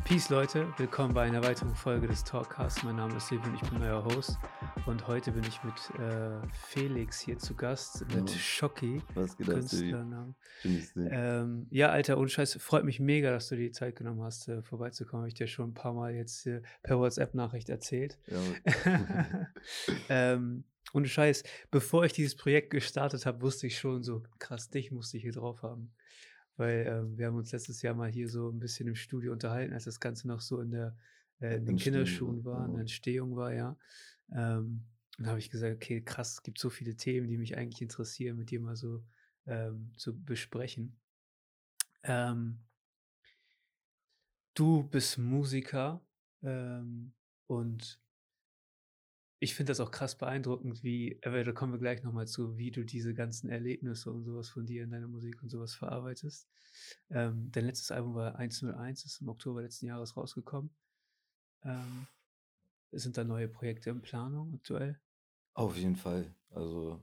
Peace Leute, willkommen bei einer weiteren Folge des Talkcasts. Mein Name ist Silvio und ich bin euer Host. Und heute bin ich mit Felix hier zu Gast, mit Ja, Schocki, was geht ab, Silvi? Künstlernamen. Schön, dich zu sehen. Ja, Alter, ohne Scheiß, freut mich mega, dass du dir die Zeit genommen hast, vorbeizukommen. Habe ich dir schon ein paar Mal jetzt per WhatsApp-Nachricht erzählt. Ja, Mann. Ohne Scheiß, bevor ich dieses Projekt gestartet habe, wusste ich schon so, krass, dich musste ich hier drauf haben. Weil wir haben uns letztes Jahr mal hier so ein bisschen im Studio unterhalten, als das Ganze noch so in den Entstehen so. Kinderschuhen Ja, war, in der Mann. Entstehung war, ja. Und da habe ich gesagt: „Okay, krass, es gibt so viele Themen, die mich eigentlich interessieren, mit dir mal so, zu besprechen.“ Ähm, Du bist Musiker, und ich finde das auch krass beeindruckend, wie aber da kommen wir gleich noch mal zu, wie du diese ganzen Erlebnisse und sowas von dir in deiner Musik und sowas verarbeitest. Dein letztes Album war 101, ist im Oktober letzten Jahres rausgekommen. Ähm, Sind da neue Projekte in Planung aktuell? Auf jeden Fall. Also,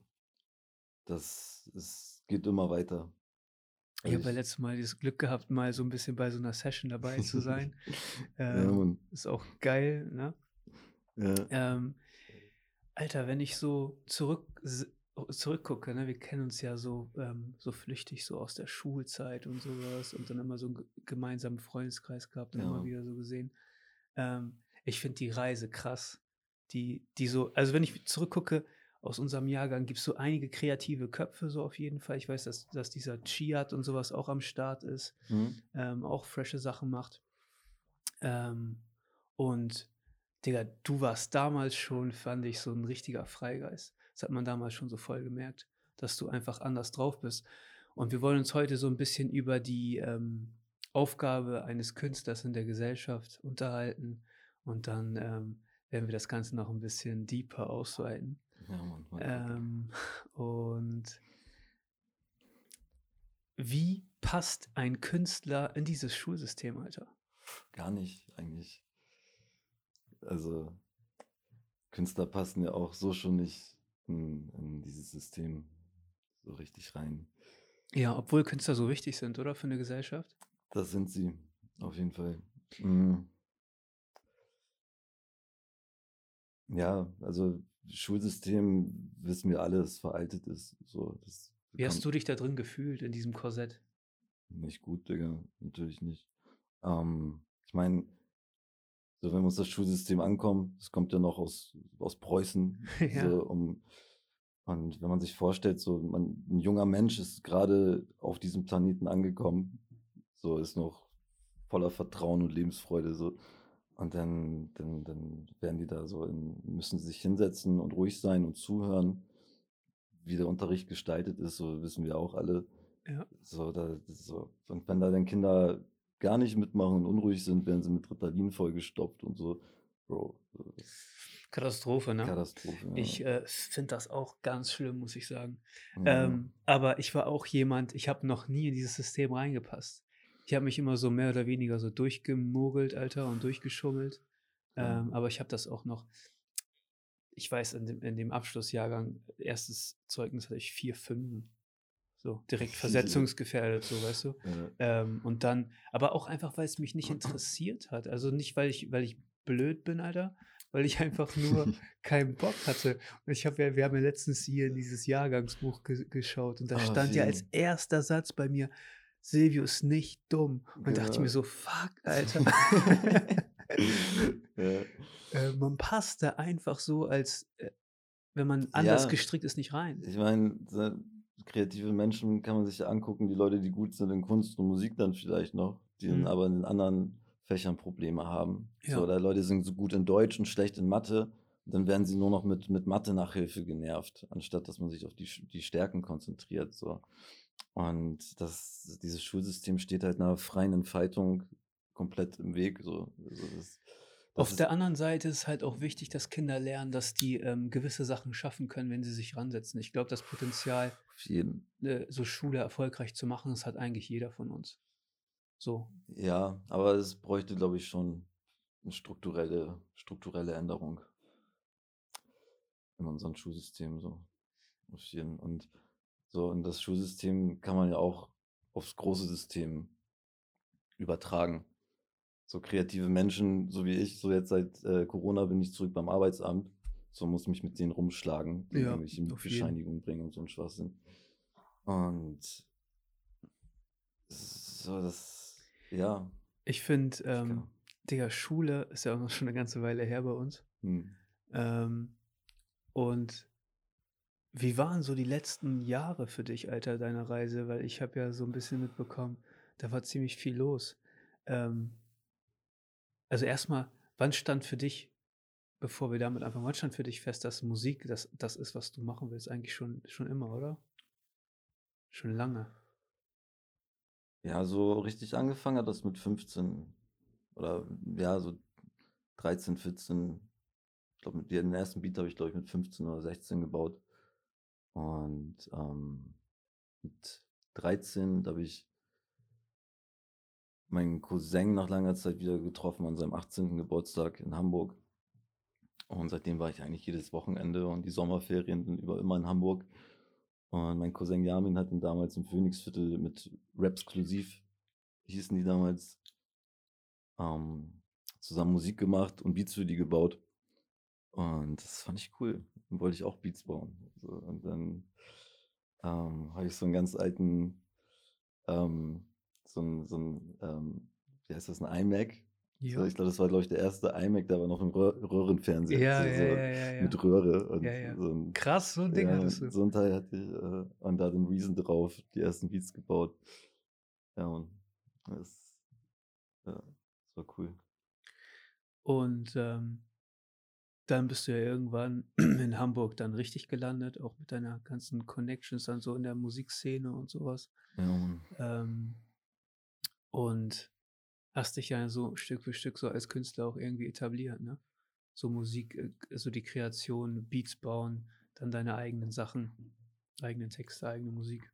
geht immer weiter. Ich Also habe ja ich. letztes Mal dieses Glück gehabt, mal so ein bisschen bei so einer Session dabei zu sein. Ja, Mann. Ist auch geil, ne? Ja, Ähm, Alter, wenn ich so zurückgucke, ne, wir kennen uns ja so so flüchtig so aus der Schulzeit und sowas und dann immer so 'n gemeinsamen Freundeskreis gehabt und ja, immer Mann. wieder so gesehen. Ich finde die Reise krass, die so also, wenn ich zurückgucke, aus unserem Jahrgang gibt's so einige kreative Köpfe so auf jeden Fall. Ich weiß, dass dieser Chiat und sowas auch am Start ist, Mhm. auch frische Sachen macht. Ähm, und Digga, du warst damals schon, fand ich, so 'n richtiger Freigeist. Das hat man damals schon so voll gemerkt, dass du einfach anders drauf bist. Und wir wollen uns heute so 'n bisschen über die, Aufgabe eines Künstlers in der Gesellschaft unterhalten und dann, werden wir das Ganze noch 'n bisschen deeper ausweiten. Ja, Mann, mal gucken. Ähm, und wie passt ein Künstler in dieses Schulsystem, Alter? Gar nicht, eigentlich. Also, Künstler passen ja auch so schon nicht in dieses System so richtig rein. Ja, obwohl Künstler so wichtig sind, oder, für 'ne Gesellschaft? Das sind sie, auf jeden Fall. Mhm. Ja, also Schulsystem wissen wir alle, dass veraltet ist. So, das Wie hast kann du dich da drin gefühlt in diesem Korsett? nicht gut, Digga, natürlich nicht. Ich meine, so wenn wir uns das Schulsystem ankommen, das kommt ja noch aus Preußen, Ja, so und wenn man sich vorstellt, so 'n junger Mensch ist gerade auf diesem Planeten angekommen, so ist noch voller Vertrauen und Lebensfreude so. Und dann werden die da so müssen sie sich hinsetzen und ruhig sein und zuhören, wie der Unterricht gestaltet ist, so wissen wir auch alle. ja. So, und wenn da dann Kinder gar nicht mitmachen und unruhig sind, werden sie mit Ritalin vollgestopft und so. Bro, das ist Katastrophe, ne? Katastrophe, ja. Ich, finde das auch ganz schlimm, muss ich sagen. Ja, Aber ich war auch jemand, ich habe noch nie in dieses System reingepasst. Ich habe mich immer so mehr oder weniger so durchgemogelt, Alter, und durchgeschummelt. klar. Aber ich habe das auch noch ich weiß, in dem Abschlussjahrgang, erstes Zeugnis hatte ich 4 Fünfen. So, direkt versetzungsgefährdet, so, weißt du? Ja, Und dann aber auch einfach, weil es mich nicht interessiert hat. Also, nicht, weil ich blöd bin, Alter, weil ich einfach nur keinen Bock hatte. Und wir haben ja letztens hier in dieses Jahrgangsbuch geschaut und da auf stand ja als jeden. erster Satz bei mir: „Silvio ist nicht dumm.“ Und dann dachte ich mir Genau. so: „Fuck, Alter.“ Ja. Man passt da einfach so als wenn man anders Ja, gestrickt ist, nicht rein. ich meine, kreative Menschen kann man sich ja angucken, die Leute, die gut sind in Kunst und Musik dann vielleicht noch, die dann Mhm. aber in den anderen Fächern Probleme haben. So, Ja. oder Leute sind so gut in Deutsch und schlecht in Mathe, dann werden sie nur noch mit Mathe-Nachhilfe genervt, anstatt dass man sich auf die Stärken konzentriert, so. Und dieses Schulsystem steht halt 'ner freien Entfaltung komplett im Weg, so. Also, das Auf ist der anderen Seite ist halt auch wichtig, dass Kinder lernen, dass die, gewisse Sachen schaffen können, wenn sie sich ransetzen. Ich glaube, das Potenzial, auf jeden. so Schule erfolgreich zu machen, das hat eigentlich jeder von uns. So. Ja, aber es bräuchte, glaube ich, schon 'ne strukturelle Änderung in unserem Schulsystem so, auf jeden. Und das Schulsystem kann man ja auch aufs große System übertragen. so kreative Menschen, so wie ich, so jetzt seit Corona bin ich zurück beim Arbeitsamt, so muss mich mit denen rumschlagen, denen Ja, irgendwelche auf jeden. Mietbescheinigungen bringen und so ein Schwachsinn. Und so ja, Ich finde, ja. Digga, Schule ist ja auch noch schon eine ganze Weile her bei uns. Hm. Ähm, und wie waren so die letzten Jahre für dich, Alter, deiner Reise? Weil ich habe ja so ein bisschen mitbekommen, da war ziemlich viel los. Ähm, also erstmal, wann stand für dich, bevor wir damit anfangen, wann stand für dich fest, dass Musik das ist, was du machen willst? Eigentlich schon immer, oder? Schon lange. Ja, so richtig angefangen hat das mit 15 oder ja, so 13, 14. Ich glaube, den ersten Beat habe ich, glaube ich, mit 15 oder 16 gebaut. Und mit 13, da habe ich meinen Cousin nach langer Zeit wieder getroffen an seinem 18. Geburtstag in Hamburg. Und seitdem war ich eigentlich jedes Wochenende und die Sommerferien sind immer in Hamburg. Und mein Cousin Yamin hat ihn damals im Phoenixviertel mit Rapsklusiv, hießen die damals, ähm, zusammen Musik gemacht und Beats für die gebaut. Und das fand ich cool. Dann wollte ich auch Beats bauen. So, und dann habe ich so einen ganz alten, ähm, wie heißt das, ein iMac. So, Ja. ich glaube, das war, glaube ich, der erste iMac, der war noch ein Röhrenfernseher, Ja, so, ja, so ja, ja, ja. mit Röhre Ja, und ja. so ein, Krass, so 'n Ding ja, hattest du. so ein Teil hatte ich und da den Reason drauf, die ersten Beats gebaut. Ja, und das, ja, das war cool. Und, dann bist du ja irgendwann in Hamburg dann richtig gelandet, auch mit deiner ganzen Connections dann so in der Musikszene und sowas. Ja, Mann. Ähm, und hast dich ja so Stück für Stück so als Künstler auch irgendwie etabliert, ne? So Musik, so die Kreation, Beats bauen, dann deine eigenen Sachen, eigene Texte, eigene Musik.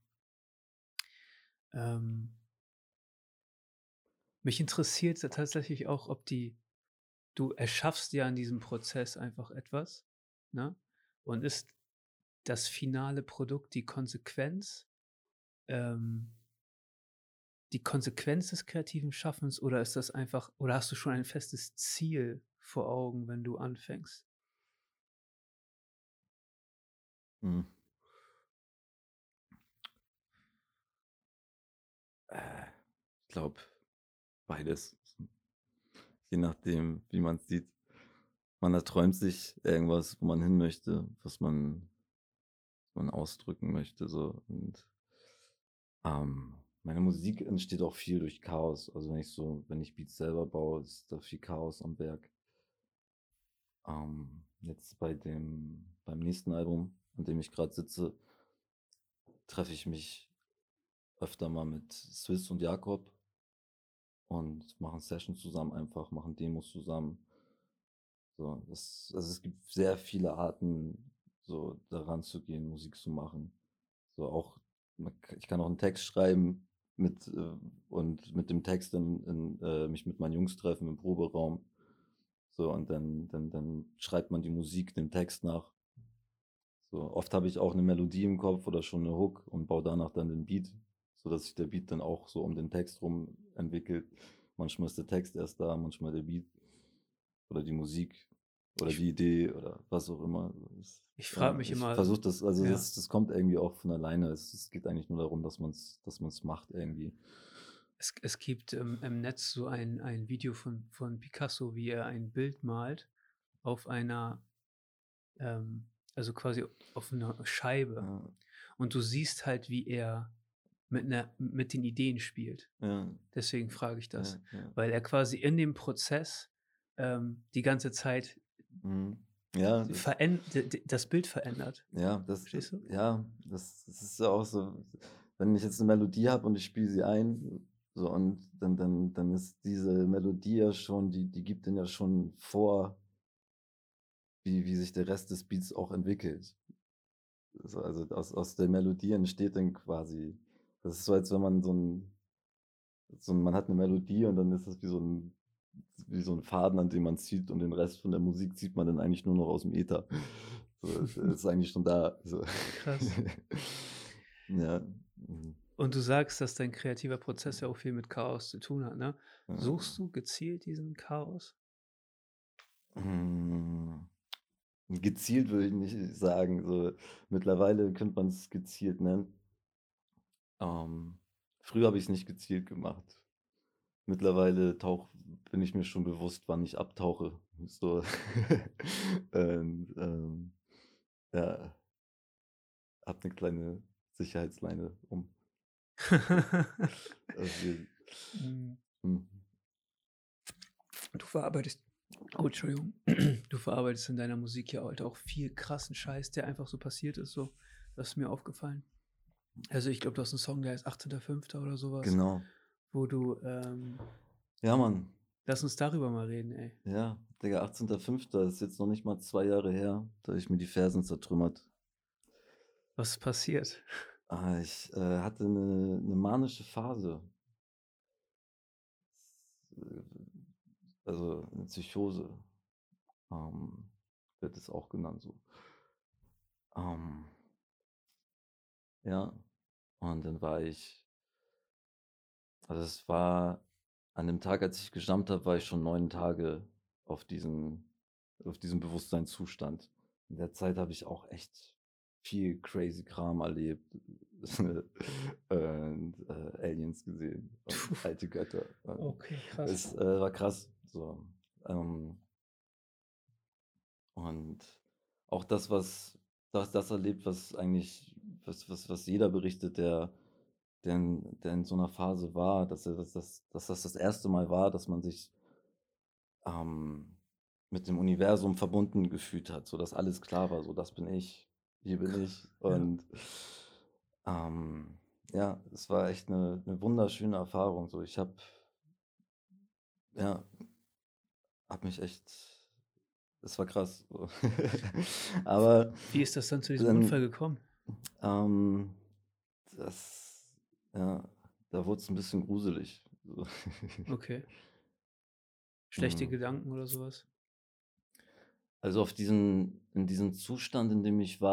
Ähm, mich interessiert ja tatsächlich auch, ob die du erschaffst ja in diesem Prozess einfach etwas, ne? Und ist das finale Produkt ähm, die Konsequenz des kreativen Schaffens oder ist das einfach oder hast du schon ein festes Ziel vor Augen, wenn du anfängst? Mhm. Äh, ich glaube, beides. Je nachdem, wie man es sieht. Man erträumt sich irgendwas, wo man hin möchte, was man ausdrücken möchte, so. Und meine Musik entsteht auch viel durch Chaos. Also wenn ich Beats selber baue, ist da viel Chaos am Werk. Jetzt beim nächsten Album, an dem ich gerade sitze, treffe ich mich öfter mal mit Swiss und Jakob und machen Sessions zusammen einfach, machen Demos zusammen. So, also es gibt sehr viele Arten, so daran zu gehen, Musik zu machen. So auch, ich kann auch einen Text schreiben und mit dem Text dann mich mit meinen Jungs treffen im Proberaum. So, und dann schreibt man die Musik dem Text nach. So, oft habe ich auch eine Melodie im Kopf oder schon eine Hook und baue danach dann den Beat, sodass sich der Beat dann auch so um den Text rum entwickelt. Manchmal ist der Text erst da, manchmal der Beat oder die Musik oder Ich die Idee oder was auch immer. ich frage Ja, mich ich immer versuche das, also ja, das kommt irgendwie auch von alleine. Es geht eigentlich nur darum, dass man's macht irgendwie. es gibt im Netz so ein Video von Picasso, wie er ein Bild malt auf einer, ähm also quasi auf einer Scheibe. Ja, Und du siehst halt, wie er mit den Ideen spielt. ja, Deswegen frage ich ja, das, ja. weil er quasi in dem Prozess, die ganze Zeit Mhm. Ja, das Bild verändert. ja, Verstehst du? ja, das ist ja auch so, wenn ich jetzt eine Melodie habe und ich spiele sie ein, so und dann ist diese Melodie ja schon, die gibt dann ja schon vor, wie sich der Rest des Beats auch entwickelt. So, also aus der Melodie entsteht dann quasi, das ist so, als wenn man man hat eine Melodie und dann ist das wie so ein Faden, an dem man zieht und den Rest von der Musik zieht man dann eigentlich nur noch aus dem Äther. So, ist eigentlich schon da. So. Krass. Ja. Mhm. Und du sagst, dass dein kreativer Prozess ja auch viel mit Chaos zu tun hat, ne? Suchst Ja. du gezielt diesen Chaos? Hm, gezielt würde ich nicht sagen, so mittlerweile könnte man es gezielt nennen. Ähm, früher habe ich es nicht gezielt gemacht. Mittlerweile bin ich mir schon bewusst, wann ich abtauche, so. Und, ja, habe 'ne kleine Sicherheitsleine um. So, auf jeden Hm, mhm. du verarbeitest Entschuldigung. Du verarbeitest in deiner Musik ja heute auch viel krassen Scheiß, der einfach so passiert ist so. Das ist mir aufgefallen. Also, ich glaube, du hast 'n Song, der heißt „18.05.“ oder so was, Genau. wo du, Ja, Mann. lass uns darüber mal reden, ey. Ja, Digga, 18.05. ist jetzt noch nicht mal 2 Jahre her, da habe ich mir die Fersen zertrümmert. Was ist passiert? Ich, hatte 'ne manische Phase. Äh, also 'ne Psychose, ähm, wird es auch genannt so. Ähm, ja, und dann war ich also es war an dem Tag, als ich gejammt habe, war ich schon 9 Tage auf diesem Bewusstseinszustand. In der Zeit habe ich auch echt viel crazy Kram erlebt und, Aliens gesehen und alte Götter. Okay, krass. Es, war krass, so. Ähm, und auch das erlebt, was eigentlich was jeder berichtet, der in so einer Phase war, dass das erste Mal war, dass man sich, ähm, mit dem Universum verbunden gefühlt hat, so dass alles klar war, so: „Das bin ich, hier bin ich.“ Ja, Und, ähm, ja, es war echt eine wunderschöne Erfahrung so. Ich ja, habe mich echt es war krass so. Aber wie ist das dann zu diesem Unfall dann, gekommen? ähm, das ja, da wurde es ein bisschen gruselig, so. Okay. Schlechte Mhm. Gedanken oder so was? Also, in diesem Zustand, in dem ich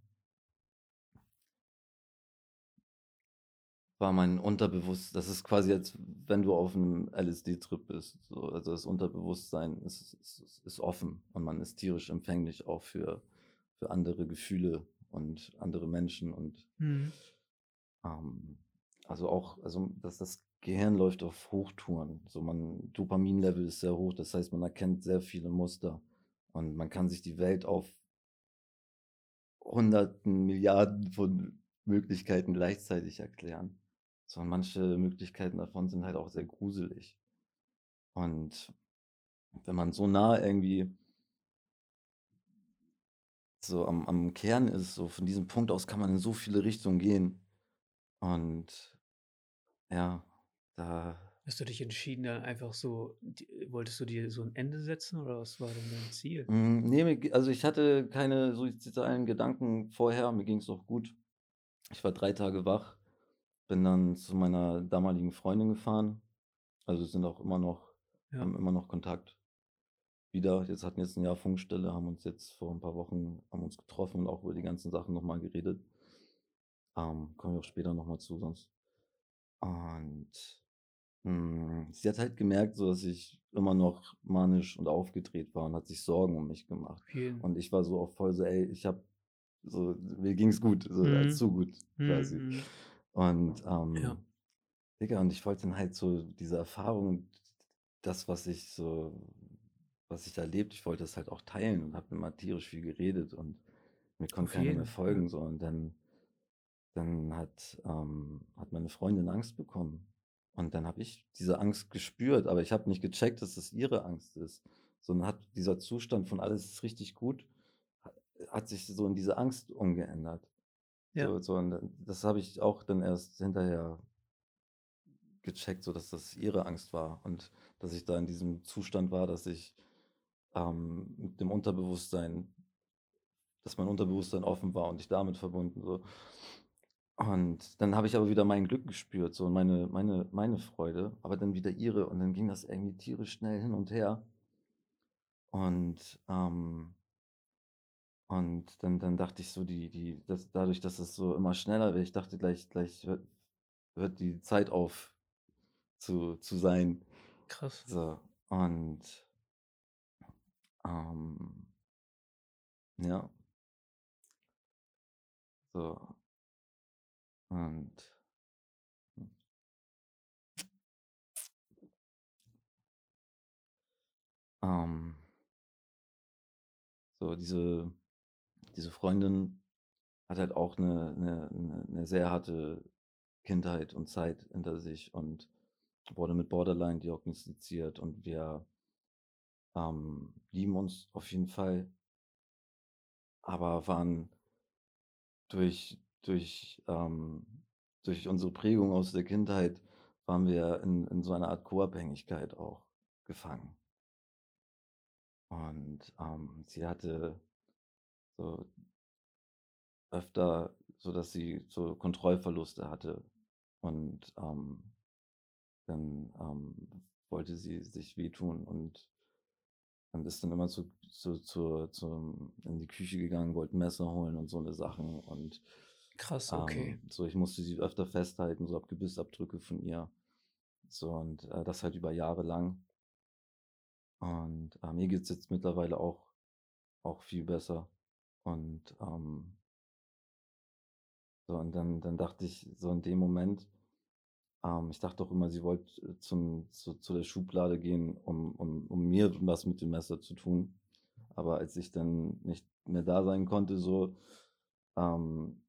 war mein das ist quasi, als wenn du auf 'nem LSD-Trip bist, so. Also, das Unterbewusstsein ist offen und man ist tierisch empfänglich auch für andere Gefühle und andere Menschen und, Mhm. ähm, also, das Gehirn läuft auf Hochtouren. So Dopaminlevel ist sehr hoch, das heißt, man erkennt sehr viele Muster und man kann sich die Welt auf Hunderten, Milliarden von Möglichkeiten gleichzeitig erklären. So, und manche Möglichkeiten davon sind halt auch sehr gruselig. Und wenn man so nah irgendwie so am Kern ist, so von diesem Punkt aus kann man in so viele Richtungen gehen. Und ja, da Hast du dich entschieden, dann einfach so wolltest du dir so 'n Ende setzen oder was war denn dein Ziel? ne, also, ich hatte keine suizidalen Gedanken vorher, mir ging's auch gut. Ich war 3 Tage wach, bin dann zu meiner damaligen Freundin gefahren. Also, sind auch immer noch Ja, haben immer noch Kontakt. Hatten jetzt 'n Jahr Funkstille, haben uns jetzt vor 'n paar Wochen haben uns getroffen und auch über die ganzen Sachen noch mal geredet. Kommen wir auch später noch mal zu sonst. Und, sie hat halt gemerkt, so dass ich immer noch manisch und aufgedreht war und hat sich Sorgen um mich gemacht. auf jeden. Und ich war so auch voll so: „Ey, mir ging's gut, so, Mhm. zu gut Mhm, quasi.“ mhm. Und, Ja, Digga, und ich wollte dann halt so diese Erfahrung, das, was ich da erlebt, ich wollte das halt auch teilen und habe immer tierisch viel geredet und mir konnte auf keiner mehr jeden, ja. folgen so. Und dann hat meine Freundin Angst bekommen. Und dann habe ich diese Angst gespürt, aber ich habe nicht gecheckt, dass es ihre Angst ist, sondern hat dieser Zustand von „alles ist richtig gut“, ha hat sich so in diese Angst umgeändert. Ja, Und das habe ich auch dann erst hinterher gecheckt, so dass das ihre Angst war und dass ich da in diesem Zustand war, mit dem Unterbewusstsein dass mein Unterbewusstsein offen war und ich damit verbunden so. Und dann habe ich aber wieder mein Glück gespürt, so und meine Freude, aber dann wieder ihre und dann ging das irgendwie tierisch schnell hin und her und, dann dachte ich so, die das dadurch, dass es so immer schneller wird, ich dachte gleich hört die Zeit auf zu sein. Krass. So, und, ähm, ja, so, und, ähm, so diese Freundin hat halt auch eine sehr harte Kindheit und Zeit hinter sich und wurde mit Borderline diagnostiziert und wir, lieben uns auf jeden Fall, aber waren durch durch, ähm durch unsere Prägung aus der Kindheit waren wir in so einer Art Co-Abhängigkeit auch gefangen. Und, sie hatte so öfter so, dass sie so Kontrollverluste hatte und, dann, wollte sie sich wehtun und ist dann immer zum in die Küche gegangen, wollte 'n Messer holen und so 'ne Sachen und, Krass, okay. so ich musste sie öfter festhalten, so habe Gebissabdrücke von ihr. So und, das halt über Jahre lang. Und, mir geht's jetzt mittlerweile auch viel besser. Und, so und dann dachte ich so in dem Moment ich dachte auch immer, sie wollte, zu der Schublade gehen, um mir was mit dem Messer zu tun. Aber als ich dann nicht mehr da sein konnte so, ähm,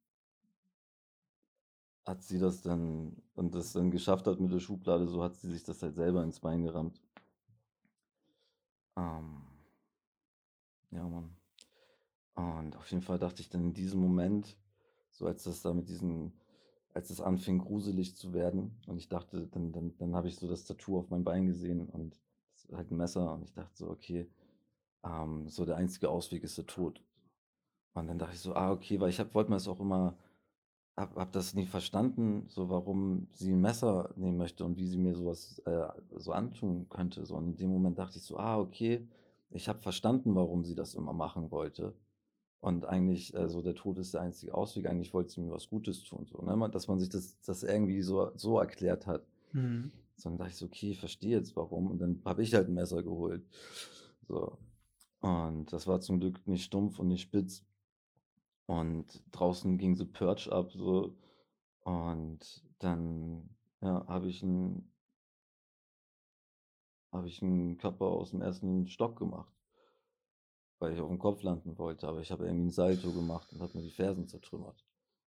hat sie das dann und das dann geschafft hat mit der Schublade, so hat sie sich das halt selber ins Bein gerammt. Ähm, ja, Mann. Und auf jeden Fall dachte ich dann in diesem Moment, so als das da mit diesen als es anfing gruselig zu werden und ich dachte, dann habe ich so das Tattoo auf meinem Bein gesehen und das ist halt 'n Messer und ich dachte so: „Okay, so der einzige Ausweg ist der Tod.“ Und dann dachte ich so: „Ah, okay“, weil ich wollte mir das auch immer habe das nie verstanden, so warum sie 'n Messer nehmen möchte und wie sie mir so was, so antun könnte so. Und in dem Moment dachte ich so: „Ah, okay, ich habe verstanden, warum sie das immer machen wollte.“ Und eigentlich, so der Tod ist der einzige Ausweg. Eigentlich wollte sie mir was Gutes tun, so, ne? Dass man sich das irgendwie so erklärt hat. Mhm. So, dann dachte ich so: „Okay, ich verstehe jetzt warum.“ Und dann habe ich halt 'n Messer geholt. So. Und das war zum Glück nicht stumpf und nicht spitz. Und draußen ging so Purge ab so. Und dann, ja, habe ich 'n Körper aus'm ersten Stock gemacht, weil ich aufm Kopf landen wollte, aber ich habe irgendwie 'n Salto gemacht und habe mir die Fersen zertrümmert.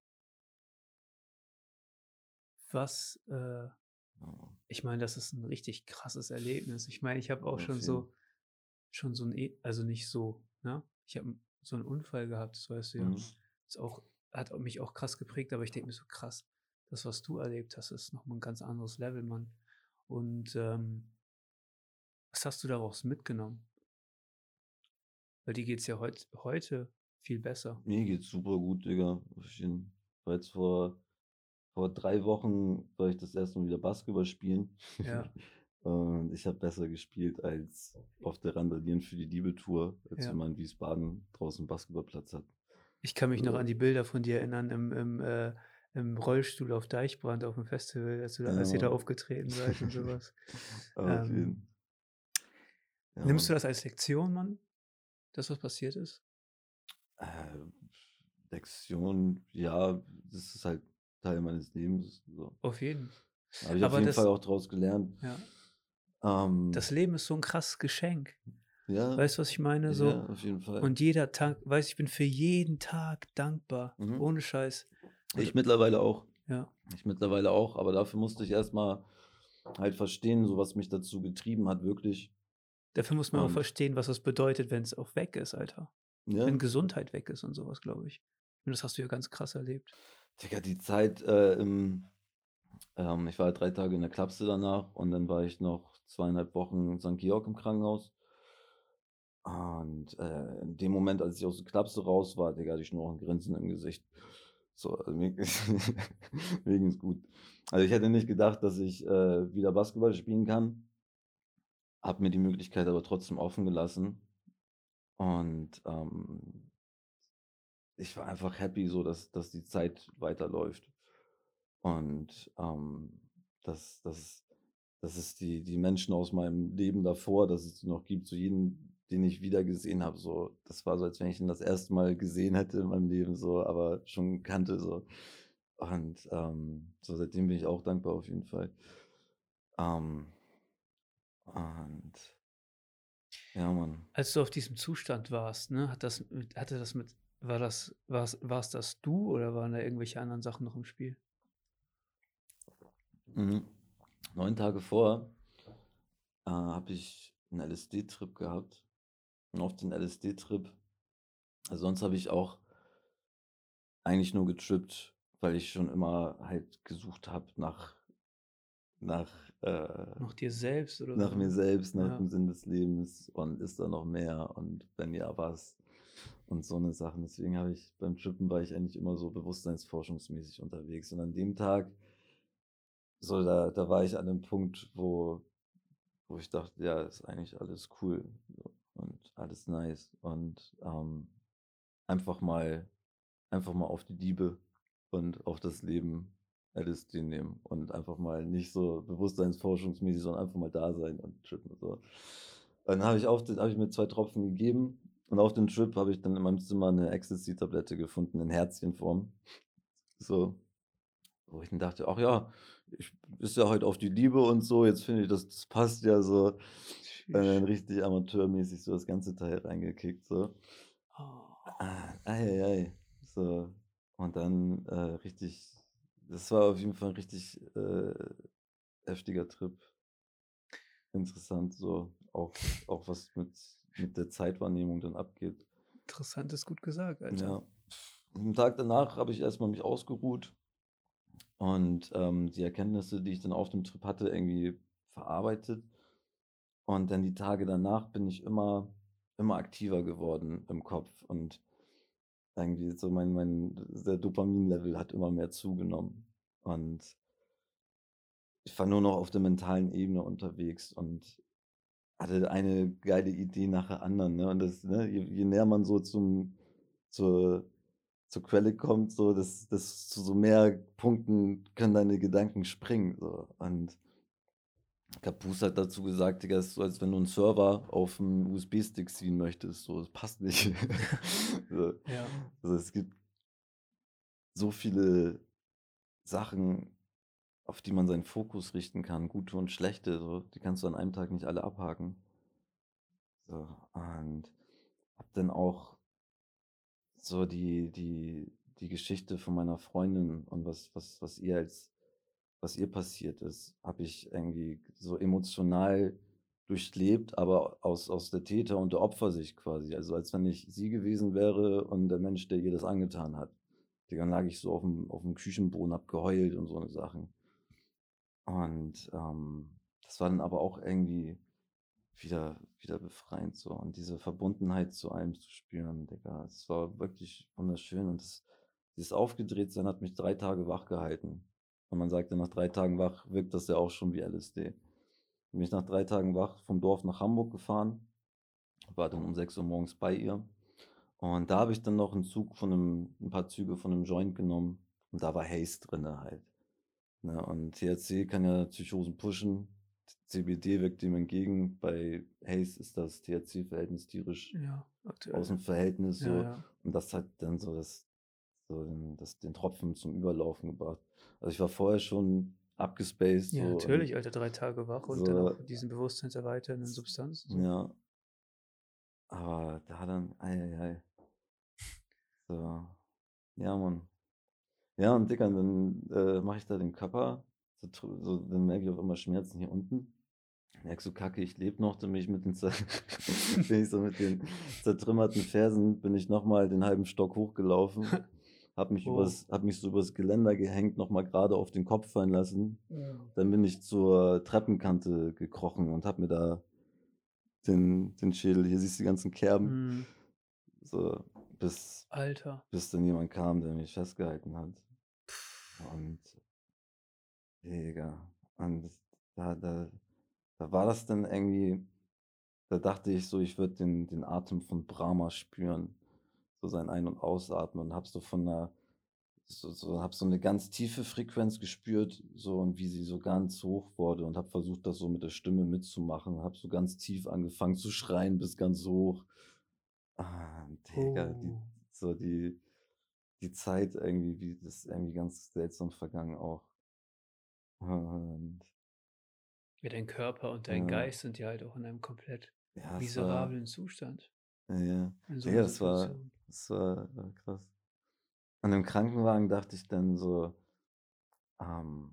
Was, Ja, ich meine, das ist 'n richtig krasses Erlebnis. Ich meine, ich habe auch auf jeden schon so 'n also nicht so, ne? Ich habe so 'n Unfall gehabt, das weißt du ja. mhm. Ist auch hat mich auch krass geprägt, aber ich denke mir so: „Krass, das, was du erlebt hast, ist noch mal 'n ganz anderes Level, Mann.“ Und, was hast du daraus mitgenommen? Weil dir geht's ja heute viel besser. Mir geht's super gut, Digga. Ich war jetzt vor 3 Wochen war ich das 1. Mal wieder Basketball spielen Ja, und ich habe besser gespielt als auf der Randallieren für die Liebe-Tour, als wir ja. mal in Wiesbaden draußen 'n Basketballplatz hatten. Ich kann mich noch an Also, die Bilder von dir erinnern im Rollstuhl auf Deichbrand auf'm Festival, ja, als ihr da Mann. aufgetreten seid und so was. Auf Ähm, jeden. Ja, Nimmst du Mann. das als Lektion, Mann, das, was passiert ist? Äh, Lektion, ja, das ist halt Teil meines Lebens, so. Auf jeden. Da habe ich auf Aber jeden Fall das auch draus gelernt. ja, Ähm, das Leben ist so 'n krasses Geschenk. ja, Weißt du, was ich meine? So ja, auf jeden Fall. und jeder Tag weißt du, ich bin für jeden Tag dankbar, Mhm. ohne Scheiß. Und Ich mittlerweile auch. ja, Ich mittlerweile auch, aber dafür musste ich erst mal halt verstehen, so was mich dazu getrieben hat, wirklich. dafür muss man auch Und verstehen, was das bedeutet, wenn's auch weg ist, Alter. Wenn ja, Gesundheit weg ist und so was, glaube ich. Und das hast du ja ganz krass erlebt. Digga, die Zeit, ich war halt 3 Tage in der Klapse danach und dann war ich noch 2,5 Wochen in St. Georg im Krankenhaus. Und, in dem Moment, als ich aus der Klapse raus war, Digga, hatte ich nur noch 'n Grinsen im Gesicht. So, also mir mir ging's gut. Also, ich hätte nicht gedacht, dass ich, wieder Basketball spielen kann, habe mir die Möglichkeit aber trotzdem offen gelassen und, ich war einfach happy so, dass die Zeit weiterläuft. Und das, das, dass es die Menschen aus meinem Leben davor, dass es die noch gibt, so jeden, den ich wieder gesehen habe, so, das war so, als wenn ich ihn das erste Mal gesehen hätte in meinem Leben, so, aber schon kannte, so. Und so seitdem bin ich auch dankbar auf jeden Fall. Ähm, und ja, Mann. Als du auf diesem Zustand warst, ne, hatte das mit war's das du oder waren da irgendwelche anderen Sachen noch im Spiel? Mhm. 9 Tage vor habe ich einen LSD-Trip gehabt. Und auf den LSD-Trip, also sonst habe ich auch eigentlich nur getrippt, weil ich schon immer halt gesucht habe nach, Nach dir selbst oder nach mir so? selbst, nach Ja, dem Sinn des Lebens und ist da noch mehr und wenn ja, was und so eine Sachen. Deswegen habe ich beim Trippen war ich eigentlich immer so bewusstseinsforschungsmäßig unterwegs. Und an dem Tag, so da war ich an dem Punkt, wo ich dachte, ja, ist eigentlich alles cool so, und alles nice und einfach mal einfach mal auf die Liebe und auf das Leben LSD nehmen und einfach mal nicht so bewusstseinsforschungsmäßig, sondern einfach mal da sein und trippen und so. Dann habe ich mir 2 Tropfen gegeben und auf dem Trip habe ich dann in meinem Zimmer eine Ecstasy-Tablette gefunden in Herzchenform, so, wo ich dann dachte: „Ach ja, ich ist ja heute auf die Liebe und so, jetzt finde ich, das passt ja so.“ Und tschüss. dann richtig amateurmäßig so das ganze Teil reingekickt so. Oh, Ei, ei. So, und dann, richtig das war auf jeden Fall 'n richtig, heftiger Trip. Interessant, so auch was mit der Zeitwahrnehmung dann abgeht. interessant ist gut gesagt, Alter. Ja. Am Tag danach habe ich erst mal mich ausgeruht und, die Erkenntnisse, die ich dann auf dem Trip hatte, irgendwie verarbeitet. Und dann die Tage danach bin ich immer aktiver geworden im Kopf und irgendwie so der Dopaminlevel hat immer mehr zugenommen. Und ich war nur noch auf der mentalen Ebene unterwegs und hatte eine geile Idee nach der anderen, ne? Und das, ne, je näher man so zur zur Quelle kommt, so, desto so mehr Punkten können deine Gedanken springen, so. Und Capuce hat dazu gesagt: „Digga, ist so, als wenn du 'n Server auf 'n USB-Stick ziehen möchtest, so, das passt nicht.“ So. Ja, Also, es gibt so viele Sachen, auf die man seinen Fokus richten kann, gute und schlechte, so. Die kannst du an einem Tag nicht alle abhaken. So, und habe dann auch so die Geschichte von meiner Freundin und was ihr passiert ist, habe ich irgendwie so emotional durchlebt, aber aus der Täter und der Opfersicht quasi. Also, als wenn ich sie gewesen wäre und der Mensch, der ihr das angetan hat. Digga, dann lag ich so auf'm Küchenboden, habe geheult und so 'ne Sachen. Und, das war dann aber auch irgendwie wieder befreiend so und diese Verbundenheit zu allem zu spüren, Digga. Es war wirklich wunderschön und dieses Aufgedrehtsein hat mich 3 Tage wach gehalten. Und man sagt ja, nach 3 Tagen wach wirkt das ja auch schon wie LSD. Bin ich nach 3 Tagen wach vom Dorf nach Hamburg gefahren, war dann um 6 Uhr morgens bei ihr. Und da habe ich dann noch 'n paar Züge von 'nem Joint genommen und da war Haze drinne halt. Ne, und THC kann ja Psychosen pushen, CBD wirkt dem entgegen. Bei Haze ist das THC-Verhältnis tierisch ja, aus aktuell. dem Verhältnis Ja, so ja. und das hat dann den Tropfen zum Überlaufen gebracht. Also, ich war vorher schon abgespaced Ja, so und natürlich, Alter, 3 Tage wach und dann so auch mit diesen bewusstseinserweiternden Substanzen so. ja, aber da dann ei, ei, ei, so. Ja, Mann. Ja, und Digga, dann, mache ich da den Körper dann merke ich auf einmal Schmerzen hier unten. Merke so: „Kacke, ich lebe noch“, dann bin ich mit den zer bin ich so mit den zertrümmerten Fersen bin ich noch mal den halben Stock hochgelaufen, Oh. habe mich so übers Geländer gehängt, noch mal grade auf den Kopf fallen lassen. Mhm. Dann bin ich zur Treppenkante gekrochen und habe mir da den Schädel hier siehst du die ganzen Kerben, Mhm. so bis Alter. bis dann jemand kam, der mich festgehalten hat. Und Digga, und da da da war das dann irgendwie da dachte ich so, ich würde den Atem von Brahma spüren, so sein Ein und Ausatmen und habe habe so eine ganz tiefe Frequenz gespürt, so und wie sie so ganz hoch wurde und habe versucht, das so mit der Stimme mitzumachen. Habe so ganz tief angefangen zu schreien bis ganz hoch. Digga, Oh, so die Zeit irgendwie, wie das ist irgendwie ganz seltsam vergangen auch. Und, ja, dein Körper und dein äh, Geist sind ja halt auch in einem komplett ja, es war miserablen Zustand ja, in so einer Digga, das war Situation. krass. An dem Krankenwagen dachte ich dann so, ähm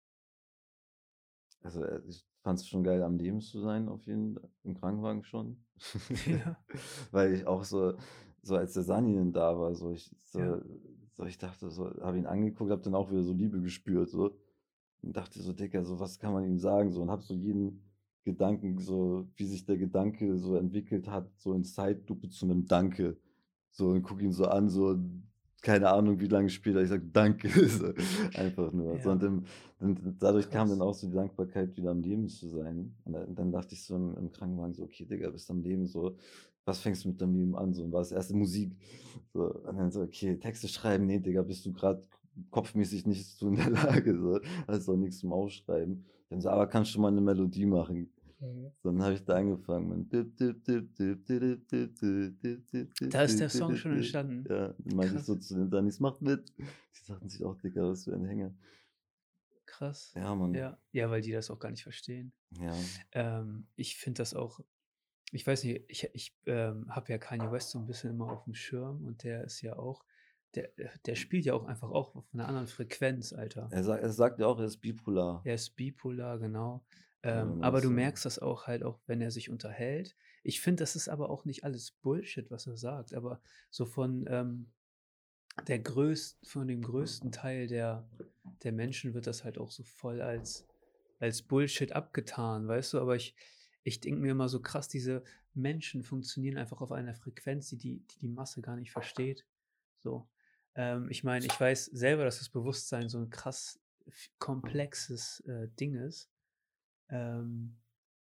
also, ich fand es schon geil, am Leben zu sein auf jeden im Krankenwagen schon. Ja, Weil ich auch so als der Sani dann da war, ja, ich dachte so habe ihn angeguckt, habe dann auch wieder so Liebe gespürt so und dachte so: „Digga, so was kann man ihm sagen?“ So und habe so jeden Gedanken so wie sich der Gedanke so entwickelt hat, so in Zeitlupe zu 'nem Danke. So und gucke ihn so an, so keine Ahnung, wie lange später, ich sage: „Danke“, so einfach nur. So und ja, dadurch kam dann krass. auch so die Dankbarkeit, wieder am Leben zu sein. Und dann dachte ich so im Krankenwagen so: „Okay, Digga, bist am Leben so. Was fängst du mit deinem Leben an?“ So und war das erste Musik. So und dann so: „Okay, Texte schreiben, ne, Digga, bist du grad kopfmäßig nicht so in der Lage, so. Hast auch nix zum Aufschreiben.“ Dann so: „Aber kannst du mal 'ne Melodie machen?“ Mhm. So, dann habe ich da angefangen, man. Da ist der Song schon entstanden. Ja, dann meinte ich so Krass, zu den Sunnies: „Macht mit.“ Die sagten sich auch: „Digga, was für ein Hänger.“ krass. Ja, Mann. Ja, ja, weil die das auch gar nicht verstehen. Ja. Ich finde das auch, ich weiß nicht, ich habe ja Kanye West so ein bisschen immer auf dem Schirm und der ist ja auch, der spielt ja auch einfach auch auf einer anderen Frequenz, Alter. Er sagt ja auch, er ist bipolar, Er ist bipolar, genau. so, wenn man Aber das du so merkst das auch halt auch, wenn er sich unterhält. Ich finde, das ist aber auch nicht alles Bullshit, was er sagt, aber so von dem größten Teil der Menschen wird das halt auch so voll als Bullshit abgetan, weißt du? Aber ich denke mir immer so krass, diese Menschen funktionieren einfach auf einer Frequenz, die Masse gar nicht versteht. So. Ich meine, ich weiß selber, dass das Bewusstsein so ein krass komplexes Ding ist. Ähm,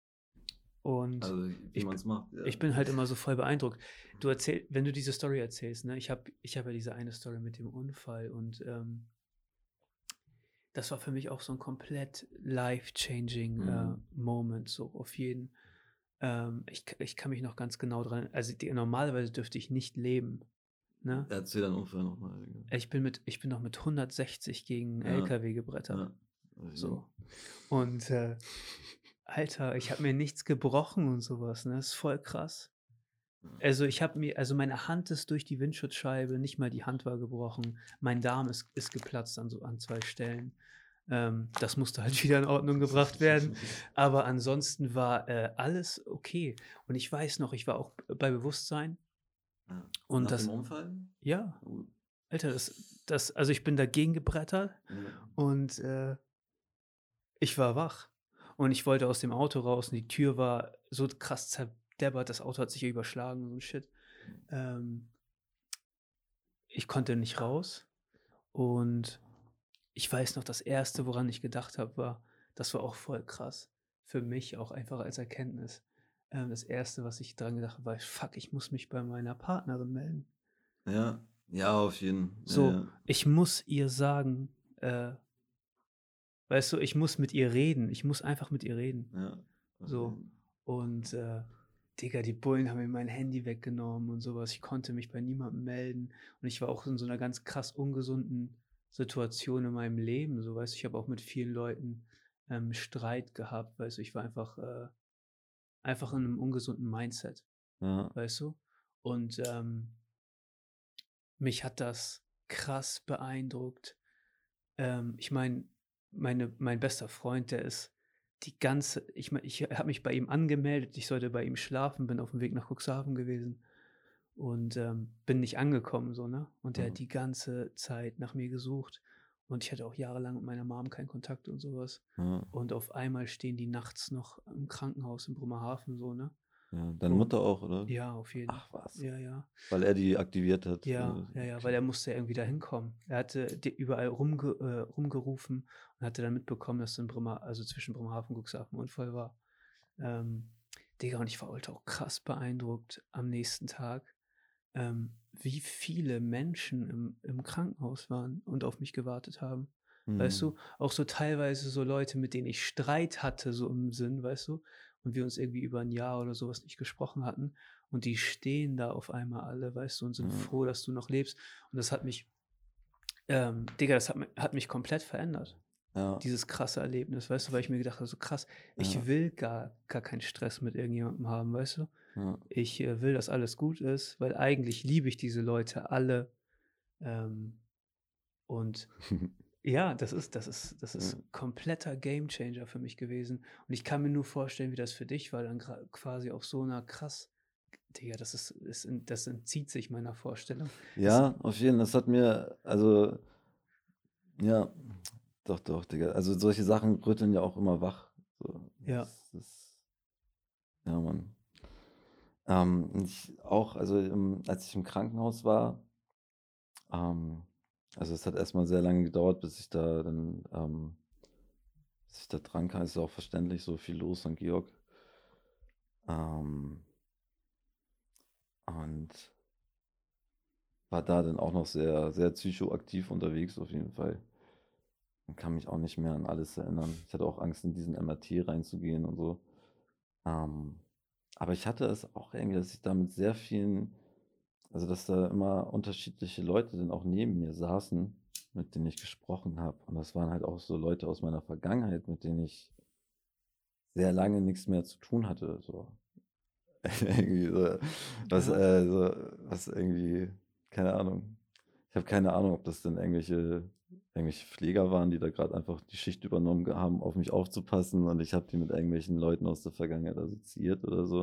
und also, wie ich, man's macht, ja. ich bin halt immer so voll beeindruckt. Wenn du diese Story erzählst, ne, ich hab ja diese eine Story mit dem Unfall und das war für mich auch so ein komplett life-changing Mhm. Moment, so auf jeden. Ich kann mich noch ganz genau dran, also normalerweise dürfte ich nicht leben, ne? Erzähl deinen Unfall noch mal, Digga. Ich bin noch mit 160 gegen 'n Ja, LKW gebrettert, ja, auf jeden. so. Und Alter, ich habe mir nichts gebrochen und sowas, ne? Ist voll krass. Also meine Hand ist durch die Windschutzscheibe, nicht mal die Hand war gebrochen. Mein Darm ist geplatzt an 2 Stellen. Das musste halt wieder in Ordnung gebracht werden. Aber ansonsten war alles okay. Und ich weiß noch, ich war auch bei Bewusstsein Ja. und Nach dem das, Unfall? ja, Oh, Alter, also ich bin dagegen gebrettert ja. und ich war wach. Und ich wollte aus dem Auto raus und die Tür war so krass zerdeppert, das Auto hat sich überschlagen und so 'n Shit. Ähm, Ich konnte nicht raus und ich weiß noch, das erste, woran ich gedacht habe, das war auch voll krass für mich, auch einfach als Erkenntnis. Das erste, was ich dran gedacht habe, war: „Fuck, ich muss mich bei meiner Partnerin melden.“ Ja, ja, auf jeden. Ja, So, ja, ich muss ihr sagen, weißt du, ich muss mit ihr reden. Ich muss einfach mit ihr reden. ja, auf So. jeden. Und Digga, die Bullen haben mir mein Handy weggenommen und sowas. Ich konnte mich bei niemandem melden. Und ich war auch in so einer ganz krass ungesunden Situation in meinem Leben, so, weißt du? Ich habe auch mit vielen Leuten Streit gehabt, weißt du? Ich war einfach in einem ungesunden Mindset, Ja, weißt du? Und mich hat das krass beeindruckt. Ich meine, mein bester Freund, der ist ich habe mich bei ihm angemeldet, ich sollte bei ihm schlafen, bin auf dem Weg nach Cuxhaven gewesen und bin nicht angekommen so, ne? Und der mhm, hat die ganze Zeit nach mir gesucht und ich hatte auch jahrelang mit meiner Mom keinen Kontakt und sowas. ja, Und auf einmal stehen die nachts noch im Krankenhaus in Bremerhaven so, ne? ja. Deine Und Mutter auch, oder? ja, auf jeden. Ach was, Ja, ja. weil er die aktiviert hat, Ja, ja, ja, weil okay. er musste ja irgendwie da hinkommen. Er hatte überall rumgerufen und hatte dann mitbekommen, dass in also zwischen Bremerhaven und Cuxhaven 'n Unfall war. Ähm, Digga, und ich war halt auch krass beeindruckt am nächsten Tag. wie viele Menschen im Krankenhaus waren und auf mich gewartet haben. Weißt Mhm. du? Auch so teilweise so Leute, mit denen ich Streit hatte, so im Sinn, weißt du? Und wir uns irgendwie über ein Jahr oder sowas nicht gesprochen hatten. Und die stehen da auf einmal alle, weißt du, und sind Ja, froh, dass du noch lebst. Und das hat mich, Digga, das hat mich komplett verändert. ja, Dieses krasse Erlebnis, weißt du, weil ich mir gedacht habe, so krass, ja, ich will gar keinen Stress mit irgendjemandem haben, weißt du? ja. Ich, will, dass alles gut ist, weil eigentlich liebe ich diese Leute alle. Ähm, und ja, das Ja. ist kompletter Gamechanger für mich gewesen. Und ich kann mir nur vorstellen, wie das für dich war, dann quasi auf so einer krass Digga, das entzieht sich meiner Vorstellung. Es Ja, auf jeden Fall. Das hat mir, also, ja, doch, doch, Digga. Also solche Sachen rütteln ja auch immer wach. So, ja, ja, Mann. Und ich auch, also als ich im Krankenhaus war, ähm, also es hat erstmal sehr lange gedauert, bis ich da dann, bis ich da dran kam. Ist auch verständlich, so viel los an Georg. Ähm, und war da dann auch noch sehr, sehr psychoaktiv unterwegs auf jeden Fall. Und kann mich auch nicht mehr an alles erinnern. Ich hatte auch Angst, in diesen MRT reinzugehen und so. Ähm, aber ich hatte es auch irgendwie, dass ich da mit sehr vielen, also dass da immer unterschiedliche Leute dann auch neben mir saßen, mit denen ich gesprochen habe. Und das waren halt auch so Leute aus meiner Vergangenheit, mit denen ich sehr lange nichts mehr zu tun hatte. So. Irgendwie so, ja. was irgendwie, keine Ahnung. Ich habe keine Ahnung, ob das denn irgendwelche Pfleger waren, die da gerade einfach die Schicht übernommen haben, auf mich aufzupassen und ich habe die mit irgendwelchen Leuten aus der Vergangenheit assoziiert oder so.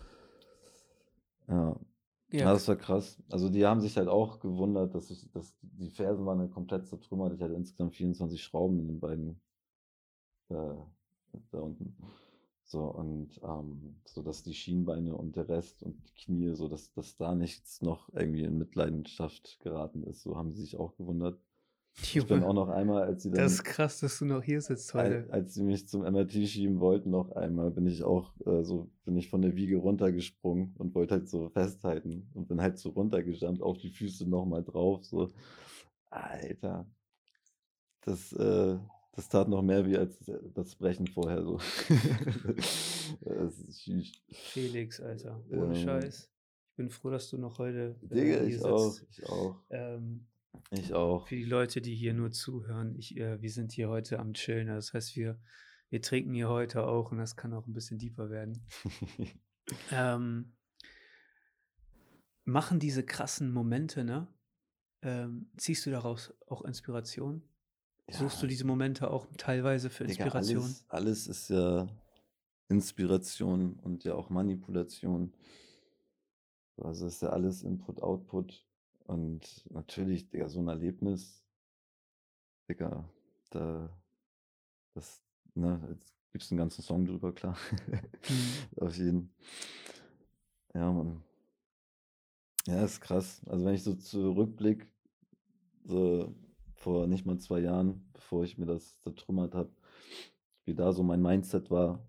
Ja, Ja, ja, das war krass. Also die haben sich halt auch gewundert, dass die Fersen waren dann komplett zertrümmert. Ich hatte insgesamt 24 Schrauben in den beiden äh, da unten. So, und so dass die Schienbeine und der Rest und die Knie, so dass da nichts noch irgendwie in Mitleidenschaft geraten ist. So haben sie sich auch gewundert. Ich bin Junge, auch noch einmal, das ist krass, dass du noch hier sitzt heute. als sie mich zum MRT schieben wollten, noch einmal bin ich von der Wiege runtergesprungen und wollte halt so festhalten und bin halt so runtergejumpt, auf die Füße nochmal drauf, so. Alter, das, äh, das tat noch mehr wie als das Brechen vorher, so. Das ist tschüss. Felix, Alter, ohne Ähm, Scheiß. Ich bin froh, dass du noch heute, Digga, hier sitzt. ich auch, Ähm, ich auch. für die Leute, die hier nur zuhören, wir sind hier heute am Chillen. Also das heißt, wir trinken hier heute auch und das kann auch ein bisschen deeper werden. Ähm, machen diese krassen Momente, ne? Ziehst du daraus auch Inspiration? Suchst du Ja, diese Momente auch teilweise für Digga, Inspiration? alles ist ja Inspiration und ja auch Manipulation. Also ist ja alles Input, Output. Und natürlich, Digga, so ein Erlebnis, Digga, da, das, ne, jetzt gibt's einen ganzen Song drüber, klar. Mhm. Auf jeden. Ja, Mann. Ja, ist krass. Also wenn ich so zurückblicke, so vor nicht mal 2 Jahren, bevor ich mir das zertrümmert habe, wie da so mein Mindset war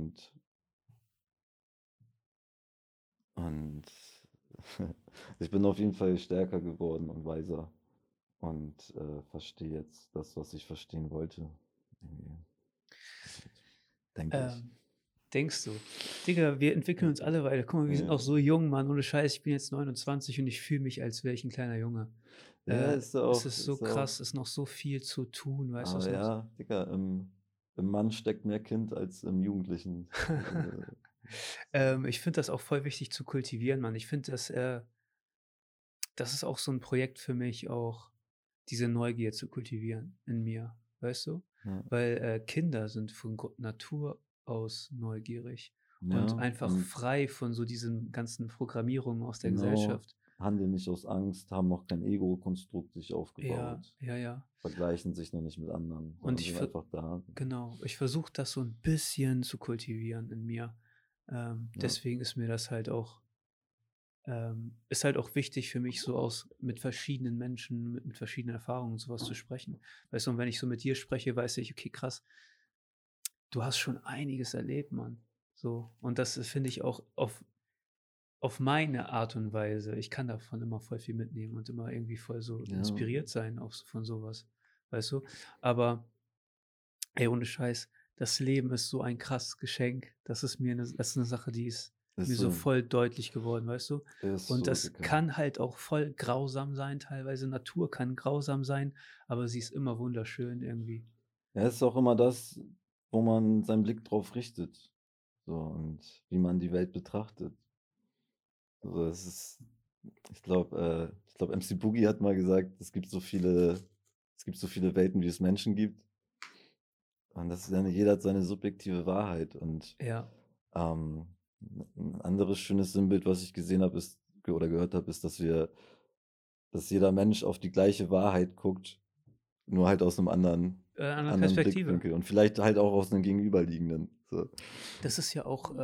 und ich bin auf jeden Fall stärker geworden und weiser und verstehe jetzt das, was ich verstehen wollte. Irgendwie, denke ich. Ähm, denkst du? Digga, wir entwickeln uns alle weiter. Guck mal, wir sind Ja, noch so jung, Mann. Ohne Scheiß, ich bin jetzt 29 und ich fühle mich, als wäre ich ein kleiner Junge. ja, Es ist so ist auch. krass, es ist noch so viel zu tun, weißt du, es Aber ist noch ja, Digga, im Mann steckt mehr Kind als im Jugendlichen. Ich finde das auch voll wichtig zu kultivieren, Mann. Ich finde, das ist auch so ein Projekt für mich auch, diese Neugier zu kultivieren in mir, weißt du? Ja, Weil, Kinder sind von Gott Natur aus neugierig und ja, einfach und frei von so diesen ganzen Programmierungen aus der genau, Gesellschaft. handeln nicht aus Angst, haben noch kein Ego-Konstrukt sich Ja, aufgebaut, ja, ja. vergleichen sich noch nicht mit anderen, Und sondern sind einfach da. genau, ich versuche das so ein bisschen zu kultivieren in mir. Ja, Deswegen ist halt auch wichtig für mich, so mit verschiedenen Menschen, mit verschiedenen Erfahrungen und so was zu sprechen. Weißt du, und wenn ich so mit dir spreche, weiß ich: „Okay, krass, du hast schon einiges erlebt, Mann.“ So, und das finde ich auch auf meine Art und Weise, ich kann davon immer voll viel mitnehmen und immer irgendwie voll so Ja, inspiriert sein auch so von sowas, weißt du? Aber ey, ohne Scheiß, das Leben ist so ein krasses Geschenk. Das ist 'ne Sache, die ist ist mir so so, voll deutlich geworden, weißt du? ist Und so, das Dicker. kann halt auch voll grausam sein teilweise. Natur kann grausam sein, aber sie ist immer wunderschön irgendwie. Ja, es ist auch immer das, wo man seinen Blick drauf richtet, so und wie man die Welt betrachtet. Also, es ist ich glaube, MC Boogie hat mal gesagt, es gibt so viele Welten, wie es Menschen gibt. Und das ist ja jeder hat seine subjektive Wahrheit. Und Ja, ähm, 'n anderes schönes Sinnbild, was ich gesehen habe, ist oder gehört habe, ist, dass jeder Mensch auf die gleiche Wahrheit guckt, nur halt aus einem anderen andere anderen Perspektive. Blickwinkel und vielleicht halt auch aus einem gegenüberliegenden, so. Das ist ja auch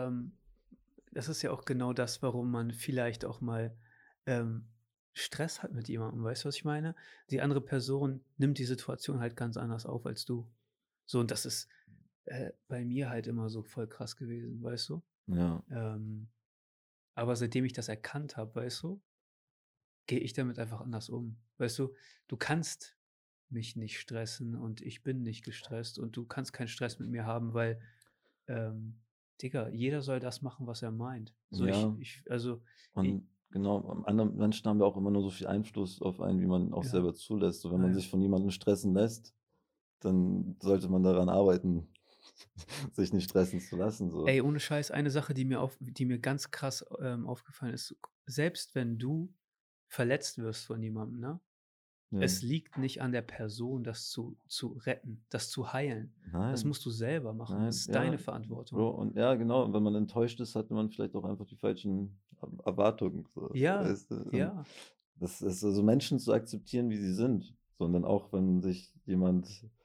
das ist ja auch genau das, warum man vielleicht auch mal, ähm, Stress hat mit jemandem, weißt du, was ich meine? Die andere Person nimmt die Situation halt ganz anders auf als du. So, und das ist, bei mir halt immer so voll krass gewesen, weißt du? Ja, Ähm, aber seitdem ich das erkannt habe, weißt du, gehe ich damit einfach anders um. Weißt du, du kannst mich nicht stressen und ich bin nicht gestresst und du kannst keinen Stress mit mir haben, weil, ähm, Digga, jeder soll das machen, was er meint. So, ja. also, i Und genau, anderen Menschen haben ja auch immer nur so viel Einfluss auf einen, wie man auch ja, selber zulässt. So, wenn ah man ja. sich von jemandem stressen lässt, dann sollte man daran arbeiten, sich nicht stressen zu lassen, so. Ey, ohne Scheiß, eine Sache, die mir ganz krass, aufgefallen ist, selbst wenn du verletzt wirst von jemandem, ne? Ja. Es liegt nicht an der Person, das zu retten, das zu heilen. Das Nein, musst du selber machen. Das nein, ist ja, deine Verantwortung. Bro, und ja, genau, und wenn man enttäuscht ist, hatte man vielleicht auch einfach die falschen Erwartungen, so, Ja, weißt du? Und ja. das ist also Menschen zu akzeptieren, wie sie sind, sondern auch wenn sich jemand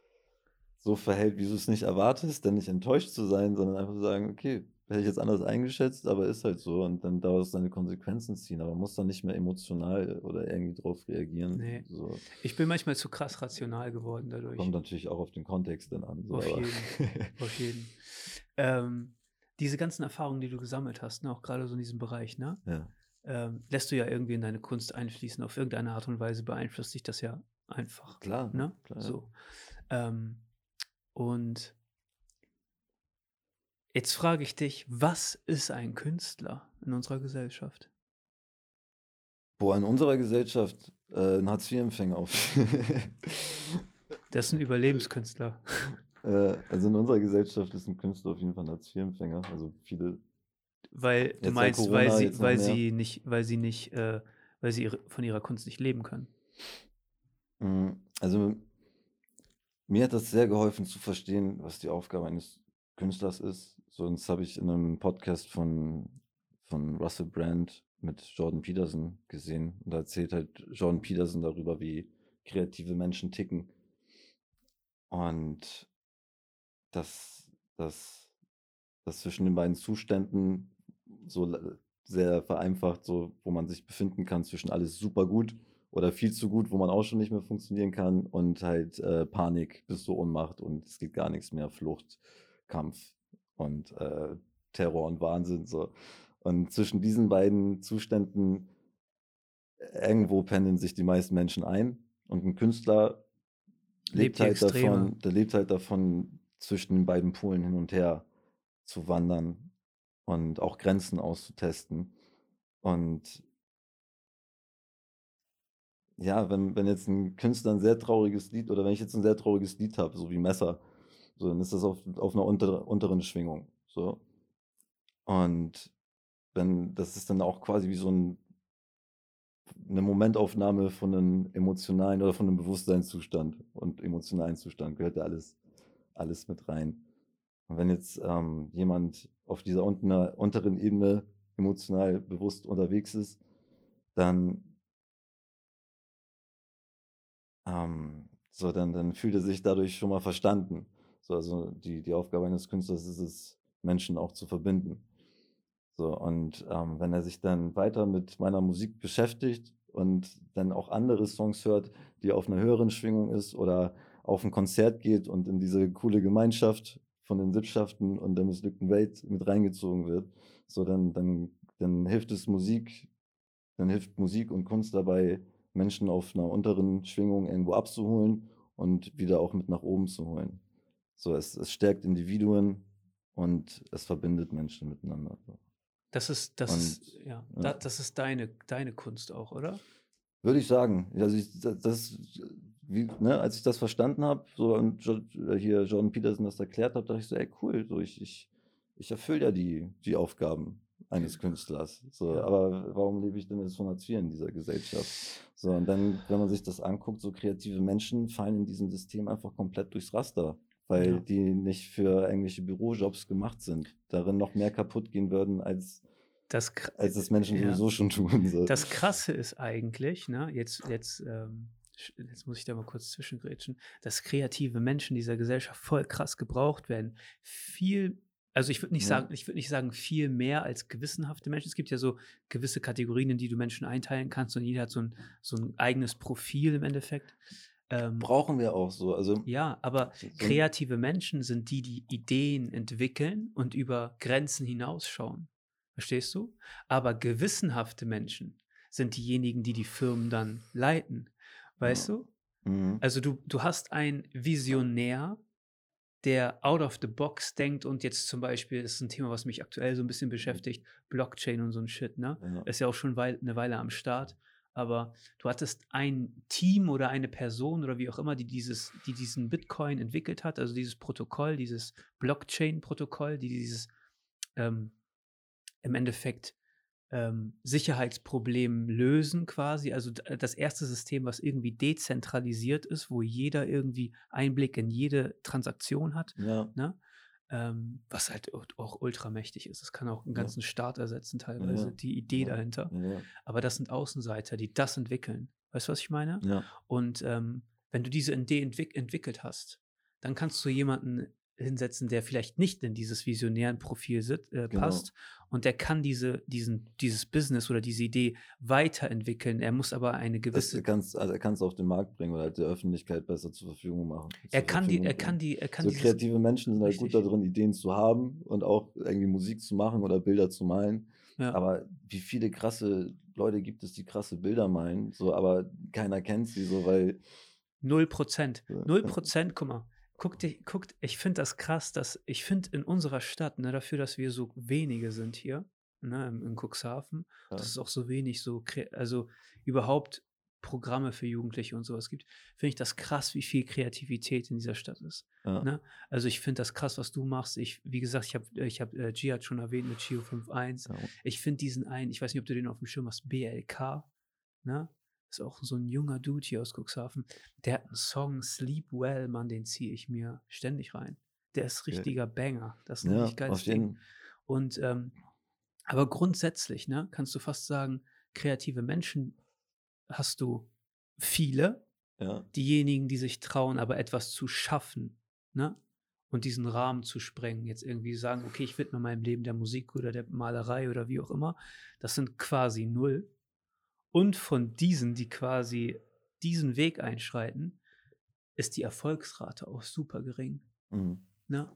so verhält, wie du es nicht erwartest, dann nicht enttäuscht zu sein, sondern einfach sagen: „Okay, hätte ich jetzt anders eingeschätzt, aber ist halt so“, und dann daraus seine Konsequenzen ziehen, aber man muss dann nicht mehr emotional oder irgendwie drauf reagieren, Ne. so. Ich bin manchmal zu krass rational geworden Kommt dadurch. natürlich auch auf den Kontext dann an, so, Auf aber jeden, auf jeden. Ähm, diese ganzen Erfahrungen, die du gesammelt hast, ne, auch grade so in diesem Bereich, ne, ja, lässt du ja irgendwie in deine Kunst einfließen. Auf irgendeine Art und Weise beeinflusst dich das ja einfach, klar, ne? klar, ja. So. Ähm, und jetzt frage ich dich, was ist ein Künstler in unserer Gesellschaft? Boah, in unserer Gesellschaft, 'n Hartz-IV-Empfänger auf Das ist 'n Überlebenskünstler. also in unserer Gesellschaft ist 'n Künstler auf jeden Fall 'n Hartz-IV-Empfänger, also viele Weil du jetzt seit meinst, Corona jetzt noch mehr. weil sie von ihrer Kunst nicht leben können? Also, mir hat das sehr geholfen zu verstehen, was die Aufgabe eines Künstlers ist. So, und das habe ich in einem Podcast von Russell Brand mit Jordan Peterson gesehen. Und da erzählt halt Jordan Peterson darüber, wie kreative Menschen ticken und dass dass dass zwischen den beiden Zuständen so sehr vereinfacht, so wo man sich befinden kann, zwischen alles super gut oder viel zu gut, wo man auch schon nicht mehr funktionieren kann und halt Panik bis zur Ohnmacht und es geht gar nichts mehr, Flucht, Kampf und Terror und Wahnsinn so. Und zwischen diesen beiden Zuständen irgendwo pendeln sich die meisten Menschen ein und ein Künstler Lebt die Extreme. lebt halt davon, zwischen den beiden Polen hin und her zu wandern und auch Grenzen auszutesten. Und ja, wenn jetzt ein Künstler ein sehr trauriges Lied oder wenn ich jetzt ein sehr trauriges Lied habe, so wie „Messer“, so, dann ist das auf 'ner unteren Schwingung, so. Und wenn das ist dann auch quasi wie so 'ne Momentaufnahme von 'nem emotionalen oder von 'nem Bewusstseinszustand und emotionalen Zustand gehört ja alles mit rein. Und wenn jetzt jemand auf dieser unteren Ebene emotional bewusst unterwegs ist, dann dann fühlt er sich dadurch schon mal verstanden. So, also die Aufgabe eines Künstlers ist es, Menschen auch zu verbinden. So, und wenn er sich dann weiter mit meiner Musik beschäftigt und dann auch andere Songs hört, die auf einer höheren Schwingung ist oder auf ein Konzert geht und in diese coole Gemeinschaft von den Sippschaften und der missglückten Welt mit reingezogen wird, so dann dann hilft Musik und Kunst dabei, Menschen auf einer unteren Schwingung irgendwo abzuholen und wieder auch mit nach oben zu holen. So, es stärkt Individuen und es verbindet Menschen miteinander. Das ist, Und ja, ja. das ist deine Kunst auch, oder? Würde ich sagen. Also als ich das verstanden habe, so und hier Jordan Peterson das erklärt hat, dachte ich so, ey cool, so ich erfülle ja die Aufgaben eines Künstlers. So, Ja. aber warum lebe ich denn jetzt von Hartz IV in dieser Gesellschaft? So, und dann, wenn man sich das anguckt, so kreative Menschen fallen in diesem System einfach komplett durchs Raster, weil Ja. die nicht für irgendwelche Bürojobs gemacht sind, darin noch mehr kaputt gehen würden, als es Menschen Ja. sowieso schon tun. So. Das Krasse ist eigentlich, ne, jetzt muss ich da mal kurz zwischengrätschen, dass kreative Menschen dieser Gesellschaft voll krass gebraucht werden. Also ich würde nicht sagen viel mehr als gewissenhafte Menschen. Es gibt ja so gewisse Kategorien, in die du Menschen einteilen kannst und jeder hat so ein eigenes Profil im Endeffekt. Brauchen wir auch so. Also, Ja, aber kreative Menschen sind die Ideen entwickeln und über Grenzen hinausschauen. Verstehst du? Aber gewissenhafte Menschen sind diejenigen, die Firmen dann leiten. Weißt du? Mhm. Also du hast einen Visionär, der out of the box denkt und jetzt zum Beispiel, das ist ein Thema, was mich aktuell so ein bisschen beschäftigt, Blockchain und so ein Shit, ne? Ja. Ist ja auch schon eine Weile am Start. Aber du hattest ein Team oder eine Person oder wie auch immer, die diesen Bitcoin entwickelt hat, also dieses Protokoll, dieses Blockchain-Protokoll, die dieses im Endeffekt Sicherheitsproblem lösen quasi. Also das erste System, was irgendwie dezentralisiert ist, wo jeder irgendwie Einblick in jede Transaktion hat. Ja. Ne? Was halt auch ultramächtig ist. Das kann auch einen ganzen Staat ersetzen teilweise, die Idee dahinter. Ja. Aber das sind Außenseiter, die das entwickeln. Weißt du, was ich meine? Ja. Und wenn du diese Idee entwickelt hast, dann kannst du jemanden hinsetzen, der vielleicht nicht in dieses visionären Profil passt und der kann dieses Business oder diese Idee weiterentwickeln. Er muss aber eine gewisse... Er kann es auf den Markt bringen oder halt der Öffentlichkeit besser zur Verfügung machen. Er kann so kreative Menschen sind halt gut darin, Ideen zu haben und auch irgendwie Musik zu machen oder Bilder zu malen. Ja. Aber wie viele krasse Leute gibt es, die krasse Bilder malen, so, aber keiner kennt sie so, weil... 0%. 0%, guck mal. Ich finde das krass, ich finde in unserer Stadt, ne, dafür, dass wir so wenige sind hier, ne, in Cuxhaven, dass es auch so wenig also überhaupt Programme für Jugendliche und sowas gibt, finde ich das krass, wie viel Kreativität in dieser Stadt ist. Ja. Ne? Also ich finde das krass, was du machst. Wie gesagt, ich hab Jihad schon erwähnt mit Chio 5.1. Ja. Ich finde ich weiß nicht, ob du den auf dem Schirm hast, BLK, ne? Ist auch so ein junger Dude hier aus Cuxhaven. Der hat einen Song, Sleep Well, Mann, den ziehe ich mir ständig rein. Der ist richtiger Banger. Das ist ein richtig geiles Ding. Und, aber grundsätzlich, ne, kannst du fast sagen, kreative Menschen hast du viele. Ja. Diejenigen, die sich trauen, aber etwas zu schaffen, ne? Und diesen Rahmen zu sprengen. Jetzt irgendwie sagen, okay, ich widme meinem Leben der Musik oder der Malerei oder wie auch immer. Das sind quasi 0. Und von diesen, die quasi diesen Weg einschreiten, ist die Erfolgsrate auch super gering. Mhm. Ne?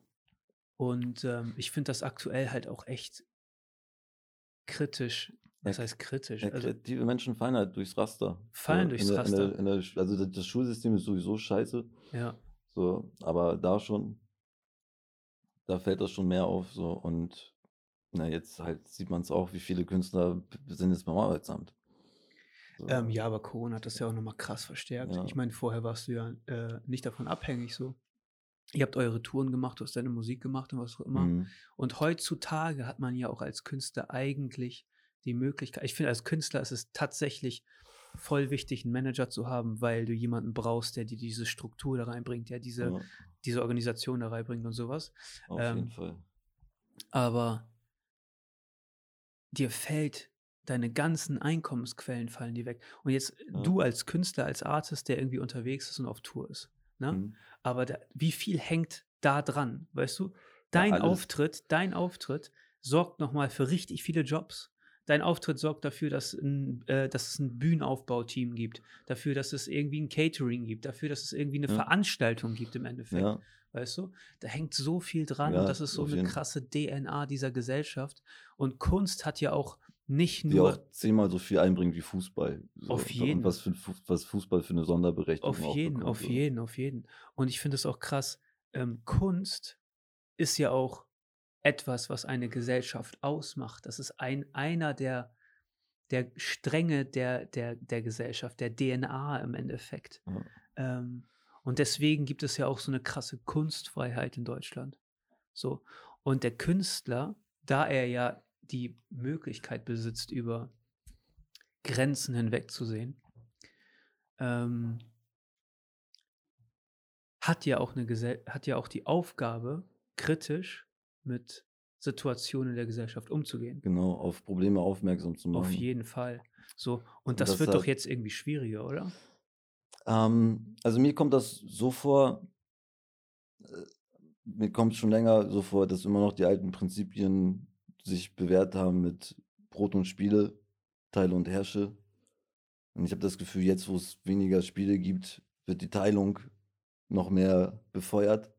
Und ich finde das aktuell halt auch echt kritisch. Was heißt kritisch? Ja, kreative Menschen fallen halt durchs Raster. Also das Schulsystem ist sowieso scheiße. Ja. So, aber da fällt das schon mehr auf. So. Und jetzt halt sieht man es auch, wie viele Künstler sind jetzt beim Arbeitsamt. So. Ja, aber Corona hat das ja auch nochmal krass verstärkt. Ja. Ich meine, vorher warst du ja nicht davon abhängig so. Ihr habt eure Touren gemacht, du hast deine Musik gemacht und was auch immer. Mhm. Und heutzutage hat man ja auch als Künstler eigentlich die Möglichkeit, ich finde, als Künstler ist es tatsächlich voll wichtig, einen Manager zu haben, weil du jemanden brauchst, der dir diese Struktur da reinbringt, der diese Organisation da reinbringt und sowas. Auf jeden Fall. Aber dir fällt... Deine ganzen Einkommensquellen fallen dir weg. Und jetzt du als Künstler, als Artist, der irgendwie unterwegs ist und auf Tour ist. Ne? Mhm. Aber wie viel hängt da dran? Weißt du? Dein Auftritt sorgt nochmal für richtig viele Jobs. Dein Auftritt sorgt dafür, dass es ein Bühnenaufbauteam gibt. Dafür, dass es irgendwie ein Catering gibt. Dafür, dass es irgendwie eine Veranstaltung gibt im Endeffekt. Ja. Weißt du? Da hängt so viel dran. Und das ist so eine krasse DNA dieser Gesellschaft. Und Kunst hat ja auch nicht die auch nur 10-mal so viel einbringt wie Fußball. So, auf und jeden, was Fußball für eine Sonderberechtigung auf auch jeden, bekommt. auf So. jeden, auf jeden. Und ich finde es auch krass, Kunst ist ja auch etwas, was eine Gesellschaft ausmacht. Das ist einer der Stränge der Gesellschaft, der DNA im Endeffekt. Ja, Ähm, und deswegen gibt es ja auch so eine krasse Kunstfreiheit in Deutschland. So. Und der Künstler, da er ja die Möglichkeit besitzt, über Grenzen hinwegzusehen, ähm, hat ja auch die Aufgabe, kritisch mit Situationen der Gesellschaft umzugehen. genau, auf Probleme aufmerksam zu Auf machen. jeden Fall. So, und Und das das wird doch hat, jetzt irgendwie schwieriger, oder? also mir kommt das so vor, äh, mir kommt schon länger so vor, dass immer noch die alten Prinzipien sich bewährt haben mit Brot und Spiele, Teile und Herrsche. Und ich habe das Gefühl, jetzt, wo es weniger Spiele gibt, wird die Teilung noch mehr befeuert.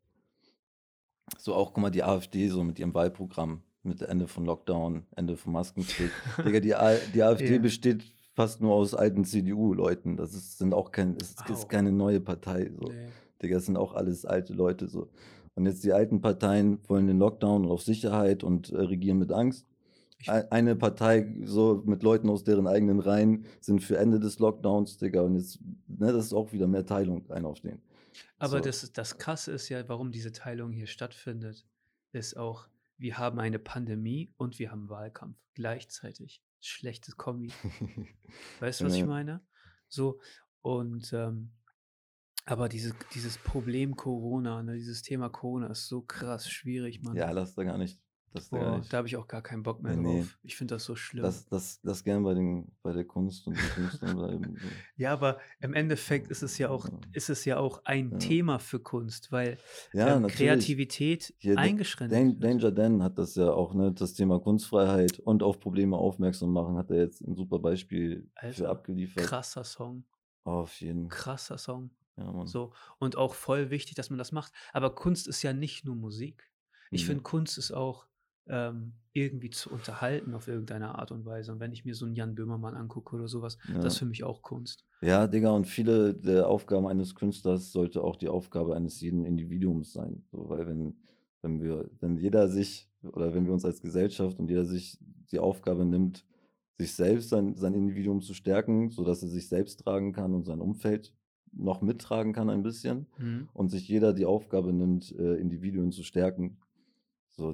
So auch, guck mal, die AfD so mit ihrem Wahlprogramm, mit Ende von Lockdown, Ende von Maskenpflicht. Digga, die AfD Ja. besteht fast nur aus alten CDU-Leuten. Sind auch es ist Au. keine neue Partei. So. Ne. Digga, das sind auch alles alte Leute. So. Und jetzt die alten Parteien wollen den Lockdown und auf Sicherheit und regieren mit Angst. Ich Eine Partei so mit Leuten aus deren eigenen Reihen sind für Ende des Lockdowns, Digga. Und jetzt, ne, das ist auch wieder mehr Teilung, ein auf den. aber So. das Krasse ist ja, warum diese Teilung hier stattfindet, ist auch, wir haben eine Pandemie und wir haben Wahlkampf gleichzeitig. Schlechtes Kombi. Weißt du, was ich Äh, meine? So, und, aber dieses Problem Corona, ne, dieses Thema Corona ist so krass schwierig, Mann. ja, lass da gar Boah, da nicht. habe ich auch gar keinen Bock mehr Ne, drauf. Ich finde das so schlimm. lass gern bei der Kunst und den Künstlern bleiben, so. Ja, aber im Endeffekt ist es ja auch ein Ja. Thema für Kunst, weil, Ja, natürlich. Kreativität Hier eingeschränkt wird. Danger Dan hat das ja auch, ne, das Thema Kunstfreiheit und auf Probleme aufmerksam machen, hat er jetzt 'n super Beispiel für Alter, abgeliefert. krasser Song, Auf jeden. krasser Song. Ja, Mann. So, und auch voll wichtig, dass man das macht. Aber Kunst ist ja nicht nur Musik. Ich Ne. finde, Kunst ist auch, irgendwie zu unterhalten auf irgendeine Art und Weise. Und wenn ich mir so 'n Jan Böhmermann angucke oder so was, das ist Ja. für mich auch Kunst. Ja, Digga, und viele der Aufgaben eines Künstlers sollte auch die Aufgabe eines jeden Individuums sein. So, weil wenn jeder sich oder wenn wir uns als Gesellschaft und jeder sich die Aufgabe nimmt, sich selbst sein Individuum zu stärken, sodass er sich selbst tragen kann und sein Umfeld noch mittragen kann ein bisschen Mhm. und sich jeder die Aufgabe nimmt, Individuen zu stärken, so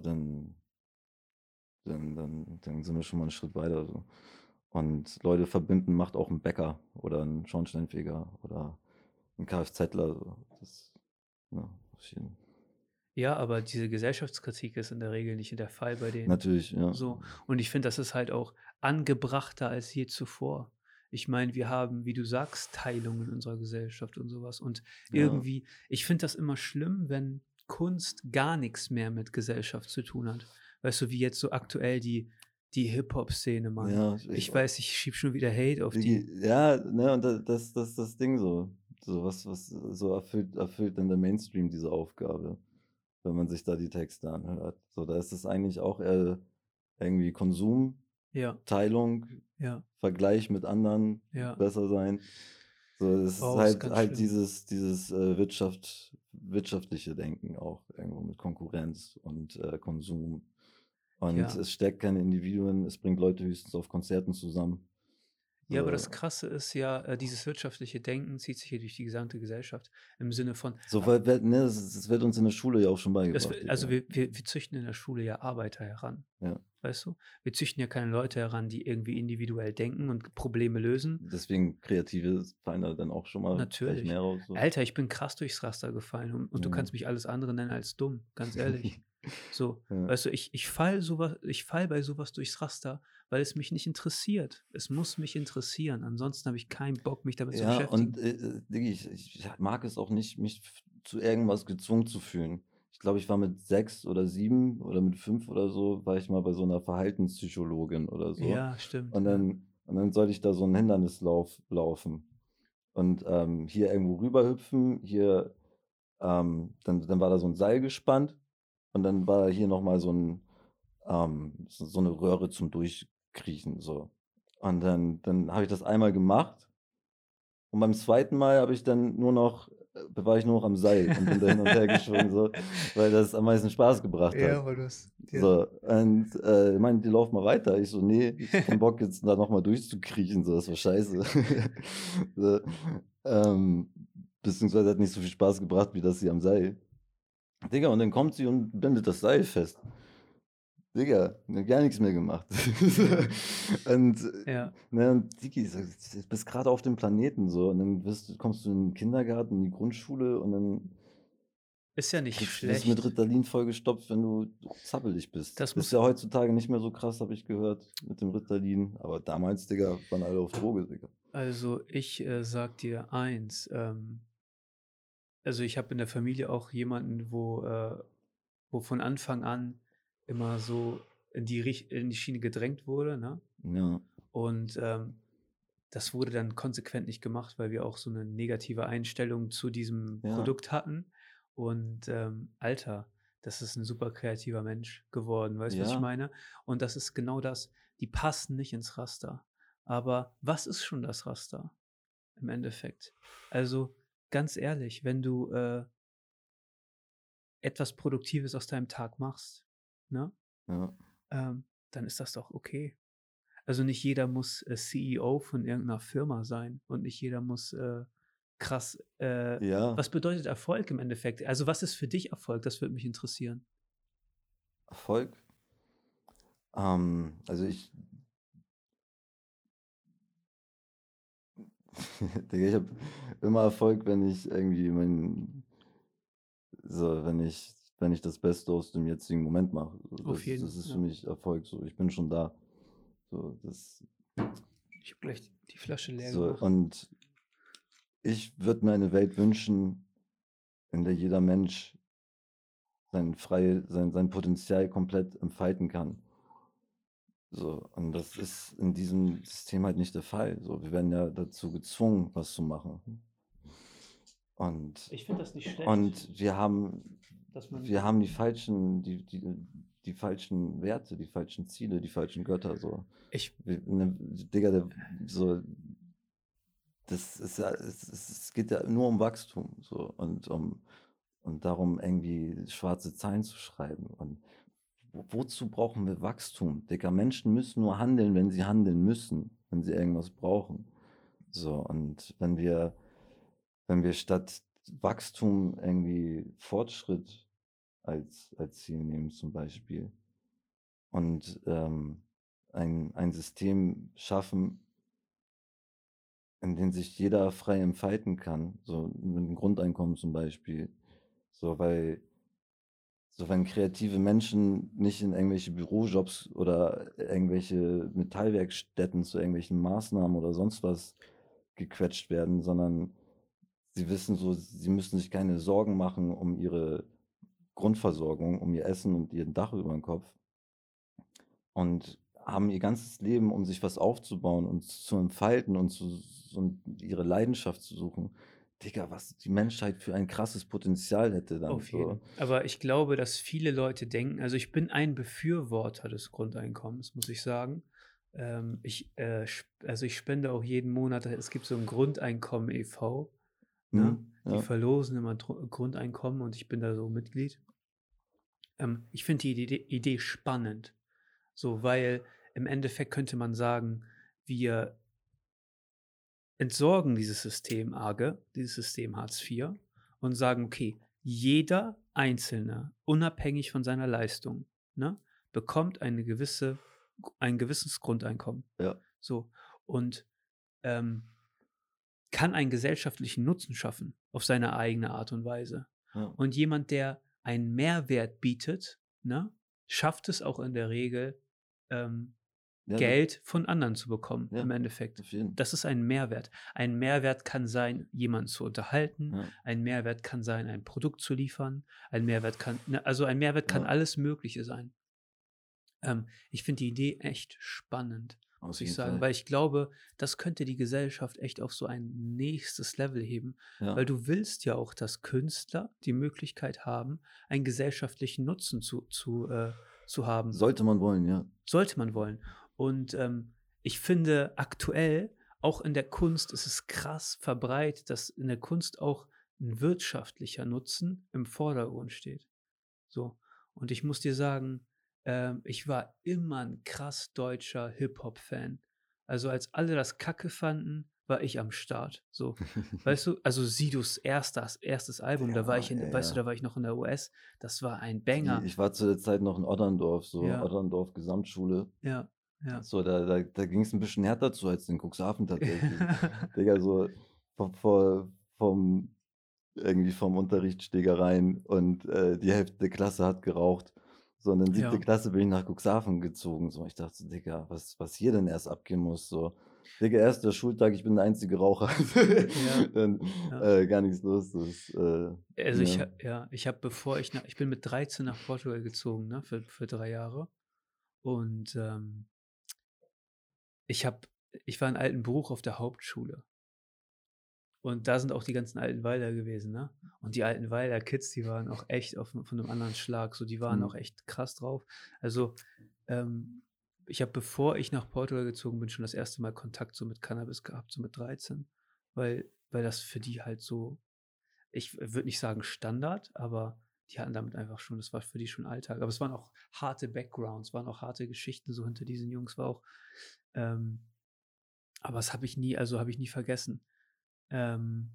dann sind wir schon mal 'n Schritt weiter so. Und Leute verbinden macht auch 'n Bäcker oder 'n Schornsteinfeger oder 'n Kfzler so. Das, ne, auf jeden. Ja, aber diese Gesellschaftskritik ist in der Regel nicht der Fall bei denen. Natürlich, ja. So. Und ich finde, das ist halt auch angebrachter als je zuvor. Ich meine, wir haben, wie du sagst, Teilungen in unserer Gesellschaft und sowas. Und Ja, irgendwie, ich finde das immer schlimm, wenn Kunst gar nichts mehr mit Gesellschaft zu tun hat. Weißt du, wie jetzt so aktuell die Hip-Hop-Szene, Mann. ja, Ich weiß, ich schiebe schon wieder Hate auf die. Digi ja, ne, und das ist das Ding so. So was so erfüllt dann der Mainstream diese Aufgabe, wenn man sich da die Texte anhört. So, da ist es eigentlich auch eher irgendwie Konsum, Ja, Teilung, ja. Vergleich mit anderen, Ja. besser sein. So, es ist Oh, ist ganz halt schlimm. dieses, wirtschaftliche Denken auch irgendwo mit Konkurrenz und, Konsum. Und Ja. es stärkt keine Individuen, es bringt Leute höchstens auf Konzerten zusammen. Ja, aber das So Krasse ist ja, dieses wirtschaftliche Denken zieht sich hier durch die gesamte Gesellschaft im Sinne von, weil ne, das wird uns in der Schule ja auch schon beigebracht, also Digga. wir züchten in der Schule ja Arbeiter heran, Ja. weißt du? Wir züchten ja keine Leute heran, die irgendwie individuell denken und Probleme lösen. Deswegen Kreative fallen da dann auch schon mal gleich Natürlich. mehr raus so. Alter, ich bin krass durchs Raster gefallen und du Ja. kannst mich alles andere nennen als dumm, ganz ehrlich. So, Ja. weißt du, ich fall bei sowas durchs Raster, weil es mich nicht interessiert. Es muss mich interessieren, ansonsten habe ich keinen Bock, mich damit zu Ja, und, beschäftigen. Diggi, ich mag es auch nicht, mich zu irgendwas gezwungen zu fühlen. Ich glaube, ich war mit 6 oder 7 oder mit 5 oder so, war ich mal bei so einer Verhaltenspsychologin oder so. Ja, stimmt, Und ja. dann sollte ich da so einen Hindernislauf laufen und, hier irgendwo rüberhüpfen, hier, dann war da so ein Seil gespannt und dann war hier noch mal so 'ne Röhre zum kriechen, so. Und dann habe ich das einmal gemacht und beim zweiten Mal habe ich dann nur noch war ich nur noch am Seil und bin da hin und her geschwungen so, weil das am meisten Spaß gebracht hat. Ja, weil du hast ja. So, und, meinte die: „Lauf mal weiter.“ Ich so: „Ne, ich keinen Bock jetzt da noch mal durchzukriechen, so, das war scheiße.“ So, ähm, beziehungsweise hat nicht so viel Spaß gebracht wie das hier am Seil. Digga, und dann kommt sie und bindet das Seil fest. Digga, ne, gar nichts mehr gemacht. Ja, Und, ja. ne, und Digi, so, du bist grade auf dem Planeten so und dann kommst du in den Kindergarten, in die Grundschule und dann Ist ja nicht wirst du mit schlecht. Ritalin vollgestopft, wenn du zappelig bist. Das Ist muss ja heutzutage nicht mehr so krass, habe ich gehört, mit dem Ritalin, aber damals, Digga, waren alle auf Droge, Digga. also, ich, sage dir eins, also, ich habe in der Familie auch jemanden, wo von Anfang an immer so in die Schiene gedrängt wurde, ne? Ja, Und, das wurde dann konsequent nicht gemacht, weil wir auch so 'ne negative Einstellung zu diesem ja, Produkt hatten. Und, Alter, das ist 'n super kreativer Mensch geworden, weißt du, was ich ja, meine? Und das ist genau das. Die passen nicht ins Raster. Aber was ist schon das Raster im Endeffekt? Also, ganz ehrlich, wenn du, etwas Produktives aus deinem Tag machst, ne, ja, dann ist das doch okay. Also, nicht jeder muss, CEO von irgendeiner Firma sein und nicht jeder muss, krass ja, was bedeutet Erfolg im Endeffekt? Also, was ist für dich Erfolg? Das würde mich interessieren. Erfolg. Also ich Digga, ich habe immer Erfolg, wenn ich irgendwie wenn ich das Beste aus dem jetzigen Moment mache. So, Auf das jeden, ist für ja. mich Erfolg so. Ich bin schon da. So, Ich habe gleich die Flasche leer so gemacht. und ich würde mir eine Welt wünschen, in der jeder Mensch sein Potenzial komplett entfalten kann. So, und das ist in diesem System halt nicht der Fall. So, wir werden ja dazu gezwungen, was zu machen. Und Ich finde das nicht schlecht, und dass man wir haben die falschen Werte, die falschen Ziele, die falschen Götter so. ich Digga, so, das ist ja es geht ja nur um Wachstum so und darum, irgendwie schwarze Zahlen zu schreiben. Und wozu brauchen wir Wachstum? Digga, Menschen müssen nur handeln, wenn sie handeln müssen, wenn sie irgendwas brauchen. So, und wenn wir statt Wachstum irgendwie Fortschritt als Ziel nehmen zum Beispiel und, ein System schaffen, in dem sich jeder frei entfalten kann, so mit 'nem Grundeinkommen zum Beispiel. So, weil wenn kreative Menschen nicht in irgendwelche Bürojobs oder irgendwelche Metallwerkstätten zu irgendwelchen Maßnahmen oder sonst was gequetscht werden, sondern sie wissen so, sie müssen sich keine Sorgen machen um ihre Grundversorgung, um ihr Essen und ihr Dach über dem Kopf und haben ihr ganzes Leben, um sich was aufzubauen und zu entfalten und ihre Leidenschaft zu suchen. Digga, was die Menschheit für ein krasses Potenzial hätte dann auf so. jeden. Aber ich glaube, dass viele Leute denken, also, ich bin ein Befürworter des Grundeinkommens, muss ich sagen. Ich spende auch jeden Monat, es gibt so 'n Grundeinkommen e.V., ne? Mhm, Die ja, verlosen immer Grundeinkommen und ich bin da so Mitglied. Ich finde die Idee spannend, so, weil im Endeffekt könnte man sagen, wir entsorgen dieses System arge, dieses System Hartz IV und sagen: „Okay, jeder Einzelne, unabhängig von seiner Leistung, ne, bekommt ein gewisses Grundeinkommen.“ ja, So, und, ähm, kann einen gesellschaftlichen Nutzen schaffen auf seine eigene Art und Weise. ja. Und jemand, der einen Mehrwert bietet, ne, schafft es auch in der Regel, ähm, Ja, das Geld von anderen zu bekommen im ja, Endeffekt. auf jeden. Das ist ein Mehrwert. Ein Mehrwert kann sein, jemanden zu unterhalten. Ja, Ein Mehrwert kann sein, ein Produkt zu liefern. Ein Mehrwert kann, ne, also ein Mehrwert kann ja, alles Mögliche sein. Ich finde die Idee echt spannend, muss auf ich jeden sagen, Fall. weil ich glaube, das könnte die Gesellschaft echt auf so ein nächstes Level heben, Ja, weil du willst ja auch, dass Künstler die Möglichkeit haben, einen gesellschaftlichen Nutzen zu haben. sollte man wollen, ja. Sollte man wollen. Und ich finde aktuell, auch in der Kunst ist es krass verbreitet, dass in der Kunst auch ein wirtschaftlicher Nutzen im Vordergrund steht. So. Und ich muss dir sagen, ich war immer ein krass deutscher Hip-Hop-Fan. Also, als alle das Kacke fanden, war ich am Start, so. Weißt du? Also, Sidos erstes Album, da war Ja, ich in ja, weißt du, ja. da war ich noch in der US, das war ein Die Banger. ich war zu der Zeit noch in Otterndorf, so Ja, Otterndorf Gesamtschule. ja, ja. So, da ging's 'n bisschen härter zu als in Cuxhaven tatsächlich. Digga, so vor vom irgendwie vom Unterricht Schlägereien und, die Hälfte der Klasse hat geraucht. So, und in 7. Ja, Klasse bin ich nach Cuxhaven gezogen, so. Ich dachte so: „Digga, was hier denn erst abgehen muss", so. Digga, 1. Schultag, ich bin der einzige Raucher. ja, Dann, ja. gar nichts los, das, Also, ne? ich habe, bevor ich bin mit 13 nach Portugal gezogen, ne, für 3 Jahre. Und, ich habe ich war in Altenbruch auf der Hauptschule. Und da sind auch die ganzen Altenwalder gewesen, ne? Und die Altenwalder Kids, die waren auch echt von 'nem anderen Schlag, so, die waren auch Mhm. echt krass drauf. Also, ähm, ich habe, bevor ich nach Portugal gezogen bin, schon das erste Mal Kontakt so mit Cannabis gehabt, so mit 13, weil das für die halt so, ich würde nicht sagen Standard, aber die hatten damit einfach schon, das war für die schon Alltag. Aber es waren auch harte Backgrounds, waren auch harte Geschichten so hinter diesen Jungs, war auch, ähm aber das habe ich nie vergessen. Ähm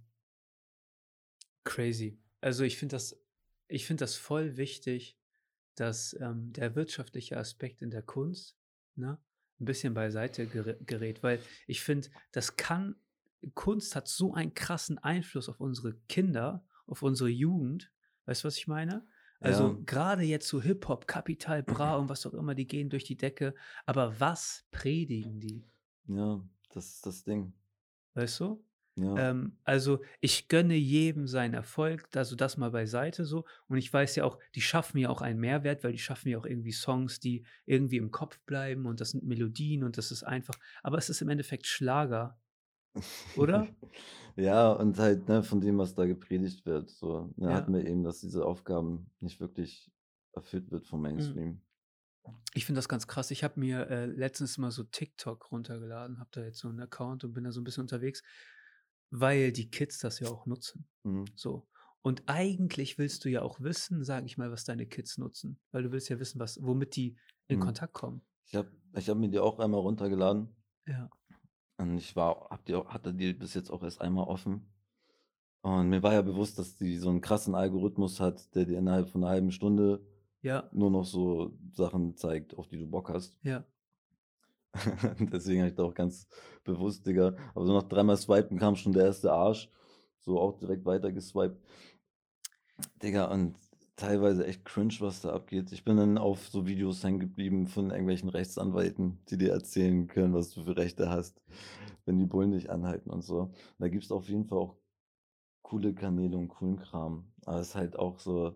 Crazy. Also, ich finde das voll wichtig, dass, der wirtschaftliche Aspekt in der Kunst, ne, ein bisschen beiseite gerät, weil ich finde, das kann Kunst hat so einen krassen Einfluss auf unsere Kinder, auf unsere Jugend. Weißt du, was ich meine? Ja, Also, gerade jetzt so Hip-Hop, Capital Bra und was auch immer, die gehen durch die Decke, aber was predigen die? ja, das ist das Ding. Weißt du? Ja. Also, ich gönne jedem seinen Erfolg, also das mal beiseite so. Und ich weiß ja auch, die schaffen ja auch einen Mehrwert, weil die schaffen ja auch irgendwie Songs, die irgendwie im Kopf bleiben und das sind Melodien und das ist einfach, aber es ist im Endeffekt Schlager, oder? Ja, und halt, ne, von dem, was da gepredigt wird, so, ne, hatten Ja. wir eben, dass diese Aufgaben nicht wirklich erfüllt wird vom Mhm. Mainstream. Ich finde das ganz krass. Ich habe mir, letztens mal so TikTok runtergeladen, habe da jetzt so 'n Account und bin da so 'n bisschen unterwegs, weil die Kids das ja auch nutzen. Mhm, So. Und eigentlich willst du ja auch wissen, sage ich mal, was deine Kids nutzen, weil du willst ja wissen, was womit die in mhm. Kontakt kommen. Ich habe mir die auch einmal runtergeladen Ja, und ich war habe die auch hatte die bis jetzt auch erst einmal offen. Und mir war ja bewusst, dass die so 'n krassen Algorithmus hat, der dir innerhalb von 'ner halben Stunde ja, nur noch so Sachen zeigt, auf die du Bock hast. ja. Deswegen habe ich da auch ganz bewusst, Digga, aber so nach dreimal Swipen kam schon der erste Arsch, so auch direkt weiter geswiped. Digga, und teilweise echt cringe, was da abgeht. Ich bin dann auf so Videos hängen geblieben von irgendwelchen Rechtsanwälten, die dir erzählen können, was du für Rechte hast, wenn die Bullen dich anhalten und so. Da gibt's auf jeden Fall auch coole Kanäle und coolen Kram. Aber es ist halt auch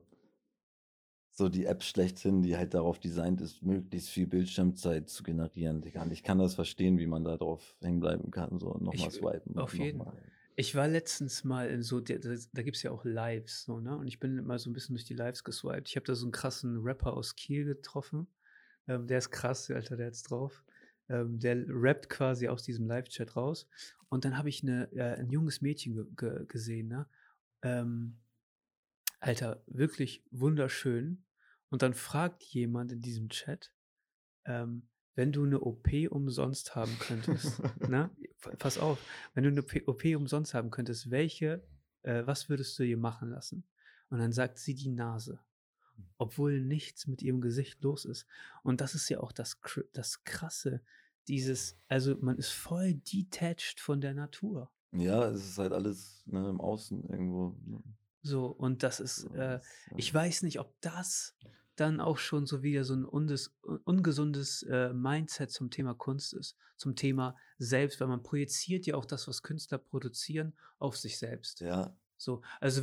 so die App schlechthin, die halt darauf designt ist, möglichst viel Bildschirmzeit zu generieren, Digga. Und ich kann das verstehen, wie man da drauf hängen bleiben kann, so noch mal Ich swipen und auf noch jeden. mal. Ich war letztens mal in so da gibt's ja auch Lives so, ne? Und ich bin immer so 'n bisschen durch die Lives geswiped. Ich habe da so 'n krassen Rapper aus Kiel getroffen. Der ist krass, Alter, der hat's drauf. Der rappt quasi aus diesem Live-Chat raus. Und dann habe ich 'n junges Mädchen gesehen, ne? Ähm, Alter, wirklich wunderschön. Und dann fragt jemand in diesem Chat, wenn du 'ne OP umsonst haben könntest, ne? Pass auf, wenn du 'ne OP umsonst haben könntest, was würdest du ihr machen lassen? Und dann sagt sie die Nase, obwohl nichts mit ihrem Gesicht los ist. Und das ist ja auch das Krasse, also, man ist voll detached von der Natur. Ja, es ist halt alles, ne, im Außen irgendwo, ne? So, und das ist, So, das, ich weiß nicht, ob das dann auch schon so wieder so ein ungesundes, Mindset zum Thema Kunst ist, zum Thema selbst, weil man projiziert ja auch das, was Künstler produzieren, auf sich selbst. ja, So, also,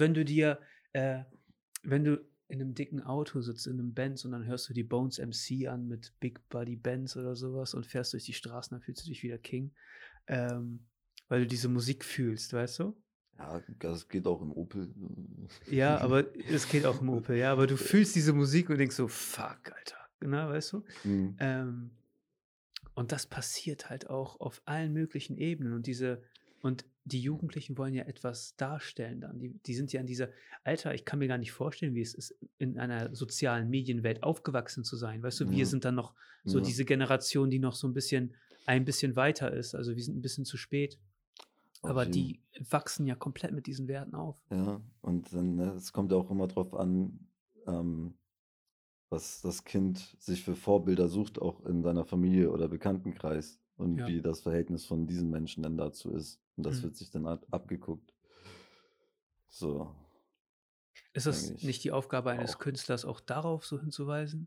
wenn du in einem dicken Auto sitzt, in einem Benz und dann hörst du die Bones MC an mit Big Buddy Benz oder sowas und fährst durch die Straßen, dann fühlst du dich wieder King, weil du diese Musik fühlst, weißt du? ja, das geht auch im Opel. Ja, aber es geht auch im Opel, ja, aber du fühlst diese Musik und denkst so: „Fuck, Alter“, ne, weißt du? Mhm. Ähm, Und das passiert halt auch auf allen möglichen Ebenen und die Jugendlichen wollen ja etwas darstellen dann. Die sind ja in dieser Alter, ich kann mir gar nicht vorstellen, wie es ist, in einer sozialen Medienwelt aufgewachsen zu sein. Weißt du, wir Ja, sind dann noch so ja, diese Generation, die noch so ein bisschen weiter ist. Also, wir sind ein bisschen zu spät, auf aber jeden die wachsen ja komplett mit diesen Werten auf. Ja, und dann, ne, es kommt ja auch immer drauf an, ähm, was das Kind sich für Vorbilder sucht, auch in seiner Familie oder Bekanntenkreis und Ja. wie das Verhältnis von diesen Menschen dann dazu ist. Und das Mhm. wird sich dann abgeguckt. So, Ist denke das ich nicht die Aufgabe eines auch. Künstlers, auch darauf so hinzuweisen?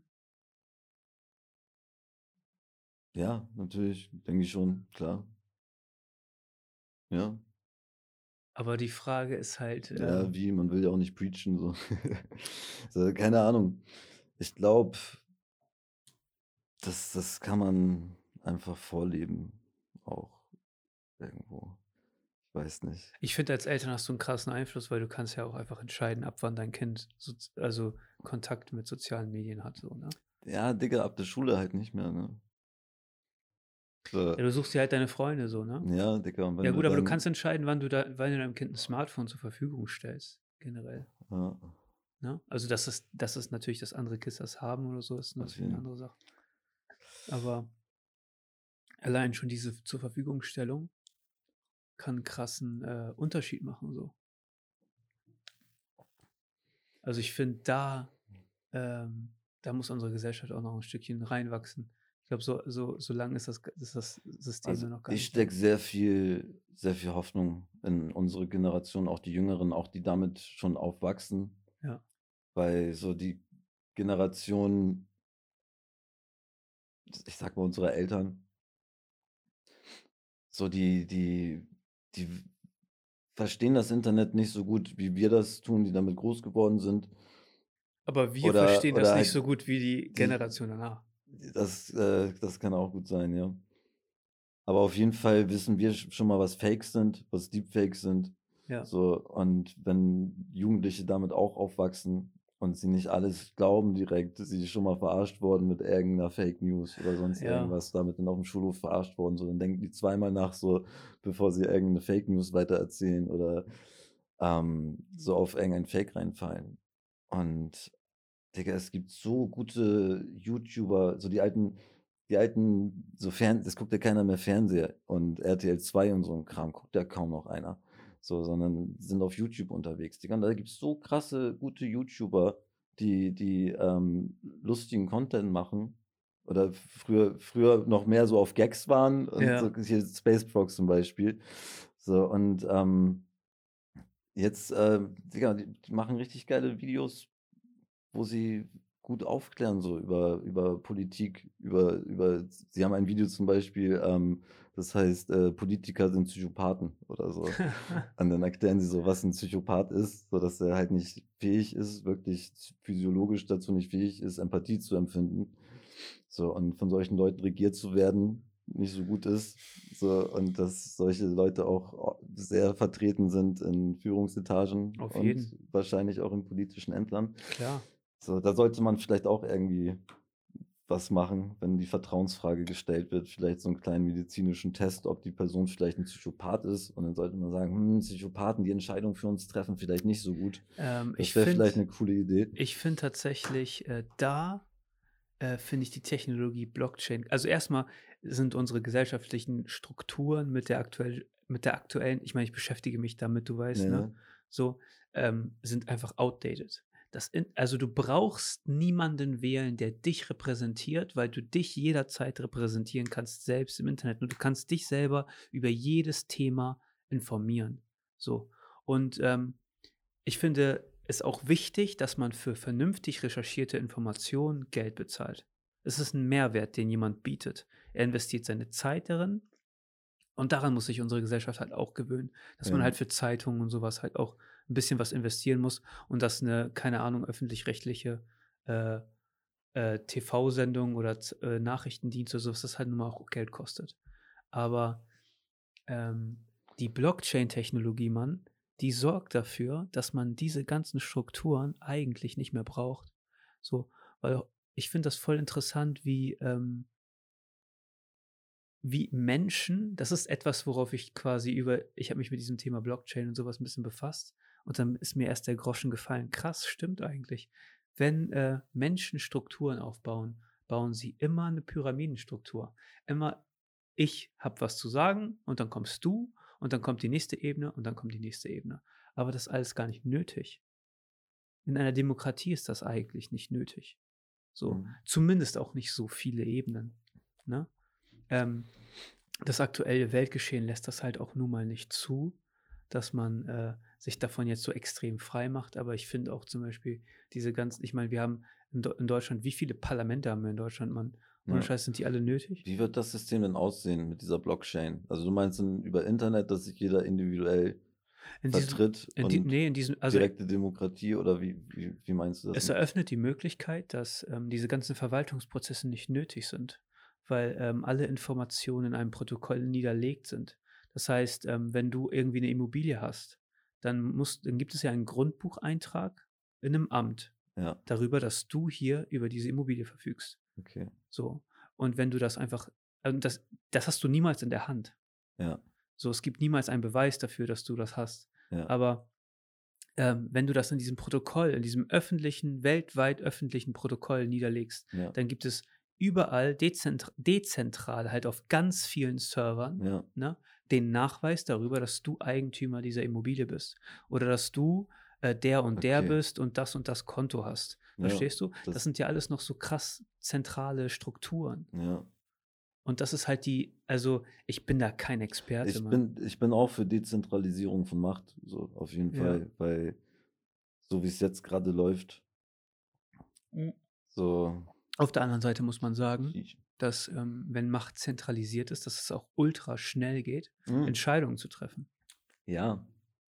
Ja, natürlich, denke ich schon, klar. Ja, Aber die Frage ist halt, ja, wie, man will ja auch nicht preachen, so. So, keine Ahnung. Ich glaube, das kann man einfach vorleben, auch irgendwo. Ich weiß nicht. ich finde, als Eltern hast du einen krassen Einfluss, weil du kannst ja auch einfach entscheiden, ab wann dein Kind Kontakt mit sozialen Medien hat, so, ne? Ja, Digga, ab der Schule halt nicht mehr, ne? So, Ja, du suchst dir halt deine Freunde so, ne? ja, Digga, und Ja wenn du gut, aber du dann kannst entscheiden, wann du deinem Kind 'n Smartphone zur Verfügung stellst, generell, ja, ne? Also, dass es natürlich dass andere Kids das haben oder so, ist auf natürlich 'ne jeden andere Sache. Aber allein schon diese Zur-Verfügung-Stellung kann 'n krassen, Unterschied machen so. Also, ich finde, da muss unsere Gesellschaft auch noch 'n Stückchen reinwachsen. Ich glaube, so lang ist das System also, ja noch gar ich nicht da. stecke sehr viel Hoffnung in unsere Generation, auch die Jüngeren, auch die damit schon aufwachsen, Ja. weil so die Generation, ich sage mal, unserer Eltern, so die verstehen das Internet nicht so gut, wie wir das tun, die damit groß geworden sind. Aber wir Oder verstehen das nicht halt so gut wie die die Generation danach. das kann auch gut sein, ja. Aber auf jeden Fall wissen wir schon mal, was Fakes sind, was Deepfakes sind. Ja. So, und wenn Jugendliche damit auch aufwachsen und sie nicht alles glauben direkt, sie schon mal verarscht worden mit irgendeiner Fake News oder sonst Ja. irgendwas, damit dann auf dem Schulhof verarscht worden, so, dann denken die zweimal nach so, bevor sie irgendeine Fake News weitererzählen oder, so auf irgendein Fake reinfallen. Und Digga, es gibt so gute YouTuber, so die alten so Fern es guckt ja keiner mehr Fernseher und RTL 2 und so 'n Kram guckt ja kaum noch einer, so, sondern sind auf YouTube unterwegs. Digga, und da gibt's so krasse, gute YouTuber, die lustigen Content machen oder früher noch mehr so auf Gags waren und so Ja. hier Spaceprox zum Beispiel. So und, jetzt, Digga, die machen richtig geile Videos, wo sie gut aufklären so über Politik, über sie haben ein Video zum Beispiel, das heißt, „Politiker sind Psychopathen“ oder so. Und dann erklären sie so, was 'n Psychopath ist, so dass er halt nicht fähig ist, wirklich physiologisch dazu nicht fähig ist, Empathie zu empfinden. So, und von solchen Leuten regiert zu werden, nicht so gut ist. So, und dass solche Leute auch sehr vertreten sind in Führungsetagen Auf und jeden. wahrscheinlich auch in politischen Ämtern. Klar. So, da sollte man vielleicht auch irgendwie was machen, wenn die Vertrauensfrage gestellt wird, vielleicht so 'n kleinen medizinischen Test, ob die Person vielleicht 'n Psychopath ist. Und dann sollte man sagen: Psychopathen, die Entscheidung für uns treffen, vielleicht nicht so gut.“ Ich Das wäre finde vielleicht 'ne coole Idee. ich finde tatsächlich, finde ich die Technologie Blockchain also, erstmal sind unsere gesellschaftlichen Strukturen mit der aktuellen ich meine, ich beschäftige mich damit, du weißt, ne? Ja, So, sind einfach outdated. Also, du brauchst niemanden wählen, der dich repräsentiert, weil du dich jederzeit repräsentieren kannst, selbst im Internet. Und du kannst dich selber über jedes Thema informieren. So. Und, ich finde es auch wichtig, dass man für vernünftig recherchierte Informationen Geld bezahlt. Es ist ein Mehrwert, den jemand bietet. Er investiert seine Zeit darin und daran muss sich unsere Gesellschaft halt auch gewöhnen, dass man ja, halt für Zeitungen und sowas halt auch ein bisschen was investieren muss und dass eine, keine Ahnung, öffentlich-rechtliche, äh, TV-Sendung oder Nachrichtendienst oder so was, das halt nun mal auch Geld kostet. Aber ähm, die Blockchain-Technologie, Mann, die sorgt dafür, dass man diese ganzen Strukturen eigentlich nicht mehr braucht. So, weil ich finde das voll interessant, wie Menschen, das ist etwas, worauf ich ich habe mich mit diesem Thema Blockchain und sowas ein bisschen befasst und dann ist mir erst der Groschen gefallen. Krass, stimmt eigentlich. Wenn Menschen Strukturen aufbauen, bauen sie immer eine Pyramidenstruktur. Immer, ich habe was zu sagen und dann kommst du und dann kommt die nächste Ebene und dann kommt die nächste Ebene. Aber das ist alles gar nicht nötig. In einer Demokratie ist das eigentlich nicht nötig. So, Mhm. zumindest auch nicht so viele Ebenen. Ne? Das aktuelle Weltgeschehen lässt das halt auch nun mal nicht zu, dass man sich davon jetzt so extrem frei macht. Aber ich finde auch zum Beispiel diese ganzen, ich meine, wir haben in Deutschland, wie viele Parlamente haben wir in Deutschland, Mann? Ohne Ja. Scheiß, sind die alle nötig? Wie wird das System denn aussehen mit dieser Blockchain? Also du meinst über Internet, dass sich jeder individuell In diesem, vertritt und in diesem, also direkte Demokratie oder wie meinst du das? es eröffnet die Möglichkeit, dass diese ganzen Verwaltungsprozesse nicht nötig sind, weil alle Informationen in einem Protokoll niederlegt sind. Das heißt, wenn du irgendwie eine Immobilie hast, dann gibt es ja einen Grundbucheintrag in einem Amt Ja, darüber, dass du hier über diese Immobilie verfügst. okay. So. Und wenn du das einfach, das hast du niemals in der Hand. Ja, So, es gibt niemals einen Beweis dafür, dass du das hast. ja, Aber wenn du das in diesem Protokoll, in diesem öffentlichen, weltweit öffentlichen Protokoll niederlegst, ja, dann gibt es überall dezentral, halt auf ganz vielen Servern, ja, ne, den Nachweis darüber, dass du Eigentümer dieser Immobilie bist. Oder dass du der und der okay. bist und das Konto hast. Ja, Verstehst du? Das das, sind ja alles noch so krass zentrale Strukturen. ja. Und das ist halt also ich bin da kein Experte, Mann. Ich bin auch für Dezentralisierung von Macht, so auf jeden Ja. Fall, weil so wie es jetzt gerade läuft, Mhm. so, Auf der anderen Seite muss man sagen, ich, dass, wenn Macht zentralisiert ist, dass es auch ultra schnell geht, Mhm. Entscheidungen zu treffen. Ja,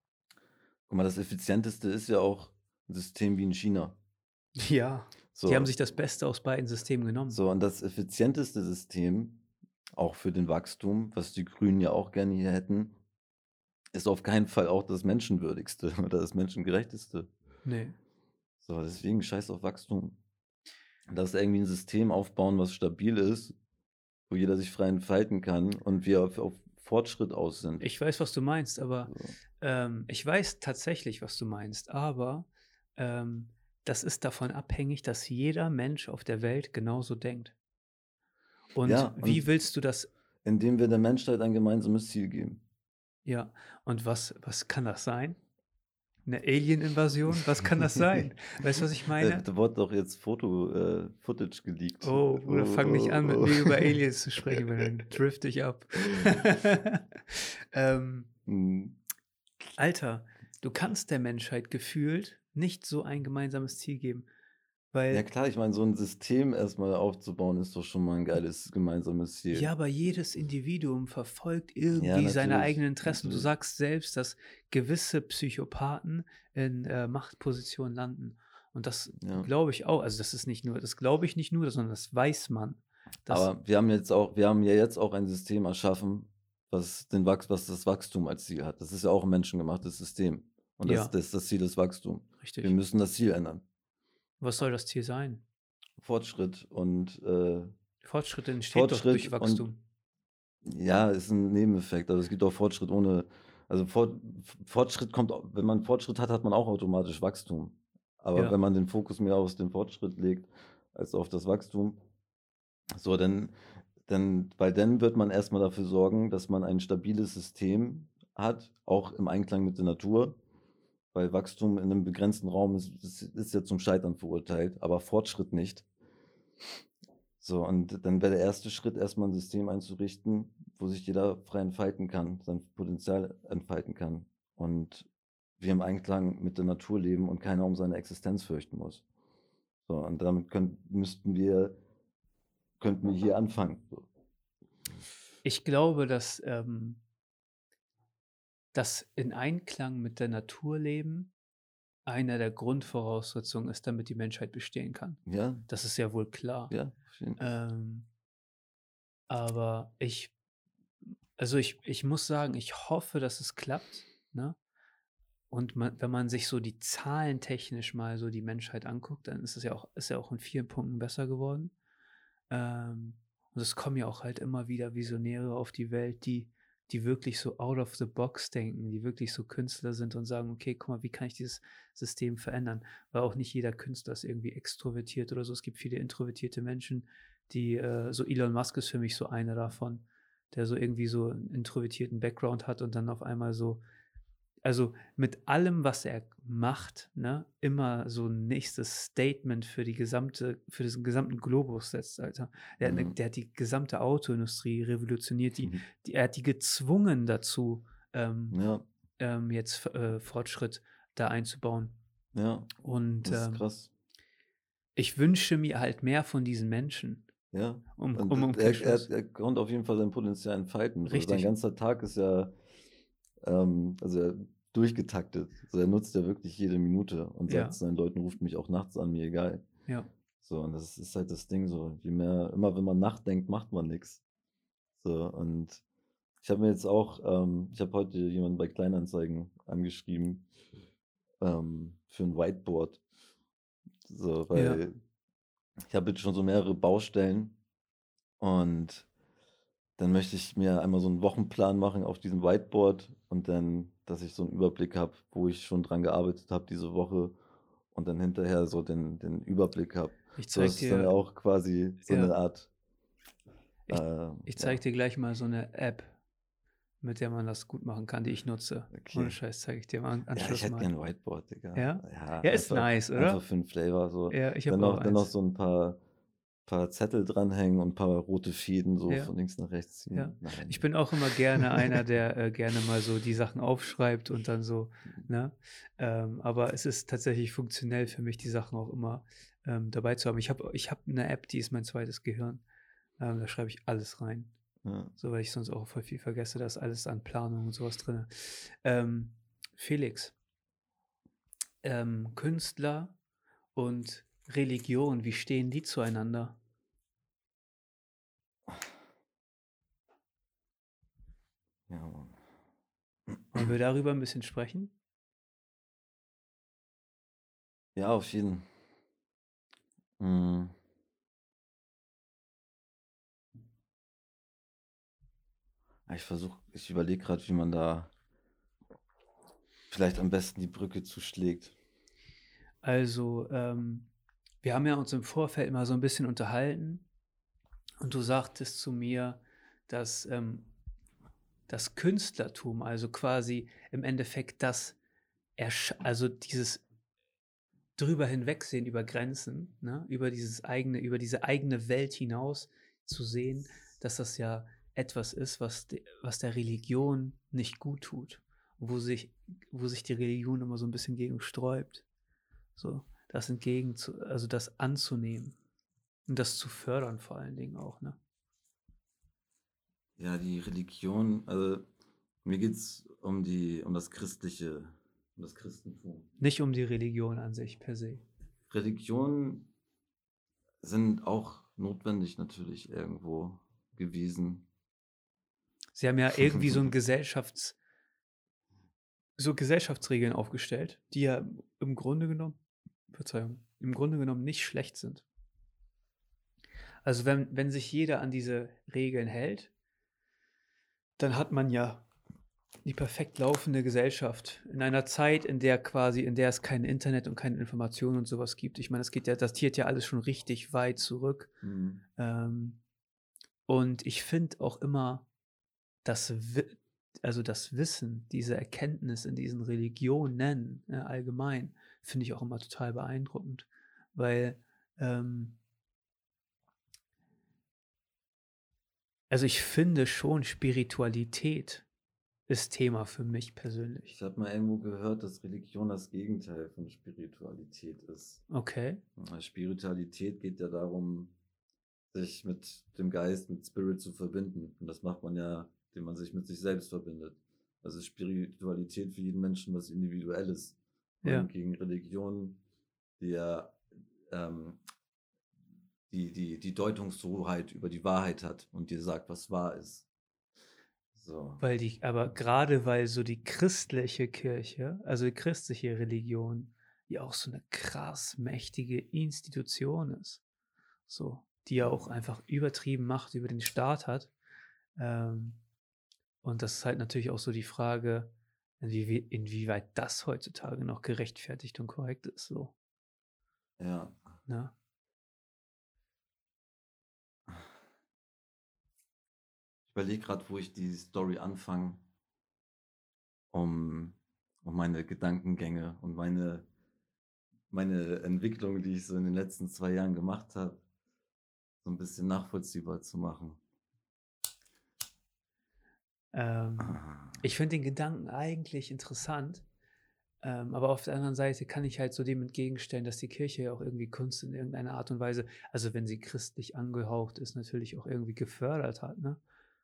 guck mal, das Effizienteste ist ja auch ein System wie in China. Ja. Die haben So, sich das Beste aus beiden Systemen genommen. so, und das effizienteste System, auch für den Wachstum, was die Grünen ja auch gerne hier hätten, ist auf keinen Fall auch das menschenwürdigste oder das menschengerechteste. Ne. So, deswegen scheiß auf Wachstum. Lass irgendwie ein System aufbauen, was stabil ist, wo jeder sich frei entfalten kann und wir auf Fortschritt aus sind. Ich weiß, was du meinst, aber, So. ich weiß tatsächlich, was du meinst, aber, das ist davon abhängig, dass jeder Mensch auf der Welt genauso denkt. Und Ja, wie und willst du das indem wir der Menschheit ein gemeinsames Ziel geben. ja, und was kann das sein? 'Ne Alien-Invasion? Was kann das sein? Weißt du, was ich meine? Da wurde doch jetzt Footage geleakt. Oh, Bruder, fang nicht an, mit mir über Aliens zu sprechen, weil dann drifte ich ab. Ähm, Mhm. Alter, du kannst der Menschheit gefühlt nicht so ein gemeinsames Ziel geben, Ja weil klar, ich meine, so ein System erstmal aufzubauen, ist doch schon mal ein geiles gemeinsames Ziel. ja, aber jedes Individuum verfolgt Ja, irgendwie seine natürlich, eigenen Interessen. Du natürlich. sagst selbst, dass gewisse Psychopathen in Machtpositionen landen. Und das Ja. glaube ich auch. Also das glaube ich nicht nur, sondern das weiß man. Dass, Aber wir haben ja jetzt auch ein System erschaffen, was das Wachstum als Ziel hat. Das ist ja auch ein menschengemachtes System. Und ja, das Ziel ist Wachstum. Wir richtig. müssen das Ziel ändern. Was soll das Ziel sein? Fortschritt und Fortschritt entsteht doch Fortschritt durch und Wachstum. ja, ist ein Nebeneffekt. Also es gibt auch Fortschritt ohne, also Fortschritt kommt, wenn man Fortschritt hat, hat man auch automatisch Wachstum. Aber Ja. wenn man den Fokus mehr auf den Fortschritt legt als auf das Wachstum, so weil dann wird man erstmal dafür sorgen, dass man ein stabiles System hat, auch im Einklang mit der Natur, weil Wachstum in einem begrenzten Raum ist ja zum Scheitern verurteilt, aber Fortschritt nicht. So, und dann wäre der erste Schritt, erstmal ein System einzurichten, wo sich jeder frei entfalten kann, sein Potenzial entfalten kann und wir im Einklang mit der Natur leben und keiner um seine Existenz fürchten muss. So, und damit könnten wir hier anfangen. So. Ich glaube, dass das in Einklang mit der Natur leben einer der Grundvoraussetzungen ist, damit die Menschheit bestehen kann. Ja, Das ist ja wohl klar. ja, auf jeden Fall. Ähm, aber ich muss sagen, ich hoffe, dass es klappt, ne? Und wenn man sich so die Zahlen technisch mal so die Menschheit anguckt, dann ist ja auch in vielen Punkten besser geworden. Ähm, Und es kommen ja auch halt immer wieder Visionäre auf die Welt, die wirklich so out of the box denken, die wirklich so Künstler sind und sagen: „Okay, guck mal, wie kann ich dieses System verändern?“ Weil auch nicht jeder Künstler ist irgendwie extrovertiert oder so. Es gibt viele introvertierte Menschen, die, so Elon Musk ist für mich so einer davon, der so irgendwie so 'n introvertierten Background hat und dann auf einmal so, also, mit allem, was er macht, ne, immer so 'n nächstes Statement für diesen gesamten Globus setzt, Alter. Mhm. Der hat die gesamte Autoindustrie revolutioniert, Mhm. er hat die gezwungen dazu, ähm, Ja, jetzt Fortschritt da einzubauen. ja, Und, das ist krass. ich wünsche mir halt mehr von diesen Menschen, Ja, um und Umkehrschluss. er konnte auf jeden Fall sein Potenzial entfalten. So, sein Richtig, ganzer Tag ist ja, also, durchgetaktet. Also, er nutzt ja wirklich jede Minute und sagt ja, seinen Leuten: „Ruft mich auch nachts an, mir egal." ja. So, und das ist halt das Ding so, je mehr immer wenn man nachdenkt, macht man nix. So, und ich habe mir jetzt auch ich habe heute jemanden bei Kleinanzeigen angeschrieben, für 'n Whiteboard. So, Ja. weil ich habe jetzt schon so mehrere Baustellen und dann möchte ich mir einmal so 'n Wochenplan machen auf diesem Whiteboard und dann, dass ich so 'n Überblick habe, wo ich schon dran gearbeitet habe diese Woche und dann hinterher so den Überblick habe. Ich So, zeige das ist dann ja dir auch quasi so 'ne ja, Art, ich ich zeige ja, dir gleich mal so 'ne App, mit der man das gut machen kann, die ich nutze. Ohne okay. Scheiß, zeige ich dir im Ja, ich Anschluss hätte mal. gern 'n Whiteboard, Digga. Ja? Ja, Ja, ist nice, einfach oder? für 'n Flavor so. Ja, ich habe Dann auch noch eins. so 'n paar Zettel dranhängen und 'n paar rote Fäden so Ja, von links nach rechts ja. ziehen. Nein, Ich Digga. bin auch immer gerne einer, der, gerne mal so die Sachen aufschreibt und dann so, ne? Aber es ist tatsächlich funktionell für mich, die Sachen auch immer, dabei zu haben. Ich habe 'ne App, die ist mein zweites Gehirn. Da schreibe ich alles rein, Ja. so, weil ich sonst auch voll viel vergesse. Da ist alles an Planung und so was drinne. Ähm, Felix, Künstler und Religion, wie stehen die zueinander? Ja, Mann. Wollen wir darüber 'n bisschen sprechen? Ja, auf jeden. Hm, ich überlege grad, wie man da vielleicht am besten die Brücke zuschlägt. Also, wir haben ja uns im Vorfeld mal so 'n bisschen unterhalten und du sagtest zu mir, dass, das Künstlertum, also quasi im Endeffekt also dieses drüber hinwegsehen über Grenzen, ne, über diese eigene Welt hinaus zu sehen, dass das ja etwas ist, was der Religion nicht gut tut, wo sich die Religion immer so 'n bisschen gegen sträubt. So, das anzunehmen und das zu fördern vor allen Dingen auch, ne? Ja, die Religion, also, mir geht's um das Christentum. Nicht um die Religion an sich per se. Religionen sind auch notwendig natürlich irgendwo gewesen. Sie haben ja irgendwie so Gesellschaftsregeln aufgestellt, die ja im Grunde genommen im Grunde genommen nicht schlecht sind. Also, wenn sich jeder an diese Regeln hält, dann hat man ja die perfekt laufende Gesellschaft in einer Zeit, in der es kein Internet und keine Informationen und sowas gibt. Ich meine, das datiert ja alles schon richtig weit zurück. Mhm. Ähm, und ich finde auch immer, das Wi das Wissen, diese Erkenntnis in diesen Religionen, allgemein, finde ich auch immer total beeindruckend, weil, ähm ich finde schon, Spiritualität ist Thema für mich Ich persönlich. habe mal irgendwo gehört, dass Religion das Gegenteil von Spiritualität ist. Okay, Spiritualität geht ja darum, sich mit dem Geist, mit Spirit zu verbinden. Und das macht man ja, indem man sich mit sich selbst verbindet. Also Spiritualität für jeden Menschen was Individuelles. ja, Wohingegen Religion, die ja ähm, die Deutungshoheit über die Wahrheit hat und dir sagt, was wahr ist. So. aber gerade weil so die christliche Kirche, also die christliche Religion, ja auch so eine krass mächtige Institution ist. So, die ja auch einfach übertrieben Macht über den Staat hat. Ähm, und das ist halt natürlich auch so die Frage, inwieweit das heutzutage noch gerechtfertigt und korrekt ist, so, Ja. ne? Ich überlege gerade, wo ich die Story anfange, um meine Gedankengänge und meine Entwicklung, die ich so in den letzten 2 Jahren gemacht habe, so ein bisschen nachvollziehbar zu machen. Ah. Ich finde den Gedanken eigentlich interessant, aber auf der anderen Seite kann ich halt so dem entgegenstellen, dass die Kirche ja auch irgendwie Kunst in irgendeiner Art und Weise, also wenn sie christlich angehaucht ist, natürlich auch irgendwie gefördert hat, ne?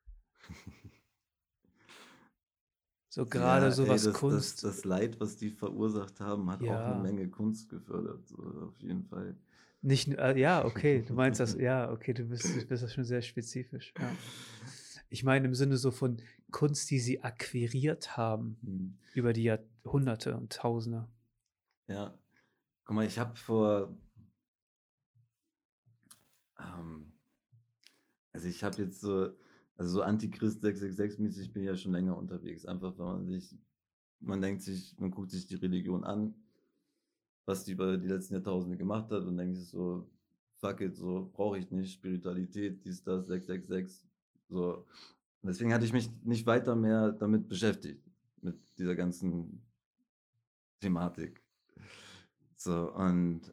So gerade Ja, so ey, was das Kunst, das Leid, was die verursacht haben, hat auch eine ja, Menge Kunst gefördert, so auf jeden Fall. nicht n ja, okay, du meinst das, ja, okay, du bist da schon sehr spezifisch, ja. Ich meine im Sinne so von Kunst, die sie akquiriert haben Mhm. über die Jahrhunderte und Tausende. Ja. Guck mal, ich habe vor ähm, also, ich habe jetzt so Antichrist 666-mäßig bin ich ja schon länger unterwegs. Einfach, weil man denkt sich man guckt sich die Religion an, was die über die letzten Jahrtausende gemacht hat und denkt sich so: „Fuck it, so brauche ich nicht, Spiritualität, dies, das, 666." So. Und deswegen hatte ich mich nicht weiter mehr damit beschäftigt, mit dieser ganzen Thematik. So und,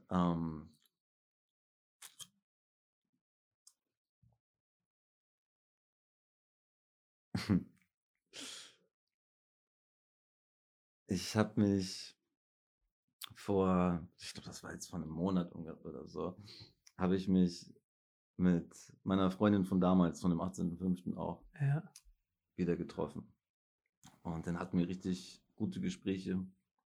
ich habe mich ich glaube, das war jetzt vor einem Monat ungefähr oder so, habe ich mich mit meiner Freundin von damals, von dem 18.05. auch Ja, wieder getroffen. Und dann hatten wir richtig gute Gespräche,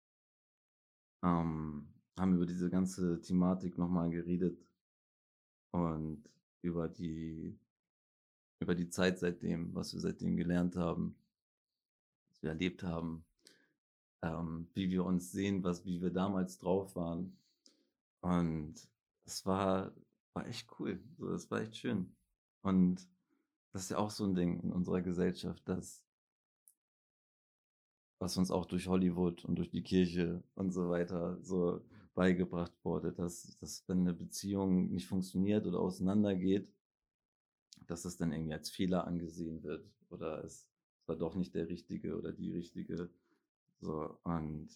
haben über diese ganze Thematik noch mal geredet und über die Zeit seitdem, was wir seitdem gelernt haben, was wir erlebt haben, wie wir uns sehen, wie wir damals drauf waren. Und das war echt cool. So, das war echt schön. Und das ist ja auch so ein Ding in unserer Gesellschaft, was uns auch durch Hollywood und durch die Kirche und so weiter so beigebracht wurde, dass wenn eine Beziehung nicht funktioniert oder auseinandergeht, dass es dann irgendwie als Fehler angesehen wird oder es war doch nicht der Richtige oder die Richtige. So, und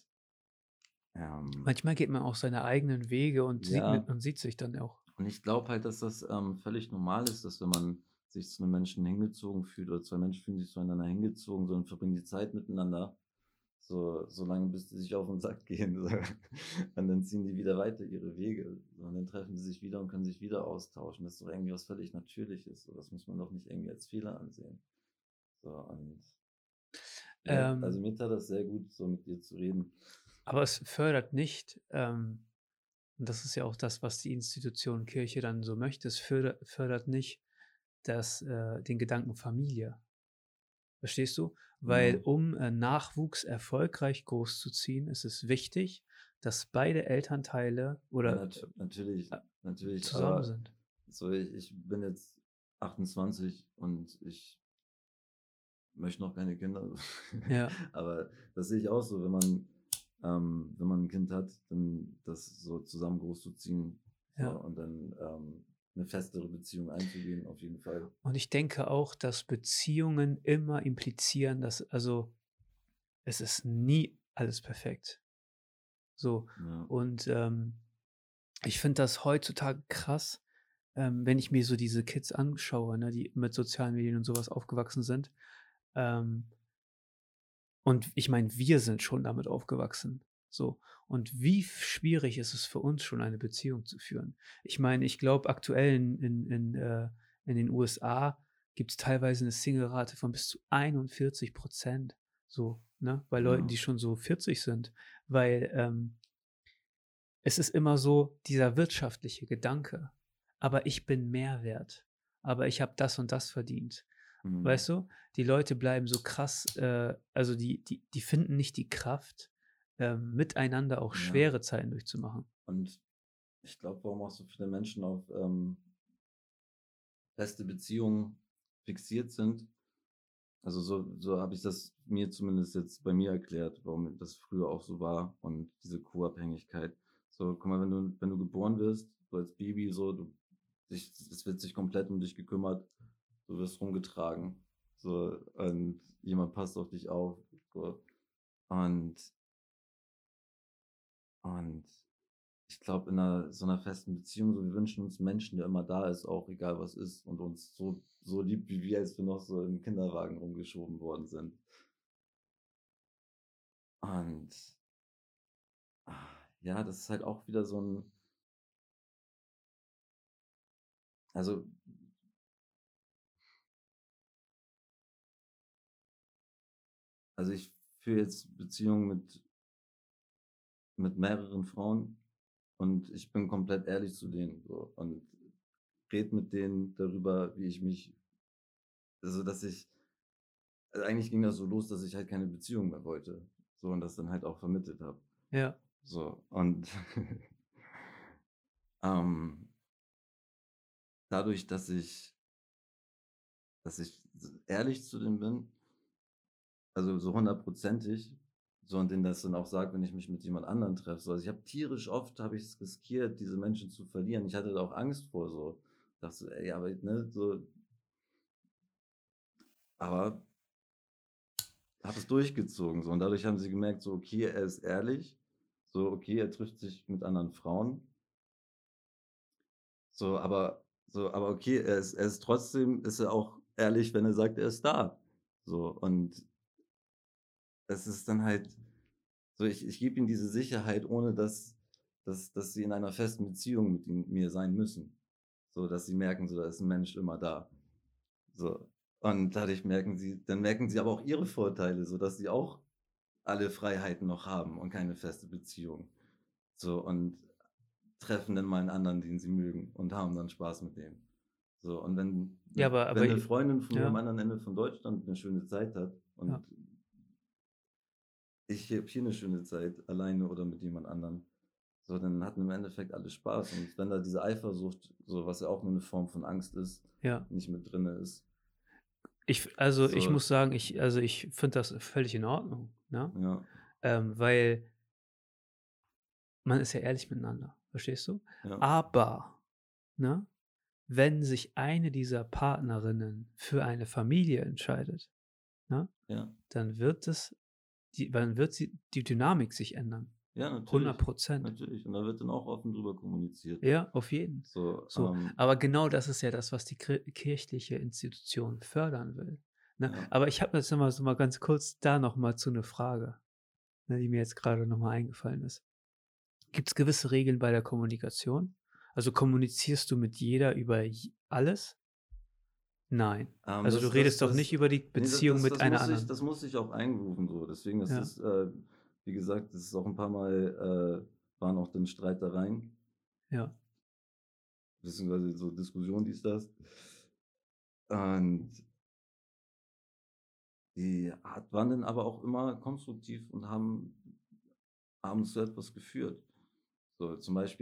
ähm, manchmal geht man auch seine eigenen Wege und ja, sieht sich dann auch. und ich glaube halt, dass das völlig normal ist, dass wenn man sich zu einem Menschen hingezogen fühlt oder 2 Menschen fühlen sich zueinander hingezogen, so und verbringen die Zeit miteinander, so lange, bis die sich auf den Sack gehen. So. Und dann ziehen die wieder weiter ihre Wege. So. Und dann treffen sie sich wieder und können sich wieder austauschen. Das ist doch irgendwie was völlig Natürliches. So. Das muss man doch nicht irgendwie als Fehler ansehen. So, und ja, also Ähm, mir tat das sehr gut, so mit dir zu reden. aber es fördert nicht, und das ist ja auch das, was die Institution Kirche dann so möchte, es fördert nicht den Gedanken Familie. Verstehst du? Weil Ja, um, Nachwuchs erfolgreich großzuziehen, ist es wichtig, dass beide Elternteile ja oder, natürlich, äh, natürlich, zusammen aber sind. so, ich bin jetzt 28 und ich möchte noch keine Kinder. Ja, Aber das sehe ich auch so, wenn man ein Kind hat, dann das so zusammen großzuziehen, so, ja. und dann 'ne festere Beziehung einzugehen, auf jeden Fall. Und ich denke auch, dass Beziehungen immer implizieren, dass, also, es ist nie alles perfekt. So. Ja, Und, ich finde das heutzutage krass, wenn ich mir so diese Kids anschaue, ne, die mit sozialen Medien und sowas aufgewachsen sind. Ähm, und ich meine, wir sind schon damit aufgewachsen, so. Und wie schwierig ist es für uns schon, eine Beziehung zu führen? Ich meine, ich glaube, aktuell in den USA gibt es teilweise eine Single-Rate von bis zu 41%, so, ne, bei Leuten, ja, die schon so 40 sind, weil, es ist immer so dieser wirtschaftliche Gedanke. Aber ich bin mehr wert. Aber ich habe das und das verdient. mhm, Weißt du? Die Leute bleiben so krass, also die finden nicht die Kraft, miteinander auch ja. schwere Zeiten durchzumachen. Und ich glaube, warum auch so viele Menschen auf feste Beziehungen fixiert sind. Also, so habe ich das mir zumindest jetzt bei mir erklärt, warum das früher auch so war und diese Co-Abhängigkeit. So, guck mal, wenn du geboren wirst, so als Baby, so, es wird sich komplett um dich gekümmert, du wirst rumgetragen, so, und jemand passt auf dich auf, so. Und und ich glaube, in so 'ner festen Beziehung, so, wir wünschen uns 'n Menschen, der immer da ist, auch egal was ist und uns so liebt wie wir, als wir noch so im Kinderwagen rumgeschoben worden sind. Und, ja, das ist halt auch wieder so 'n, also ich führe jetzt Beziehungen mit mehreren Frauen und ich bin komplett ehrlich zu denen so und rede mit denen darüber, wie ich mich, also, dass ich, also, eigentlich ging das so los, dass ich halt keine Beziehung mehr wollte, so, und das dann halt auch vermittelt habe. Ja, So, und ähm, dadurch, dass ich ehrlich zu denen bin, also so hundertprozentig, so, und denen das dann auch sage, wenn ich mich mit jemand anderem treffe. So, also, ich habe tierisch oft habe ich's riskiert, diese Menschen zu verlieren. Ich hatte da auch Angst vor so. Dachte so: „Ey, aber", ne, so, aber habe es durchgezogen so, und dadurch haben sie gemerkt, so, okay, er ist ehrlich, so, okay, er trifft sich mit anderen Frauen, so, aber okay, er ist trotzdem, ist er auch ehrlich, wenn er sagt, er ist da. So, und es ist dann halt so, ich gebe ihnen diese Sicherheit, ohne dass sie in einer festen Beziehung mit mir sein müssen. So, dass sie merken, so, da ist 'n Mensch immer da. So. Und dadurch merken sie aber auch ihre Vorteile, sodass sie auch alle Freiheiten noch haben und keine feste Beziehung. So, und treffen dann mal 'n anderen, den sie mögen, und haben dann Spaß mit dem. So, und wenn ja, 'ne aber wenn 'ne Freundin von mir am ja, anderen Ende von Deutschland 'ne schöne Zeit hat ja. und ich habe hier 'ne schöne Zeit, alleine oder mit jemand anderem, so, dann hatten im Endeffekt alle Spaß. Und wenn da diese Eifersucht, so, was ja auch nur 'ne Form von Angst ist, Ja. nicht mit drinne ist, Ich so, muss sagen, ich finde das völlig in Ordnung, ne? ja, Weil man ist ja ehrlich miteinander, verstehst du? ja, Aber, ne, wenn sich eine dieser Partnerinnen für eine Familie entscheidet, ne, ja, dann wird die Dynamik sich ändern. ja, hundert natürlich, Prozent. natürlich. Und da wird dann auch offen drüber kommuniziert. Ja, auf jeden. So, So, aber genau das ist ja das, was die kirchliche Institution fördern will, ne? ja, Aber ich habe jetzt noch mal ganz kurz da noch mal zu 'ne Frage, ne, die mir jetzt grade noch mal eingefallen ist. Gibt's gewisse Regeln bei der Kommunikation? Also, kommunizierst du mit jeder über alles? Nein. Also, du das redest doch nicht über die ne, Beziehung mit einer anderen? das muss ich auch eingrooven so. Deswegen ist Ja, es, wie gesagt, das ist auch 'n paar Mal, waren auch dann Streitereien, ja, beziehungsweise so Diskussionen, dies, das. Und die waren dann aber auch immer konstruktiv und haben zu etwas geführt. So, zum Beispiel,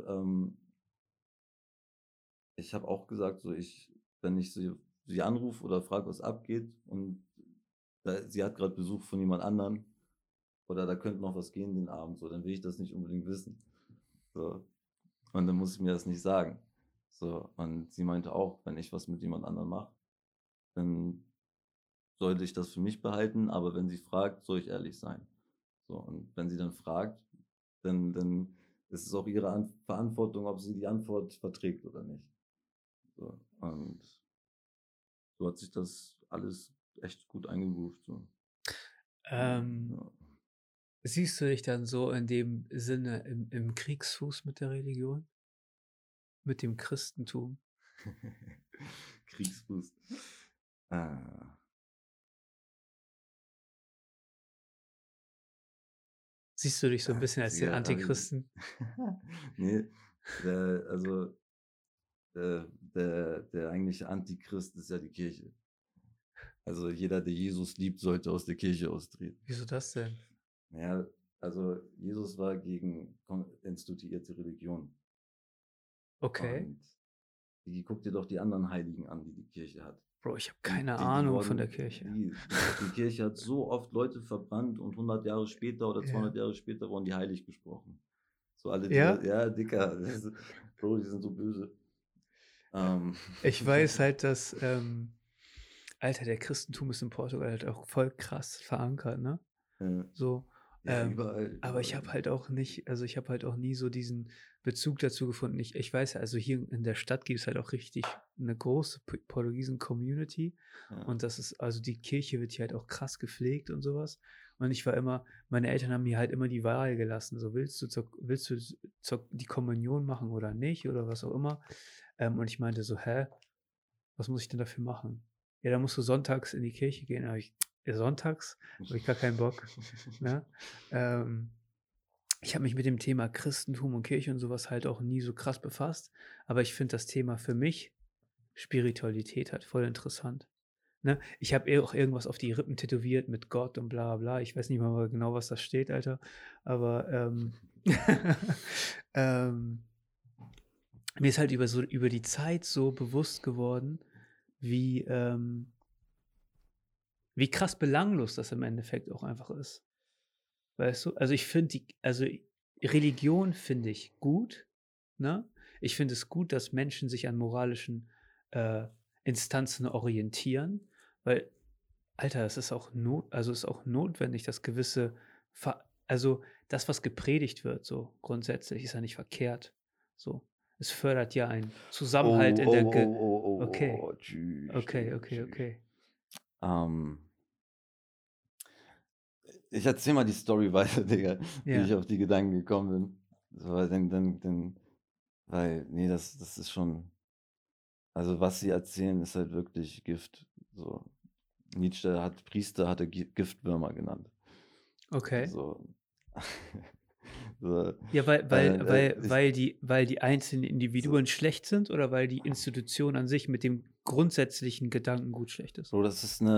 ich habe auch gesagt, so, wenn ich sie anrufe oder frage, was abgeht, und sie hat gerade Besuch von jemand anderem oder da könnte noch was gehen den Abend, so, dann will ich das nicht unbedingt wissen. So, und dann muss ich mir das nicht sagen. So, und sie meinte auch, wenn ich was mit jemand anderem mache, dann sollte ich das für mich behalten, aber wenn sie fragt, soll ich ehrlich sein. So, und wenn sie dann fragt, dann ist es auch ihre Verantwortung, ob sie die Antwort verträgt oder nicht. So, und so hat sich das alles echt gut eingegroovt, so. ähm, Ja. siehst du dich dann so in dem Sinne im Kriegsfuß mit der Religion, mit dem Christentum? Kriegsfuß. Ah, Siehst du dich so 'n bisschen als den Digga, Antichristen? ne, also, der eigentliche Antichrist ist ja die Kirche. Also, jeder, der Jesus liebt, sollte aus der Kirche austreten. Wieso das denn? Na ja, also, Jesus war gegen instituierte Religion. Okay. Und guck dir doch die anderen Heiligen an, die die Kirche hat. Bro, ich habe Die, keine die, die Ahnung von der wurden, Kirche. die Kirche hat so oft Leute verbrannt und 100 Jahre später oder 200 Ja. Jahre später wurden die heilig gesprochen. So alle, die Ja? ja, Dicker, Bro, die sind so böse. Ich weiß halt, dass, Alter, der Christentum ist in Portugal halt auch voll krass verankert, ne? ja, So, ja, überall, aber ich habe überall. halt auch nicht also, ich habe halt auch nie so diesen Bezug dazu gefunden. Ich weiß ja, also, hier in der Stadt gibt es halt auch richtig eine große Portugiesen-Community Ja. und das ist also, die Kirche wird hier halt auch krass gepflegt und sowas. Und ich war immer meine Eltern haben mir halt immer die Wahl gelassen, so: willst du die Kommunion machen oder nicht oder was auch immer? Und ich meinte so: „Hä, was muss ich denn dafür machen?“ „Ja, dann musst du sonntags in die Kirche gehen.“ Da habe ich: „Ja, sonntags? Habe ich gar keinen Bock“, ne? Ähm, Ich habe mich mit dem Thema Christentum und Kirche und sowas halt auch nie so krass befasst, aber ich finde das Thema für mich Spiritualität halt voll interessant, ne? Ich habe auch irgendwas auf die Rippen tätowiert mit Gott und bla bla. Ich weiß nicht mal genau, was das steht, Alter, aber, ähm, mir ist halt über die Zeit so bewusst geworden, wie, wie krass belanglos das im Endeffekt auch einfach ist. Weißt du? Also, ich finde Religion finde ich gut, ne? Ich finde es gut, dass Menschen sich an moralischen, äh, Instanzen orientieren, weil, Alter, es ist auch ist auch notwendig, dass gewisse das, was gepredigt wird, so grundsätzlich, ist ja nicht verkehrt, so. Es fördert ja einen Zusammenhalt Oh, in der oh, Ge oh, oh, oh, okay, oh, tschüss, okay, Digga, okay, tschüss. okay. Ähm, Ich erzähle mal die Story weiter, Digga, wie ich Ja, auf die Gedanken gekommen bin. So, weil weil, nee, das ist schon, also was sie erzählen, ist halt wirklich Gift. So, Nietzsche hat Priester, hat er Giftwürmer genannt. okay. So, so, Ja, ich, weil die einzelnen Individuen so, schlecht sind oder weil die Institution an sich mit dem grundsätzlichen Gedankengut schlecht ist? Bro,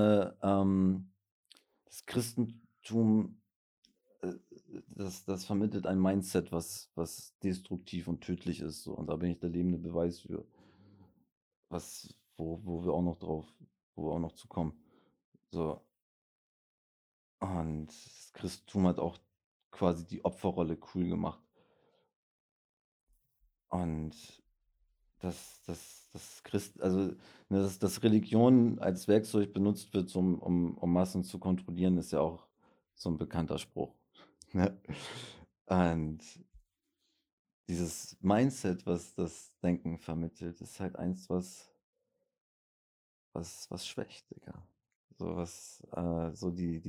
das Christentum, äh, das vermittelt ein Mindset, was destruktiv und tödlich ist. So. Und da bin ich der lebende Beweis für, wo wir auch noch wo wir auch noch zu kommen. So. Und das Christentum hat auch quasi die Opferrolle cool gemacht. Und also, ne, dass Religion als Werkzeug benutzt wird, um Massen zu kontrollieren, ist ja auch so ein bekannter Spruch. Ne? Und dieses Mindset, was das Denken vermittelt, ist halt eins, was schwächt, Digga. So so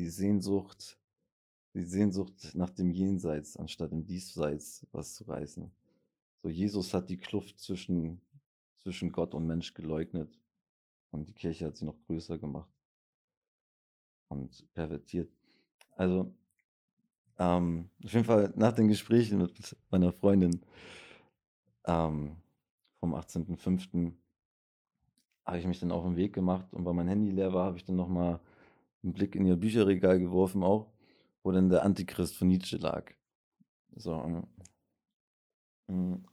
die Sehnsucht nach dem Jenseits, anstatt im Diesseits was zu reißen. So, Jesus hat die Kluft zwischen Gott und Mensch geleugnet und die Kirche hat sie noch größer gemacht und pervertiert. Also, auf jeden Fall nach den Gesprächen mit meiner Freundin ähm, vom 18.05. habe ich mich dann auf den Weg gemacht und weil mein Handy leer war, habe ich dann nochmal einen Blick in ihr Bücherregal geworfen auch, wo dann der Antichrist von Nietzsche lag. So, mm.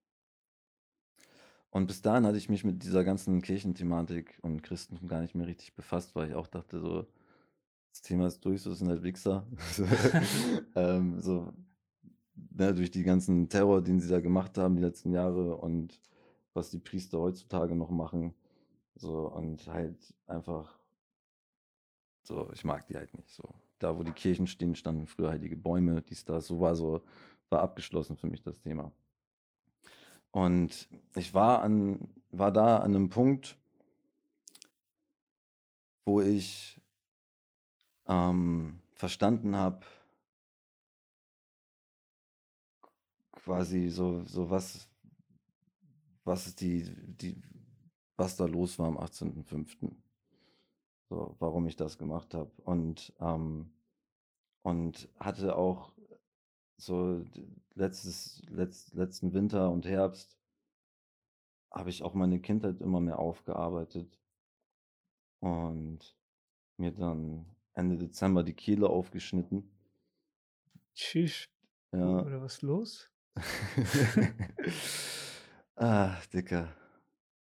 Und bis dahin hatte ich mich mit dieser ganzen Kirchenthematik und Christentum gar nicht mehr richtig befasst, weil ich auch dachte so, das Thema ist durch, so das sind halt Wichser. So, ne, durch die ganzen Terror, den sie da gemacht haben die letzten Jahre und was die Priester heutzutage noch machen. So, und halt einfach, so, ich mag die halt nicht. So. Da, wo die Kirchen stehen, standen früher heilige Bäume, dies, das, war abgeschlossen für mich das Thema. Und ich war da an einem Punkt, wo ich verstanden habe, quasi so was ist was da los war am 18.05. So, warum ich das gemacht habe. Und hatte auch so letzten Winter und Herbst habe ich auch meine Kindheit immer mehr aufgearbeitet und mir dann Ende Dezember die Kehle aufgeschnitten. Tschüss. Ja. Oder was los? Ah, Dicker.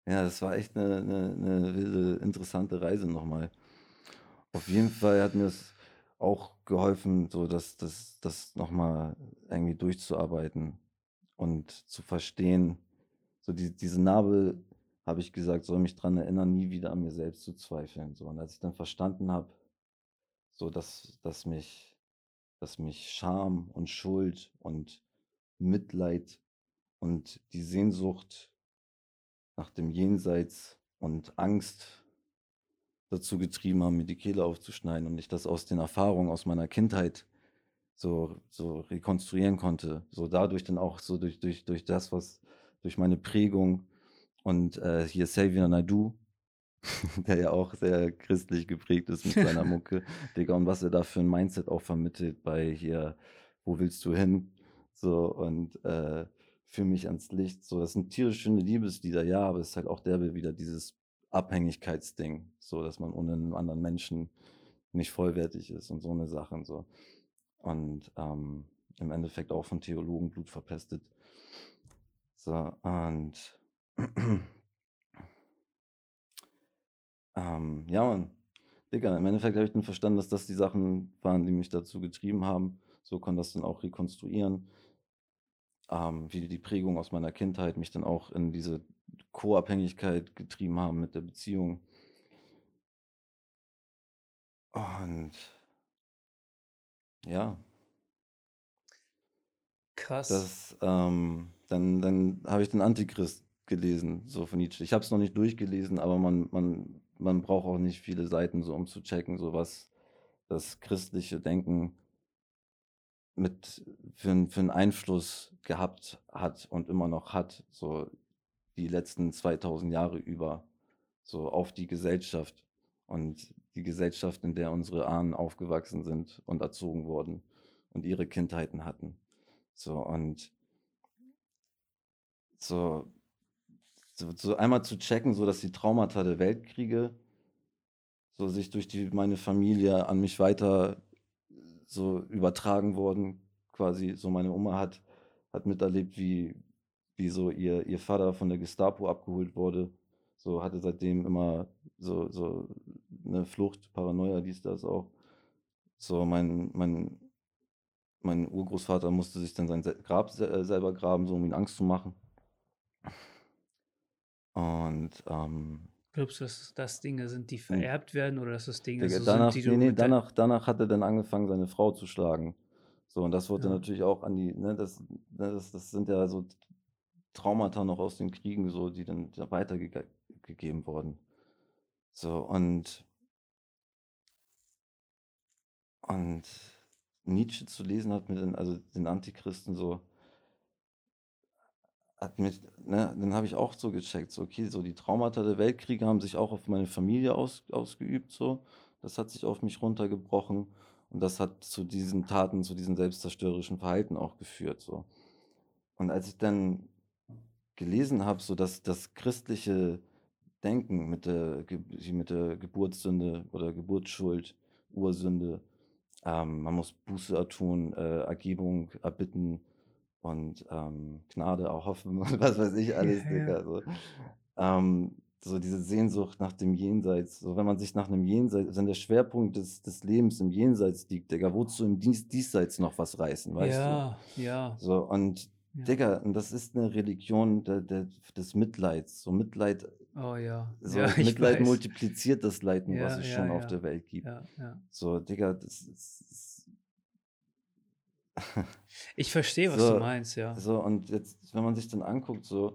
Ja, das war echt eine wilde, interessante Reise nochmal. Auf jeden Fall hat mir es auch geholfen, so das nochmal irgendwie durchzuarbeiten und zu verstehen. So diese Narbe, habe ich gesagt, soll mich dran erinnern, nie wieder an mir selbst zu zweifeln. So, und als ich dann verstanden habe, so dass mich Scham und Schuld und Mitleid und die Sehnsucht nach dem Jenseits und Angst dazu getrieben haben, mir die Kehle aufzuschneiden und ich das aus den Erfahrungen aus meiner Kindheit so rekonstruieren konnte. So dadurch dann auch so durch das, was durch meine Prägung und hier Xavier Naidoo, der ja auch sehr christlich geprägt ist mit seiner Mucke, Digga, und was er da für ein Mindset auch vermittelt bei hier, wo willst du hin? So und führ mich ans Licht. So, das sind tierisch schöne Liebeslieder, ja, aber es ist halt auch derbe wieder dieses Abhängigkeitsding, so dass man ohne einen anderen Menschen nicht vollwertig ist und so eine Sachen so. Und im Endeffekt auch von Theologen Blut verpestet. So, und ja, Mann. Digga, im Endeffekt habe ich dann verstanden, dass das die Sachen waren, die mich dazu getrieben haben. So kann das dann auch rekonstruieren, wie die Prägung aus meiner Kindheit mich dann auch in diese Co-Abhängigkeit getrieben haben mit der Beziehung. Und ja, Krass. dann habe ich den Antichrist gelesen, so von Nietzsche. Ich habe es noch nicht durchgelesen, aber man braucht auch nicht viele Seiten, so um zu checken, so was das christliche Denken mit für 'n Einfluss gehabt hat und immer noch hat, so die letzten 2000 Jahre über, so auf die Gesellschaft und die Gesellschaft, in der unsere Ahnen aufgewachsen sind und erzogen wurden und ihre Kindheiten hatten. So und so so einmal zu checken, so dass die Traumata der Weltkriege so sich durch meine Familie an mich weiter so übertragen wurden, quasi. So meine Oma hat miterlebt, wie so ihr Vater von der Gestapo abgeholt wurde. So hatte seitdem immer so eine Flucht, Paranoia, dies, das auch. So mein Urgroßvater musste sich dann sein Grab selber graben, so um ihm Angst zu machen. Und Glaubst du, dass das Dinge sind, die hm, vererbt werden oder dass das Dinge Digga, so sind, die du mit der danach hat er dann angefangen, seine Frau zu schlagen. So, und das wurde dann ja. natürlich auch an die, ne, das sind ja so Traumata noch aus den Kriegen, so, die dann da weitergegeben wurden. So, und Nietzsche zu lesen hat mit also den Antichristen so, hat mich, ne, dann habe ich auch so gecheckt, so, okay, so die Traumata der Weltkriege haben sich auch auf meine Familie ausgeübt, so. Das hat sich auf mich runtergebrochen und das hat zu diesen Taten, zu diesem selbstzerstörerischen Verhalten auch geführt, so. Und als ich dann gelesen habe, so dass das christliche Denken mit der Geburtssünde oder Geburtsschuld, Ursünde, man muss Buße tun, Ergebung erbitten und Gnade erhoffen und was weiß ich Ja, alles, ja. Digga. So diese Sehnsucht nach dem Jenseits, so wenn man sich nach einem Jenseits, wenn der Schwerpunkt des Lebens im Jenseits liegt, Digga, wozu im Diesseits noch was reißen, weißt du? Ja, ja, So, und ja. Digga, und das ist eine Religion des Mitleids. So Mitleid, Oh ja. Ja, so ich Mitleid weiß. multipliziert das Leiden, was Ja, es ja, schon auf ja. der Welt gibt. Ja, ja. So, Digga, das ist Ich verstehe, was du so, meinst, ja. und jetzt, wenn man sich dann anguckt, so,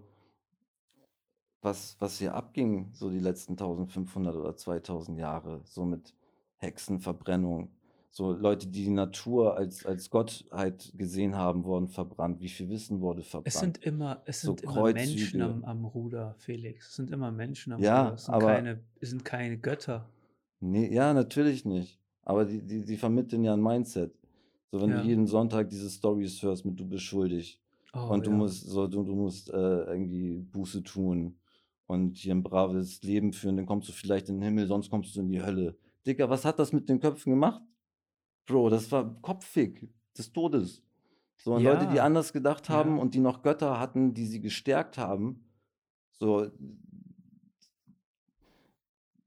was hier abging, so die letzten 1500 oder 2000 Jahre, so mit Hexenverbrennung, so Leute, die die Natur als Gottheit gesehen haben, wurden verbrannt, wie viel Wissen wurde verbrannt, Es so sind immer Menschen Kreuzzüge. am Ruder, Felix. Es sind immer Menschen am Ruder. Ja, aber Es sind keine Götter. nee, ja, natürlich nicht. Aber die vermitteln ja ein Mindset. So, wenn du Ja. jeden Sonntag diese Stories hörst mit du bist schuldig Oh und ja. du musst irgendwie Buße tun und hier ein braves Leben führen, dann kommst du vielleicht in den Himmel, sonst kommst du in die Hölle. Digga, was hat das mit den Köpfen gemacht? Bro, das war Kopffick des Todes. So, und Leute, die Ja, anders gedacht haben ja. und die noch Götter hatten, die sie gestärkt haben, so,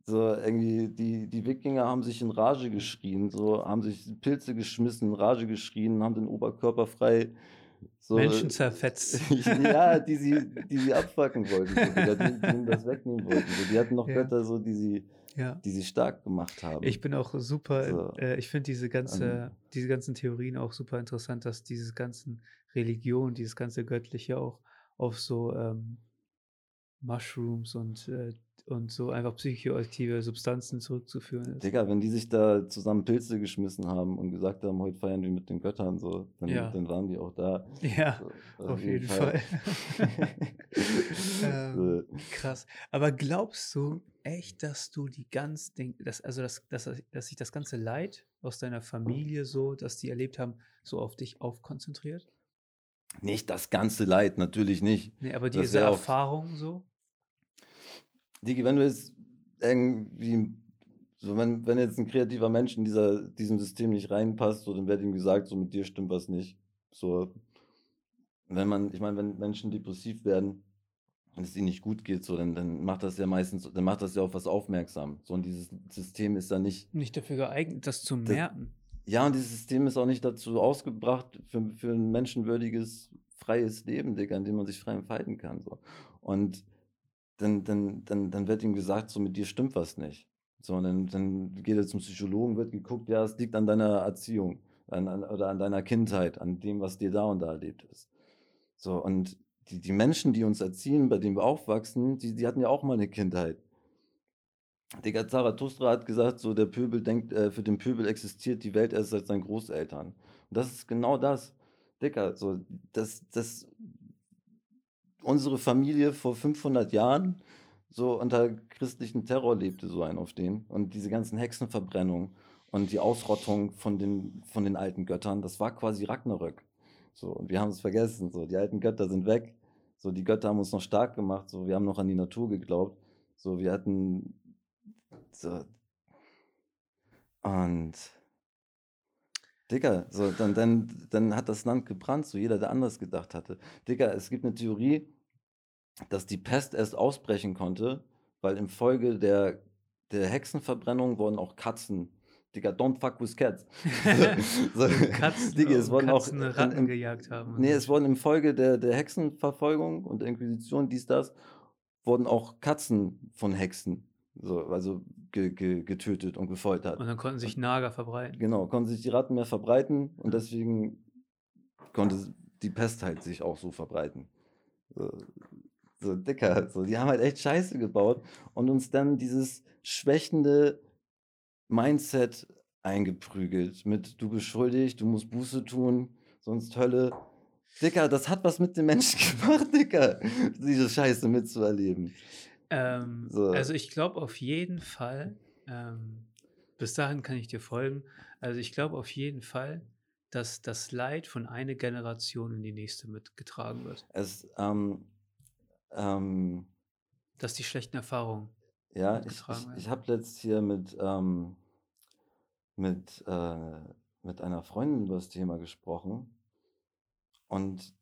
So irgendwie die Wikinger haben sich in Rage geschrien, so, haben sich Pilze geschmissen, in Rage geschrien, haben den Oberkörper frei, so, Menschen zerfetzt. ja, die sie abfacken wollten, so, Digga, die ihnen das wegnehmen wollten, so. Die hatten noch Ja, Götter so, die sie ja. die sie stark gemacht Ich haben. bin auch super, So, ich finde und diese ganzen Theorien auch super interessant, dass diese ganzen Religionen, dieses ganze Göttliche auch auf so, Mushrooms und so einfach psychoaktive Substanzen zurückzuführen ist. Digga, wenn die sich da zusammen Pilze geschmissen haben und gesagt haben: „Heute feiern wir mit den Göttern“, so, dann Ja, dann waren die auch da. ja, So, auf auf jeden jeden Fall. Fall. So. Krass. Aber glaubst du echt, dass du die ganz den dass also, dass sich das ganze Leid aus deiner Familie so, dass die erlebt haben, so auf dich aufkonzentriert? Nicht das ganze Leid, natürlich nicht. Ne, aber Das diese wäre auch Erfahrung so? Digi, wenn du jetzt irgendwie so wenn jetzt 'n kreativer Mensch in diesem System nicht reinpasst, so, dann wird ihm gesagt: „So, mit dir stimmt was nicht.“ So, ich meine, wenn Menschen depressiv werden und es ihnen nicht gut geht, so, dann macht das ja auf was aufmerksam. So, und dieses System ist dann nicht Nicht dafür geeignet, das zu das merken. ja, und dieses System ist auch nicht dazu ausgebracht für 'n menschenwürdiges, freies Leben, Digga, in dem man sich frei entfalten kann, so. Und dann wird ihm gesagt, so: „Mit dir stimmt was nicht.“ So, und dann geht er zum Psychologen, wird geguckt, ja, es liegt an deiner Erziehung, oder an deiner Kindheit, an dem, was dir da und da erlebt ist. So, und die Menschen, die uns erziehen, bei denen wir aufwachsen, die hatten ja auch mal 'ne Kindheit. Digga, Zarathustra hat gesagt, so, der Pöbel denkt für den Pöbel existiert die Welt erst seit seinen Großeltern. Und das ist genau das. Digga, so, das unsere Familie vor 500 Jahren so unter christlichem Terror lebte, so ein auf den. Und diese ganzen Hexenverbrennungen und die Ausrottung von den alten Göttern, das war quasi Ragnarök. So, und wir haben es vergessen. So, die alten Götter sind weg. So, die Götter haben uns noch stark gemacht. So, wir haben noch an die Natur geglaubt. So, wir hatten so, und Digga, so, dann hat das Land gebrannt, so jeder, der anders gedacht hatte. Digga, es gibt eine Theorie, dass die Pest erst ausbrechen konnte, weil infolge der Hexenverbrennung wurden auch Katzen, Digga, don't fuck with cats. So, Und Katzen Digga, es und wurden auch Katzen Ratten gejagt haben und ne, so 'n es Shit. wurden infolge der Hexenverfolgung und der Inquisition, dies, das, wurden auch Katzen von Hexen, so, also getötet und gefoltert. Und dann konnten sich Und Nager verbreiten. genau, konnten sich die Ratten mehr verbreiten und Ja. deswegen konnte die Pest halt sich auch so verbreiten. So, so Dicker, so, die haben halt echt Scheiße gebaut und uns dann dieses schwächende Mindset eingeprügelt mit: „Du bist schuldig, du musst Buße tun, sonst Hölle.“ Dicker, das hat was mit den Menschen gemacht, Dicker, diese Scheiße mitzuerleben. Also, So, ich glaube auf jeden Fall, ähm bis dahin kann ich dir folgen. Also, ich glaube auf jeden Fall, dass das Leid von einer Generation in die nächste mitgetragen wird. es, ähm Dass die schlechten Erfahrungen ja, mitgetragen ich werden. habe letzt hier mit, äh mit einer Freundin über das Thema gesprochen und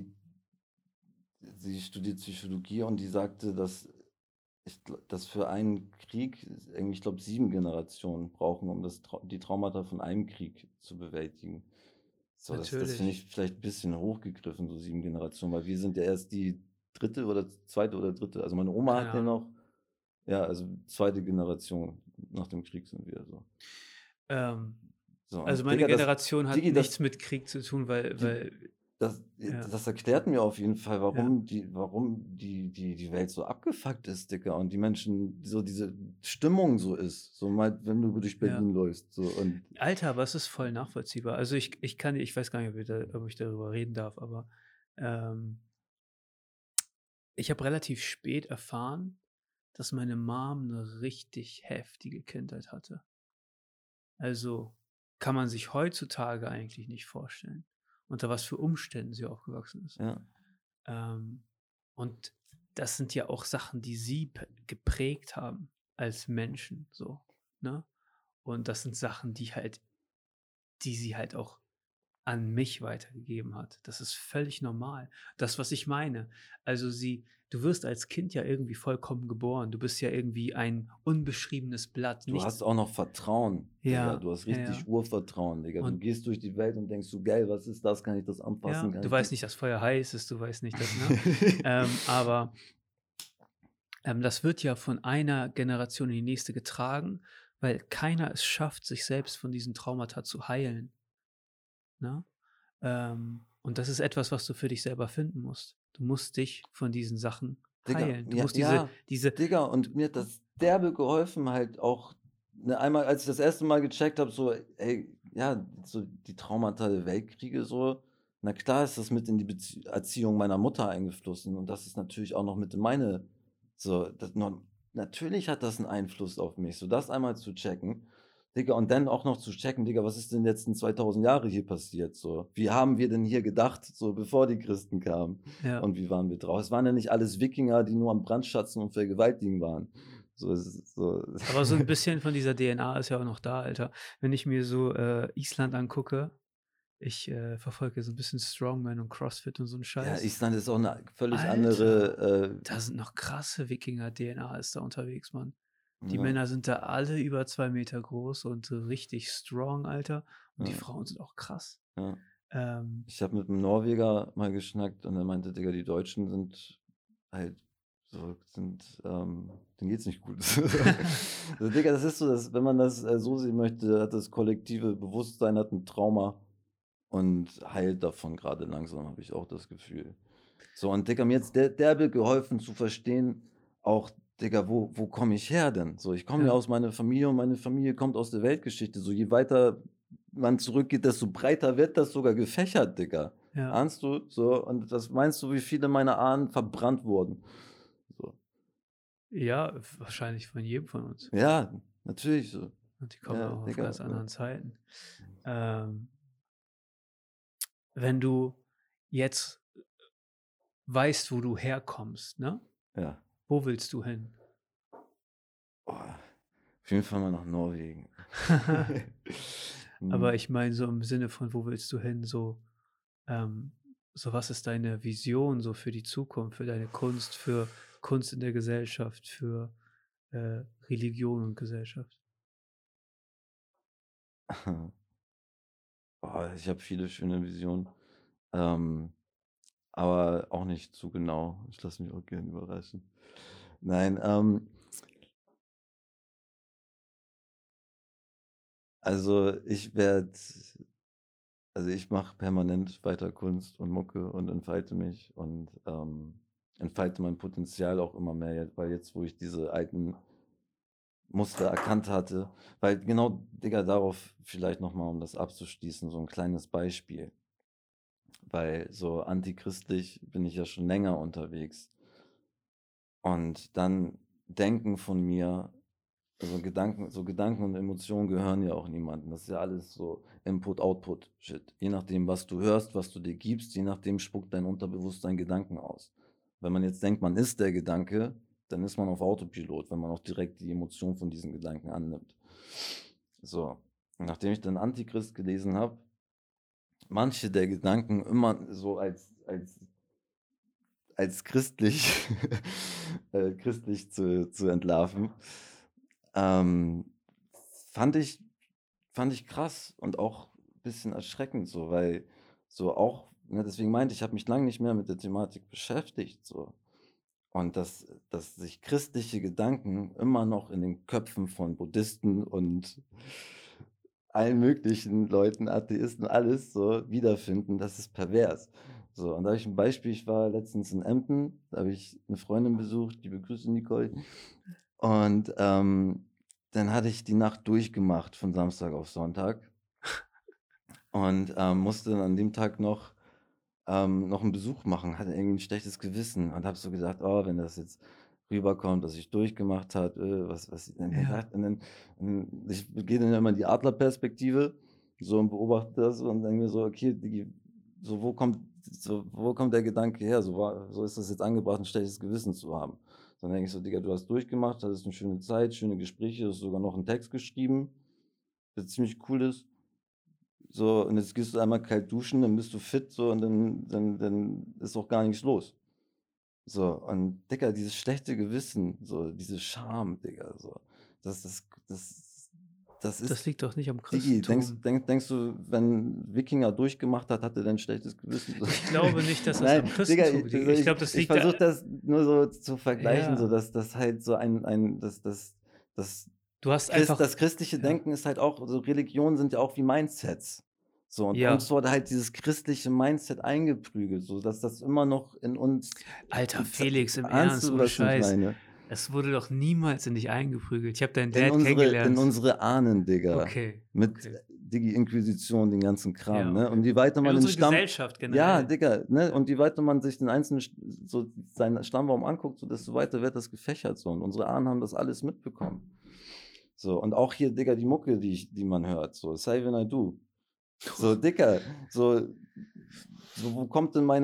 sie studiert Psychologie und die sagte, dass für einen Krieg irgendwie, ich glaube, 7 Generationen brauchen, um die Traumata von einem Krieg zu bewältigen. So, das finde Natürlich, ich vielleicht ein bisschen hochgegriffen, so 7 Generationen, weil wir sind ja erst die dritte oder zweite oder dritte. Also, meine Oma keine hat ja Ahnung. noch, ja, also zweite Generation nach dem Krieg sind wir so. Ähm, So, also, und meine Digga, Generation hat Digi, nichts mit Krieg zu tun, weil die weil ja, das erklärt mir auf jeden Fall, ja, warum die Welt so abgefuckt ist, Digga, und die Menschen so diese Stimmung so ist, so mal, wenn du durch ja. Berlin läufst, so und Alter, aber es ist voll nachvollziehbar. Also, ich weiß gar nicht, ob ich darüber reden darf, aber, ähm, ich habe relativ spät erfahren, dass meine Mom 'ne richtig heftige Kindheit hatte. Also, kann man sich heutzutage eigentlich nicht vorstellen, unter was für Umständen sie aufgewachsen ist. ja. Ähm, und das sind ja auch Sachen, die sie geprägt haben als Menschen so, ne? Und das sind Sachen, die sie halt auch an mich weitergegeben hat. Das ist völlig normal. Das, was ich meine. Also du wirst als Kind ja irgendwie vollkommen geboren. Du bist ja irgendwie ein unbeschriebenes Blatt. Du hast Nichts. auch noch Vertrauen, Digga. Ja, Du hast ja, richtig ja. Urvertrauen, Digga. Du Und gehst durch die Welt und denkst so: „Geil, was ist das? Kann ich das anfassen? ja, Kann du ich weißt das?" nicht, dass Feuer heiß ist, du weißt nicht, dass, ne? Aber das wird ja von einer Generation in die nächste getragen, weil keiner es schafft, sich selbst von diesen Traumata zu heilen, ne? Und das ist etwas, was du für dich selber finden musst. Du musst dich von diesen Sachen Digga, heilen. Du ja, musst ja, diese Digga, und mir hat das derbe geholfen halt auch, ne, einmal, als ich das erste Mal gecheckt habe, so, ey, ja, so die Traumata der Weltkriege so, na klar ist das mit in die Erziehung meiner Mutter eingeflossen und das ist natürlich auch noch mit in meine, so, natürlich hat das einen Einfluss auf mich, so das einmal zu checken, Digga, und dann auch noch zu checken, Digga, was ist denn die letzten 2000 Jahre hier passiert, so? Wie haben wir denn hier gedacht, so bevor die Christen kamen? ja. Und wie waren wir drauf? Es waren ja nicht alles Wikinger, die nur am Brandschatzen und vergewaltigen waren. So, es ist so. Aber so ein bisschen von dieser DNA ist ja auch noch da, Alter. Wenn ich mir so, Island angucke, ich, verfolge so ein bisschen Strongman und CrossFit und so 'n Ja, Scheiß. Island ist auch eine völlig Alter, andere, da sind noch krasse Wikinger-DNA ist da unterwegs, Mann. Die ja, Männer sind da alle über 2 Meter groß und richtig strong, Alter. Und die ja, Frauen sind auch krass. ja. Ähm, Ich habe mit 'nem Norweger mal geschnackt und er meinte: „Digga, die Deutschen sind halt so, denen geht's nicht gut." So, Digga, das ist so, dass, wenn man das, so sehen möchte, hat das kollektive Bewusstsein hat 'n Trauma und heilt davon grade langsam, habe ich auch das Gefühl. So, und Digga, mir hat's derbe geholfen zu verstehen, auch, Digga, wo komme ich her denn? So, ich komme ja ja, aus meiner Familie und meine Familie kommt aus der Weltgeschichte. So, je weiter man zurückgeht, desto breiter wird das sogar gefächert, Digga. ja. Ahnst du? So, und was meinst du, wie viele meiner Ahnen verbrannt wurden? So. Ja, wahrscheinlich von jedem von uns. Ja, natürlich so. Und die kommen ja Ja, auch auf Digga, ganz anderen Zeiten. Ähm, wenn du jetzt weißt, wo du herkommst, ne? ja. Wo willst du hin? Oh, auf jeden Fall mal nach Norwegen. Aber Mhm. ich meine so im Sinne von, wo willst du hin? Ähm, so was ist deine Vision so für die Zukunft, für deine Kunst, für Kunst in der Gesellschaft, für, Religion und Gesellschaft? Boah, ich habe viele schöne Visionen, ähm, aber auch nicht zu genau. Ich lasse mich auch gerne überraschen. Nein, also ich mache permanent weiter Kunst und Mucke und entfalte mich und, entfalte mein Potenzial auch immer mehr, weil jetzt, wo ich diese alten Muster erkannt hatte, weil genau, Digga, darauf vielleicht noch mal, um das abzuschließen, so ein kleines Beispiel, weil so antichristlich bin ich ja schon länger unterwegs und dann Denken von mir, Gedanken und Emotionen gehören ja auch niemandem. Das ist ja alles so Input-Output-Shit. Je nachdem, was du hörst, was du dir gibst, je nachdem spuckt dein Unterbewusstsein Gedanken aus. Wenn man jetzt denkt, man ist der Gedanke, dann ist man auf Autopilot, wenn man auch direkt die Emotion von diesen Gedanken annimmt. So, und nachdem ich dann Antichrist gelesen habe, manche der Gedanken immer so als christlich, christlich zu entlarven, ähm, fand ich fand ich krass und auch ein bisschen erschreckend so, weil so auch, ne, deswegen meinte ich, habe mich lange nicht mehr mit der Thematik beschäftigt so. Und dass sich christliche Gedanken immer noch in den Köpfen von Buddhisten und allen möglichen Leuten, Atheisten, alles so wiederfinden, das ist pervers. So, und da habe ich ein Beispiel, ich war letztens in Emden, da habe ich eine Freundin besucht, liebe Grüße, Nicole. Und, dann hatte ich die Nacht durchgemacht von Samstag auf Sonntag und, musste dann an dem Tag noch einen Besuch machen, hatte irgendwie ein schlechtes Gewissen und habe so gesagt: „Oh, wenn das jetzt rüberkommt, dass ich durchgemacht habe, was" dann Ja, dachte ich gehe dann immer in die Adlerperspektive so und beobachte das und denke mir so: „Okay, Diggi, so wo kommt der Gedanke her? So ist das jetzt angebracht, ein schlechtes Gewissen zu haben?" Dann denke ich so: „Digga, du hast durchgemacht, hattest eine schöne Zeit, schöne Gespräche, hast sogar noch einen Text geschrieben, der ziemlich cool ist. so, und jetzt gehst du einmal kalt duschen, dann bist du fit, so, und dann ist auch gar nichts los. So, und Digga, dieses schlechte Gewissen, so, diese Scham, Digga, so, das das das das Das ist liegt doch nicht am Digi, Christentum. denkst du, wenn Wikinger durchgemacht hat, hat er dann schlechtes Gewissen? So. Ich glaube nicht, dass das Nein, am Digga, Christentum liegt. Ich glaube, das ich liegt versuche da das nur so zu vergleichen, so ja. dass das halt so das Du hast einfach Das christliche ja. Denken ist halt auch so, Religionen sind ja auch wie Mindsets. So, und Ja. uns wurde halt dieses christliche Mindset eingeprügelt, so dass das immer noch in uns Alter z Felix, im ahnst Ernst, du, ohne was ich Scheiß. meine? Es wurde doch niemals in dich eingeprügelt. Ich habe deinen Dad In kennengelernt. unsere Ahnen, Digga. Okay, Mit okay. Digi, Inquisition, den ganzen Kram, Ja, ne? Und okay. je weiter In man den unsere Stamm Gesellschaft ja, generell. Digga, ne? Ja. Und je weiter man sich den einzelnen so seinen Stammbaum anguckt, so desto weiter wird das gefächert so. Und unsere Ahnen haben das alles mitbekommen. So, und auch hier, Digga, die Mucke, die man hört, so Say When I Do. So, Digga, so wo kommt denn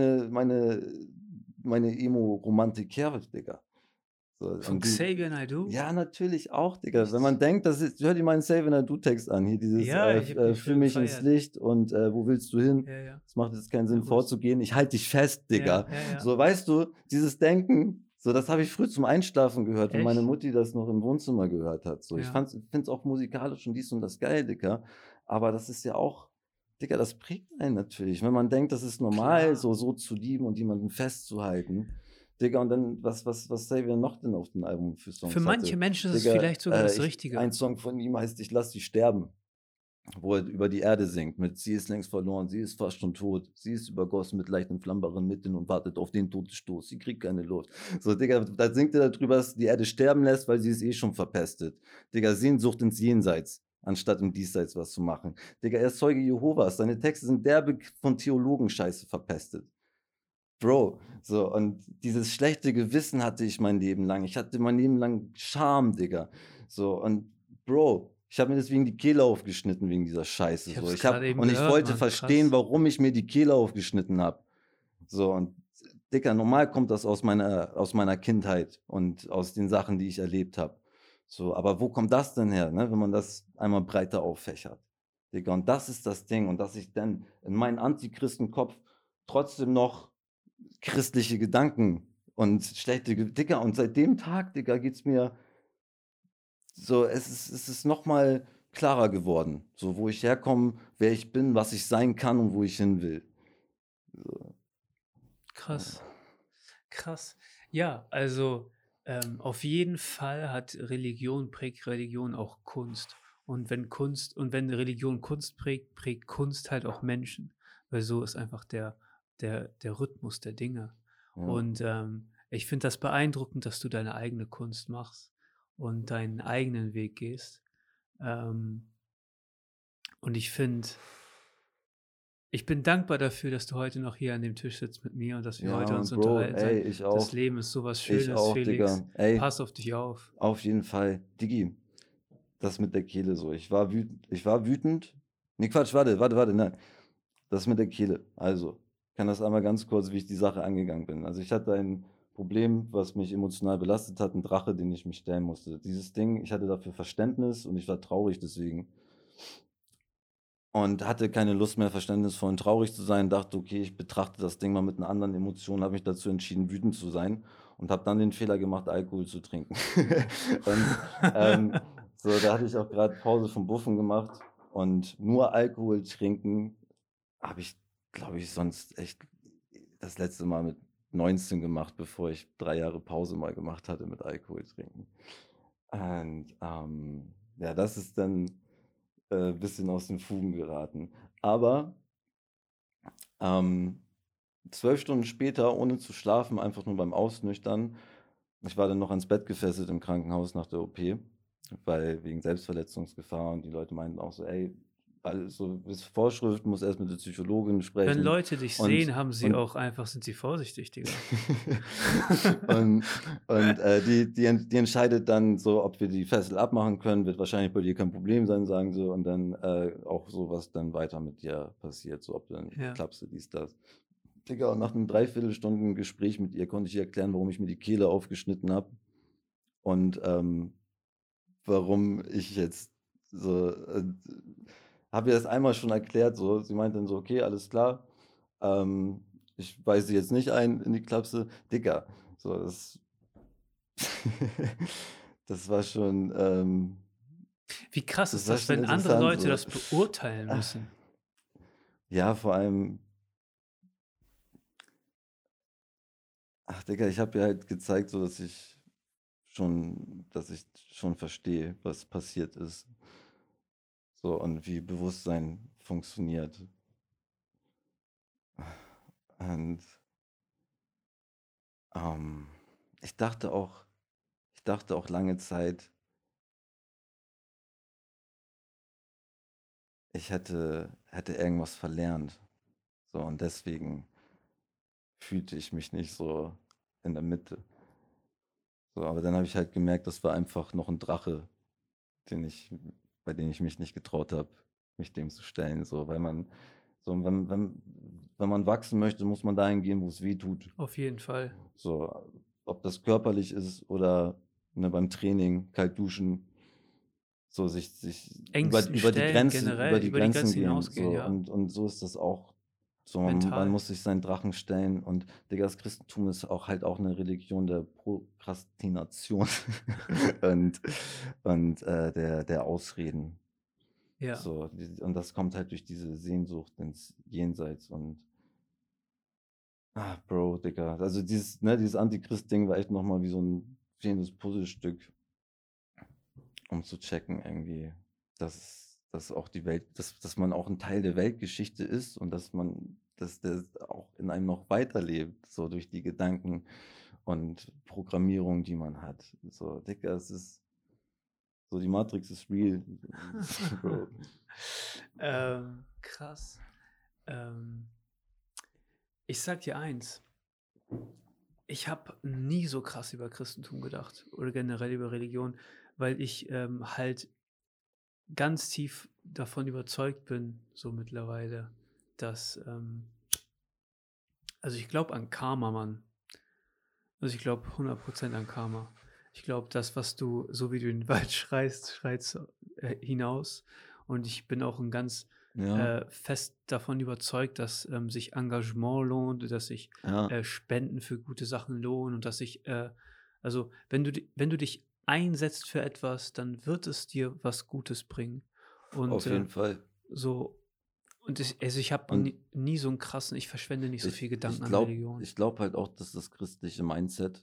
meine Emo-Romantik her, Digga? So, Von und die Xavier Naidoo? ja, natürlich auch, Digga. Wenn man Echt? denkt, das ist hör dir meinen „Say When I Do“ Text an, hier dieses, Ja, ich habe die „Führ früher mich ins gefeiert. Licht“ und, „Wo willst du hin? Ja, ja. Es macht jetzt keinen Sinn Ja, wo ist vorzugehen. Ich halte dich fest, ja, Digga.“ ja, ja. So, weißt du, dieses Denken, so, das habe ich früh zum Einschlafen gehört, wenn meine Echt? Mutti das noch im Wohnzimmer gehört hat. So, ich Ja. finde es auch musikalisch und dies und das geil, Digga. Aber das ist ja auch Digga, das prägt einen natürlich. Wenn man denkt, das ist normal, Klar. so zu lieben und jemanden festzuhalten. Digga, und dann, was Xavier noch denn auf dem Album für Für Songs manche hatte? Menschen ist es Digga, vielleicht sogar das ein Richtige. Song von ihm heißt „Ich lass sie sterben“, wo er über die Erde singt mit „Sie ist längst verloren, sie ist fast schon tot. Sie ist übergossen mit leicht entflammbaren Mitteln und wartet auf den Todesstoß. Sie kriegt keine Luft.“ So, Digga, da singt er darüber, dass die Erde sterben lässt, weil sie ist eh schon verpestet. Digga, Sehnsucht ins Jenseits, anstatt im Diesseits was zu machen. Digga, er ist Zeuge Jehovas. Seine Texte sind derbe von Theologenscheiße verpestet. Bro, so, und dieses schlechte Gewissen hatte ich mein Leben lang. Ich hatte mein Leben lang Scham, Digga. So, und Bro, ich habe mir deswegen die Kehle aufgeschnitten wegen dieser Scheiße. Ich habe So, es gerade eben ich gehört, wollte Mann, verstehen, krass. warum ich mir die Kehle aufgeschnitten habe. So, und Dicker, normal kommt das aus meiner Kindheit und aus den Sachen, die ich erlebt habe. So, aber wo kommt das denn her, ne, wenn man das einmal breiter auffächert? Digga, und das ist das Ding. Und dass ich dann in meinen Antichristenkopf trotzdem noch christliche Gedanken und schlechte Ge Digga, und seit dem Tag, Digga, geht's mir so es ist noch mal klarer geworden, so wo ich herkomme, wer ich bin, was ich sein kann und wo ich hin will. So, Krass. Krass. Ja, also, auf jeden Fall hat Religion prägt Religion auch Kunst. Und wenn Religion Kunst prägt, prägt Kunst halt auch Menschen, weil so ist einfach der Rhythmus der Dinge. ja. Und, ich finde das beeindruckend, dass du deine eigene Kunst machst und deinen eigenen Weg gehst. Ähm, und ich bin dankbar dafür, dass du heute noch hier an dem Tisch sitzt mit mir und dass wir Ja, heute Mann, uns Bro, unterhalten. ey, ich Das auch. Leben ist so was Ich Schönes, auch, Felix. Digga. Ey, Pass auf dich auf. auf jeden Fall. Diggi, das mit der Kehle so. Ich war wütend. Ne, Quatsch, warte, nein. Das mit der Kehle. Also, ich kann das einmal ganz kurz, wie ich die Sache angegangen bin. Also, ich hatte ein Problem, was mich emotional belastet hat, 'n Drache, den ich mich stellen musste. Dieses Ding, ich hatte dafür Verständnis und ich war traurig deswegen und hatte keine Lust mehr, verständnisvoll und traurig zu sein. Dachte: „Okay, ich betrachte das Ding mal mit 'ner anderen Emotion“, habe mich dazu entschieden, wütend zu sein und habe dann den Fehler gemacht, Alkohol zu trinken. Und, ähm, so, da hatte ich auch grad Pause vom Buffen gemacht und nur Alkohol trinken habe ich, glaube ich, sonst echt das letzte Mal mit 19 gemacht, bevor ich 3 Jahre Pause mal gemacht hatte mit Alkohol trinken. Und, ja, das ist dann, bisschen aus den Fugen geraten. Aber, ähm, 12 Stunden später, ohne zu schlafen, einfach nur beim Ausnüchtern ich war dann noch ans Bett gefesselt im Krankenhaus nach der OP, weil wegen Selbstverletzungsgefahr und die Leute meinten auch so: „Ey, alles so ist Vorschrift, musst erst mit der Psychologin Wenn sprechen.“ Leute dich Und sehen, haben sie und auch einfach sind sie vorsichtig, Digga. und die entscheidet dann so, ob wir die Fessel abmachen können, wird wahrscheinlich bei dir kein Problem sein, sagen sie, und dann, auch so, was dann weiter mit dir passiert, so ob du dann Ja, Klapse, dies, das. Digga, und nach 'nem Dreiviertelstunden Gespräch mit ihr konnte ich ihr erklären, warum ich mir die Kehle aufgeschnitten habe und, warum ich jetzt so, habe ihr das einmal schon erklärt so. Sie meinte dann so: „Okay, alles klar. Ich weise sie jetzt nicht ein in die Klapse.“ Digga, so das das war schon, Wie krass das ist war das, schon wenn andere interessant Leute so. das beurteilen Ah, müssen? ja, vor allem Digga, ich habe ihr halt gezeigt, so dass ich schon verstehe, was passiert ist, so und wie Bewusstsein funktioniert. Und, ähm, ich dachte auch ich dachte auch lange Zeit, ich hätte irgendwas verlernt, so und deswegen fühlte ich mich nicht so in der Mitte. So, aber dann habe ich halt gemerkt, das war einfach noch ein Drache, den ich bei dem ich mich nicht getraut habe, mich dem zu stellen, so, weil man so wenn man wachsen möchte, muss man dahin gehen, wo es weh tut. Auf jeden Fall. So, ob das körperlich ist oder, ne, beim Training, kalt duschen, so sich Ängsten stellen, Über generell die über die Grenzen Grenzen gehen, hinausgehen, so ja, und so ist das auch. So, man mental. muss sich seinen Drachen stellen und Digga, das Christentum ist auch halt auch eine Religion der Prokrastination und der Ausreden. Ja. So, und das kommt halt durch diese Sehnsucht ins Jenseits und Bro, Digga. Also dieses Antichrist-Ding war echt nochmal wie so ein fehlendes Puzzlestück, um zu checken irgendwie, dass auch die Welt, dass man auch ein Teil der Weltgeschichte ist und dass der auch in einem noch weiterlebt, so durch die Gedanken und Programmierung, die man hat. So, Digga, es ist so, die Matrix ist real, Bro. Krass. Ähm, Ich sag dir eins, ich habe nie so krass über Christentum gedacht oder generell über Religion, weil ich, halt ganz tief davon überzeugt bin, so mittlerweile, dass, also, ich glaube an Karma, Mann. Also, ich glaube 100% an Karma. Ich glaube, das, was du so wie du in den Wald schreist, schreit's, hinaus. Und ich bin auch ein ganz, Ja, fest davon überzeugt, dass, sich Engagement lohnt, dass sich, ja, Spenden für gute Sachen lohnen und dass sich, also, wenn du dich einsetzt für etwas, dann wird es dir was Gutes bringen. Und, auf jeden Fall. so ich habe Und nie so einen krassen ich verschwende nicht so viel Gedanken an Religion. ich glaube halt auch, dass das christliche Mindset,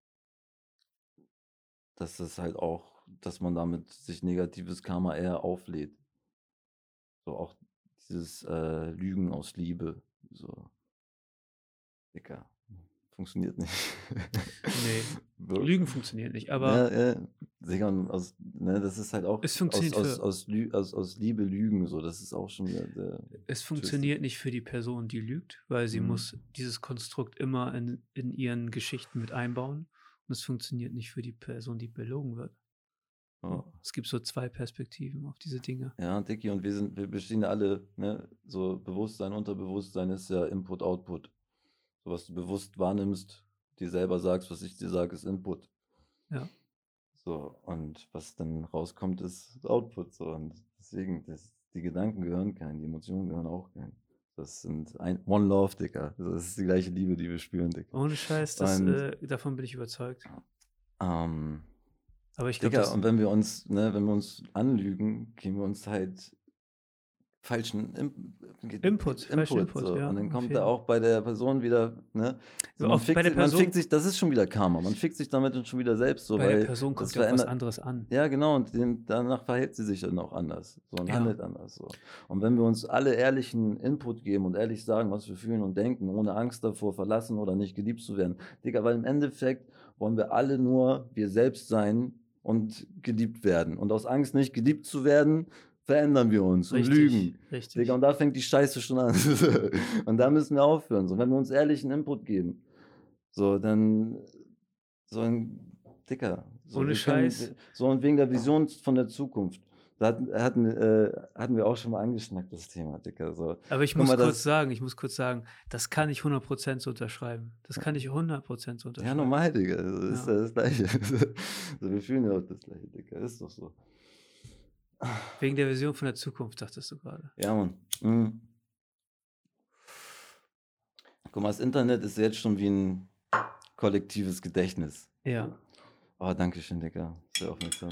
dass es halt auch, dass man damit sich negatives Karma eher auflädt. So auch dieses, Lügen aus Liebe, so, Digga, funktioniert nicht. Ne, Bro, Lügen funktioniert nicht, aber ja, Digga, und das ist halt auch es funktioniert für aus Liebe lügen, so, das ist auch schon wieder sehr es twisted. funktioniert nicht für die Person, die lügt, weil sie Mhm. muss dieses Konstrukt immer in ihren Geschichten mit einbauen und es funktioniert nicht für die Person, die belogen wird. Ja. So, es gibt so 2 Perspektiven auf diese Dinge. Ja, Dicky, und wir bestehen ja alle, ne, so Bewusstsein, Unterbewusstsein ist ja Input, Output. So, was du bewusst wahrnimmst, dir selber sagst, was ich dir sage, ist Input. Ja, So, und was dann rauskommt, ist Output. So, und deswegen, die Gedanken gehören keinen, die Emotionen gehören auch keinen. Das sind One Love, Digga. Also, das ist die gleiche Liebe, die wir spüren, Digga. ohne Scheiß, Und, davon bin ich überzeugt. ähm, Aber ich glaube, Digga, das und wenn wir uns anlügen, geben wir uns halt falschen falschen Input, Input, so. ja, Und dann auf kommt da jeden auch bei der Person wieder, ne? So, bei der man fickt Person sich, das ist schon wieder Karma. Man fickt sich damit schon wieder selbst so, bei der weil Person das kommt ja auch was verändert. anderes an. Ja, genau, und danach verhält sie sich dann auch anders, so und Ja, handelt anders so. Und wenn wir uns alle ehrlichen Input geben und ehrlich sagen, was wir fühlen und denken, ohne Angst davor, verlassen oder nicht geliebt zu werden, Digga, weil im Endeffekt wollen wir alle nur wir selbst sein und geliebt werden. Und aus Angst, nicht geliebt zu werden, verändern wir uns und richtig, lügen. Digga, richtig. und da fängt die Scheiße schon an. Und da müssen wir aufhören. So, wenn wir uns ehrlichen Input geben, so, dann so ein Dicker. So, Ohne Scheiß. so und wegen der Vision von der Zukunft. Hatten wir auch schon mal angeschnackt, das Thema, Dicker. So, Aber guck mal, ich muss kurz sagen, das kann ich 100% so unterschreiben. Das kann ich 100% so ja, unterschreiben. normal, Digga. Das ist Ja. ja das Gleiche. So, wir fühlen ja auch das Gleiche, Dicker. Ist doch so. Wegen der Vision von der Zukunft, dachtest du gerade. Ja, Mann. Guck mal, das Internet ist jetzt schon wie ein kollektives Gedächtnis. Ja. Oh, danke schön, Digga. Sehr aufmerksam.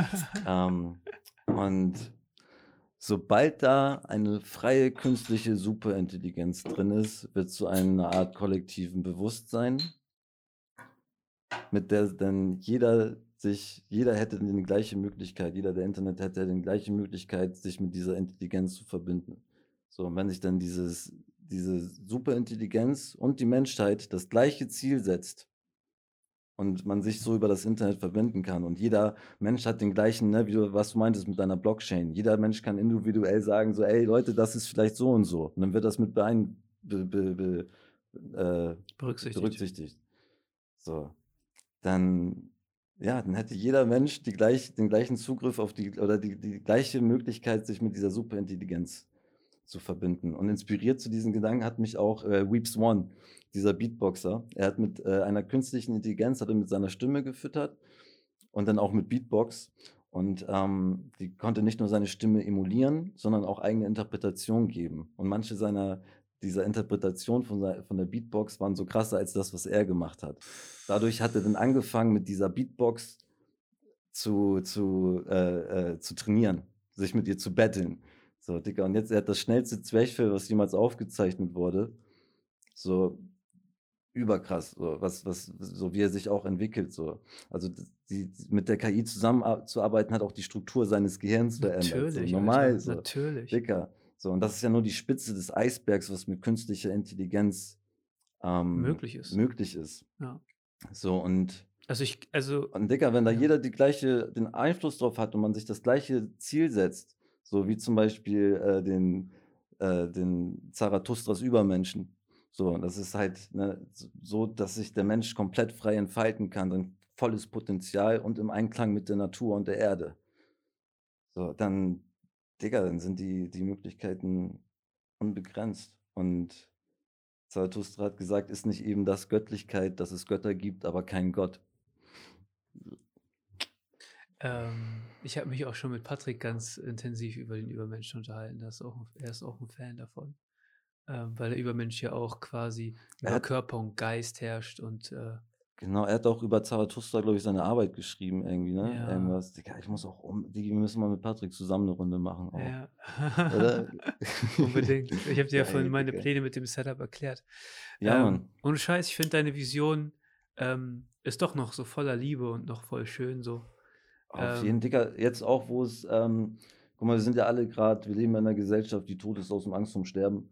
Und sobald da eine freie künstliche Superintelligenz drin ist, wird zu einer Art kollektiven Bewusstsein, mit der dann jeder hätte die gleiche Möglichkeit, jeder, der Internet hätte die gleiche Möglichkeit, sich mit dieser Intelligenz zu verbinden. So, und wenn sich dann diese Superintelligenz und die Menschheit das gleiche Ziel setzt und man sich so über das Internet verbinden kann und jeder Mensch hat den gleichen, ne, was du meintest mit deiner Blockchain. Jeder Mensch kann individuell sagen, so, ey Leute, das ist vielleicht so und so. Und dann wird das mit berücksichtigt. So, dann hätte jeder Mensch den gleichen Zugriff auf die gleiche Möglichkeit, sich mit dieser Superintelligenz zu verbinden. Und inspiriert zu diesen Gedanken hat mich auch Weeps One, dieser Beatboxer. Er hat mit einer künstlichen Intelligenz, hat er mit seiner Stimme gefüttert und dann auch mit Beatbox. Und die konnte nicht nur seine Stimme emulieren, sondern auch eigene Interpretation geben. Und manche dieser Interpretation von der Beatbox waren so krasser als das, was er gemacht hat. Dadurch hat er dann angefangen, mit dieser Beatbox zu trainieren, sich mit ihr zu battlen. So, Digga, und jetzt, er hat das schnellste Zwerchfell, was jemals aufgezeichnet wurde. So überkrass, so wie er sich auch entwickelt. So. Also mit der KI zusammenzuarbeiten, hat auch die Struktur seines Gehirns verändert. Natürlich, so, normal, Alter, so. natürlich. Dicker. So, und das ist ja nur die Spitze des Eisbergs, was mit künstlicher Intelligenz Möglich ist. Ja. So, und Dicker, wenn da ja. jeder den Einfluss drauf hat und man sich das gleiche Ziel setzt, so wie zum Beispiel den Zarathustras Übermenschen, so, das ist halt so, dass sich der Mensch komplett frei entfalten kann, dann volles Potenzial und im Einklang mit der Natur und der Erde. So, dann, Digga, dann sind die Möglichkeiten unbegrenzt. Und Zarathustra hat gesagt, ist nicht eben das Göttlichkeit, dass es Götter gibt, aber kein Gott. Ich habe mich auch schon mit Patrick ganz intensiv über den Übermenschen unterhalten. Er ist auch ein Fan davon. Weil der Übermensch ja auch quasi über Körper und Geist herrscht und genau, er hat auch über Zarathustra, glaube ich, seine Arbeit geschrieben, irgendwie, ne? Ja. Irgendwas. Digga, wir müssen mal mit Patrick zusammen eine Runde machen. Auch. Ja. Oder? Unbedingt. Ich habe dir ja vorhin meine Pläne mit dem Setup erklärt. Ja, Mann. Ohne Scheiß, ich finde deine Vision ist doch noch so voller Liebe und noch voll schön so. Auf jeden Dicker, jetzt auch, wo es, guck mal, wir sind ja alle gerade, wir leben in einer Gesellschaft, die tot ist aus dem Angst vorm Sterben.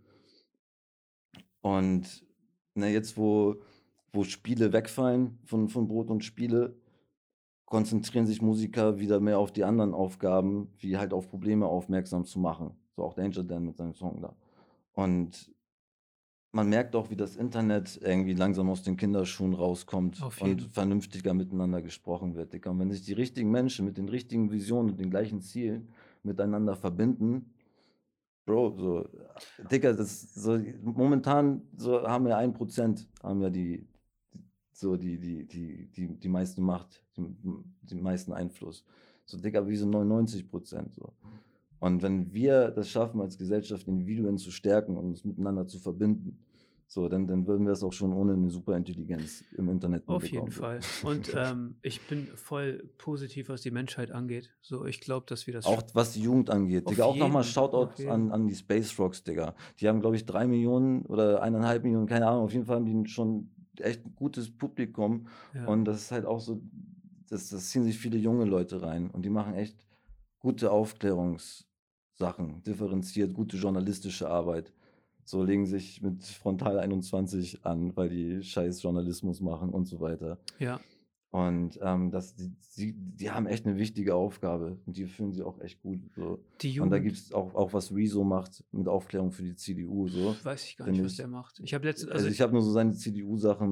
Und jetzt, wo Spiele wegfallen von Brot und Spiele, konzentrieren sich Musiker wieder mehr auf die anderen Aufgaben, wie halt auf Probleme aufmerksam zu machen. So auch Danger Dan mit seinem Song da. Und man merkt auch, wie das Internet irgendwie langsam aus den Kinderschuhen rauskommt und vernünftiger miteinander gesprochen wird. Digga. Und wenn sich die richtigen Menschen mit den richtigen Visionen und den gleichen Zielen miteinander verbinden, Bro, so, Digga, das so, momentan so haben wir 1%, haben ja die meiste Macht, den meisten Einfluss. So, Digga, wie so 99%. So. Und wenn wir das schaffen, als Gesellschaft Individuen zu stärken und uns miteinander zu verbinden, so, dann würden wir es auch schon ohne eine Superintelligenz im Internet Auf jeden Fall. Und ich bin voll positiv, was die Menschheit angeht. So, ich glaube, dass wir das auch was die Jugend angeht. Digga, auch nochmal Shoutout an die Space Rocks, Digga. Die haben, glaube ich, 3 Millionen oder 1,5 Millionen, keine Ahnung. Auf jeden Fall haben die schon echt ein gutes Publikum. Ja. Und das ist halt auch so, das ziehen sich viele junge Leute rein. Und die machen echt gute Aufklärungssachen, differenziert, gute journalistische Arbeit. So legen sich mit Frontal 21 an, weil die scheiß Journalismus machen und so weiter. Ja. Und die haben echt eine wichtige Aufgabe und die erfüllen sie auch echt gut. So. Und da gibt es auch, was Rezo macht mit Aufklärung für die CDU. So. Weiß ich gar nicht, was der macht. Ich habe nur so seine CDU-Sachen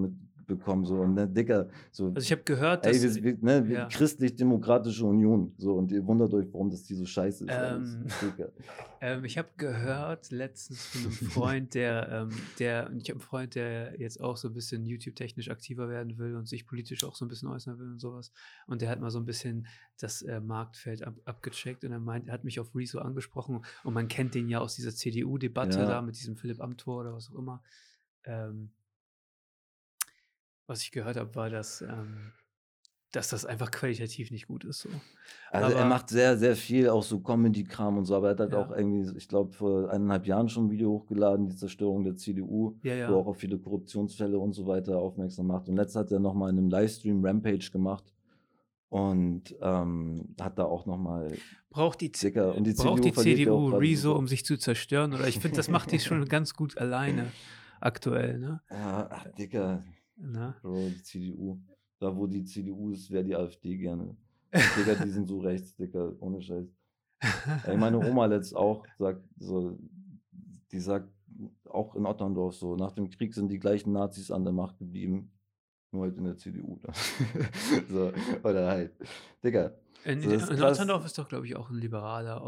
mitbekommen, so, und ne, Dicker, so, Also ich habe gehört, ey, dass wir ja. Christlich-Demokratische Union, so, und ihr wundert euch, warum das hier so scheiße ist alles, Ähm, Dicker. Ich habe gehört letztens von einem Freund, der ich habe einen Freund, der jetzt auch so ein bisschen YouTube-technisch aktiver werden will und sich politisch auch so ein bisschen äußern will und sowas. Und der hat mal so ein bisschen das, Marktfeld abgecheckt und er hat mich auf Rezo angesprochen und man kennt den ja aus dieser CDU-Debatte da Ja, mit diesem Philipp Amthor oder was auch immer. Ähm, Was ich gehört habe, war, dass das einfach qualitativ nicht gut ist so. also er Aber macht sehr, sehr viel auch so Comedy-Kram und so, aber er hat halt auch ja, irgendwie, ich glaube, vor 1,5 Jahren schon ein Video hochgeladen, die Zerstörung der CDU, ja, wo er auch ja. auf viele Korruptionsfälle und so weiter aufmerksam macht. Und letztes hat er noch mal in 'nem Livestream Rampage gemacht und, hat da auch noch mal Dicker, und die Braucht CDU die verliert ja auch CDU grade Rezo, super. um sich zu zerstören? Oder ich finde, das macht die schon ganz gut alleine aktuell, ne? Ja, ach Dicker, Ne? Bro, die CDU. Da, wo die CDU ist, wäre die AfD gerne. Digga, die sind so rechts, Dicker, ohne Scheiß. Ey, meine Oma letzt auch sagt so, die sagt auch in Otterndorf so, nach dem Krieg sind die gleichen Nazis an der Macht geblieben, nur halt in der CDU. So, oder halt, Digga, so das ist In krass. Otterndorf ist doch, glaube ich, auch ein liberaler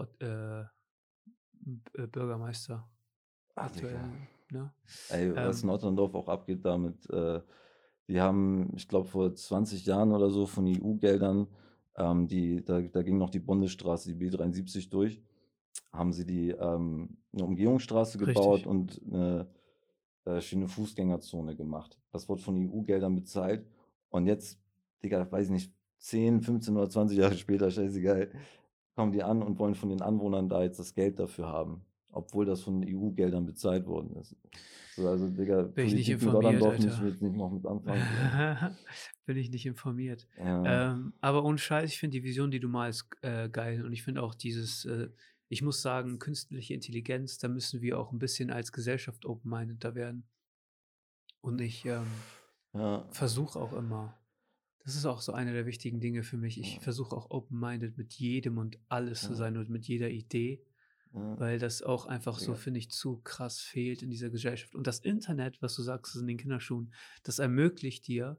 Bürgermeister Ah, Digga. aktuell, ne? Ey, was in Ähm, Otterndorf auch abgeht damit, die haben, ich glaube, vor 20 Jahren oder so von EU-Geldern, da ging noch die Bundesstraße, die B73 durch, haben sie die 'ne Umgehungsstraße gebaut Richtig. und 'ne schöne Fußgängerzone gemacht. Das wurde von EU-Geldern bezahlt und jetzt, Digga, weiß ich nicht, 10, 15 oder 20 Jahre später, scheißegal, kommen die an und wollen von den Anwohnern da jetzt das Geld dafür haben, obwohl das von EU-Geldern bezahlt worden ist. So, also, Digga, Bin ich nicht Politik mit informiert, Otterndorf müssen Alter. wir jetzt nicht noch mit anfangen, so. Bin ich nicht informiert. Ja, Aber ohne Scheiß, ich finde die Vision, die du malst, geil. Und ich finde auch ich muss sagen, künstliche Intelligenz, da müssen wir auch ein bisschen als Gesellschaft open-mindeder werden. Und ich ja, versuche auch immer, das ist auch so eine der wichtigen Dinge für mich. Ich ja, versuche auch open-minded mit jedem und alles zu ja, sein und mit jeder Idee, ja, weil das auch einfach so, Digga. finde ich, zu krass fehlt in dieser Gesellschaft. Und das Internet, was du sagst, ist in den Kinderschuhen, das ermöglicht dir,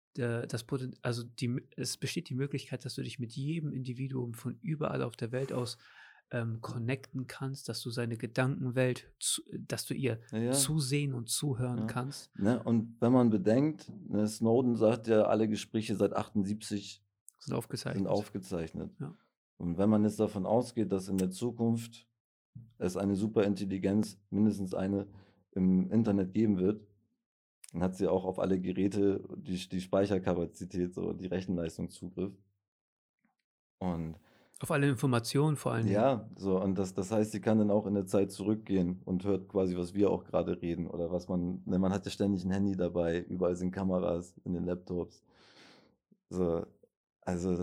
es besteht die Möglichkeit, dass du dich mit jedem Individuum von überall auf der Welt aus connecten kannst, dass du seine Gedankenwelt, dass du ihr Ja, ja, zusehen und zuhören ja. kannst. Ne, und wenn man bedenkt, ne, Snowden sagt ja, alle Gespräche seit 78 Sind sind aufgezeichnet. aufgezeichnet. Ja. Und wenn man jetzt davon ausgeht, dass in der Zukunft es eine Superintelligenz, mindestens eine, im Internet geben wird, dann hat sie auch auf alle Geräte die Speicherkapazität, so die Rechenleistung Zugriff. Und Auf alle Informationen vor allen Dingen. ja, so, und das heißt, sie kann dann auch in der Zeit zurückgehen und hört quasi, was wir auch gerade reden oder was man hat ja ständig ein Handy dabei, überall sind Kameras in den Laptops. So, also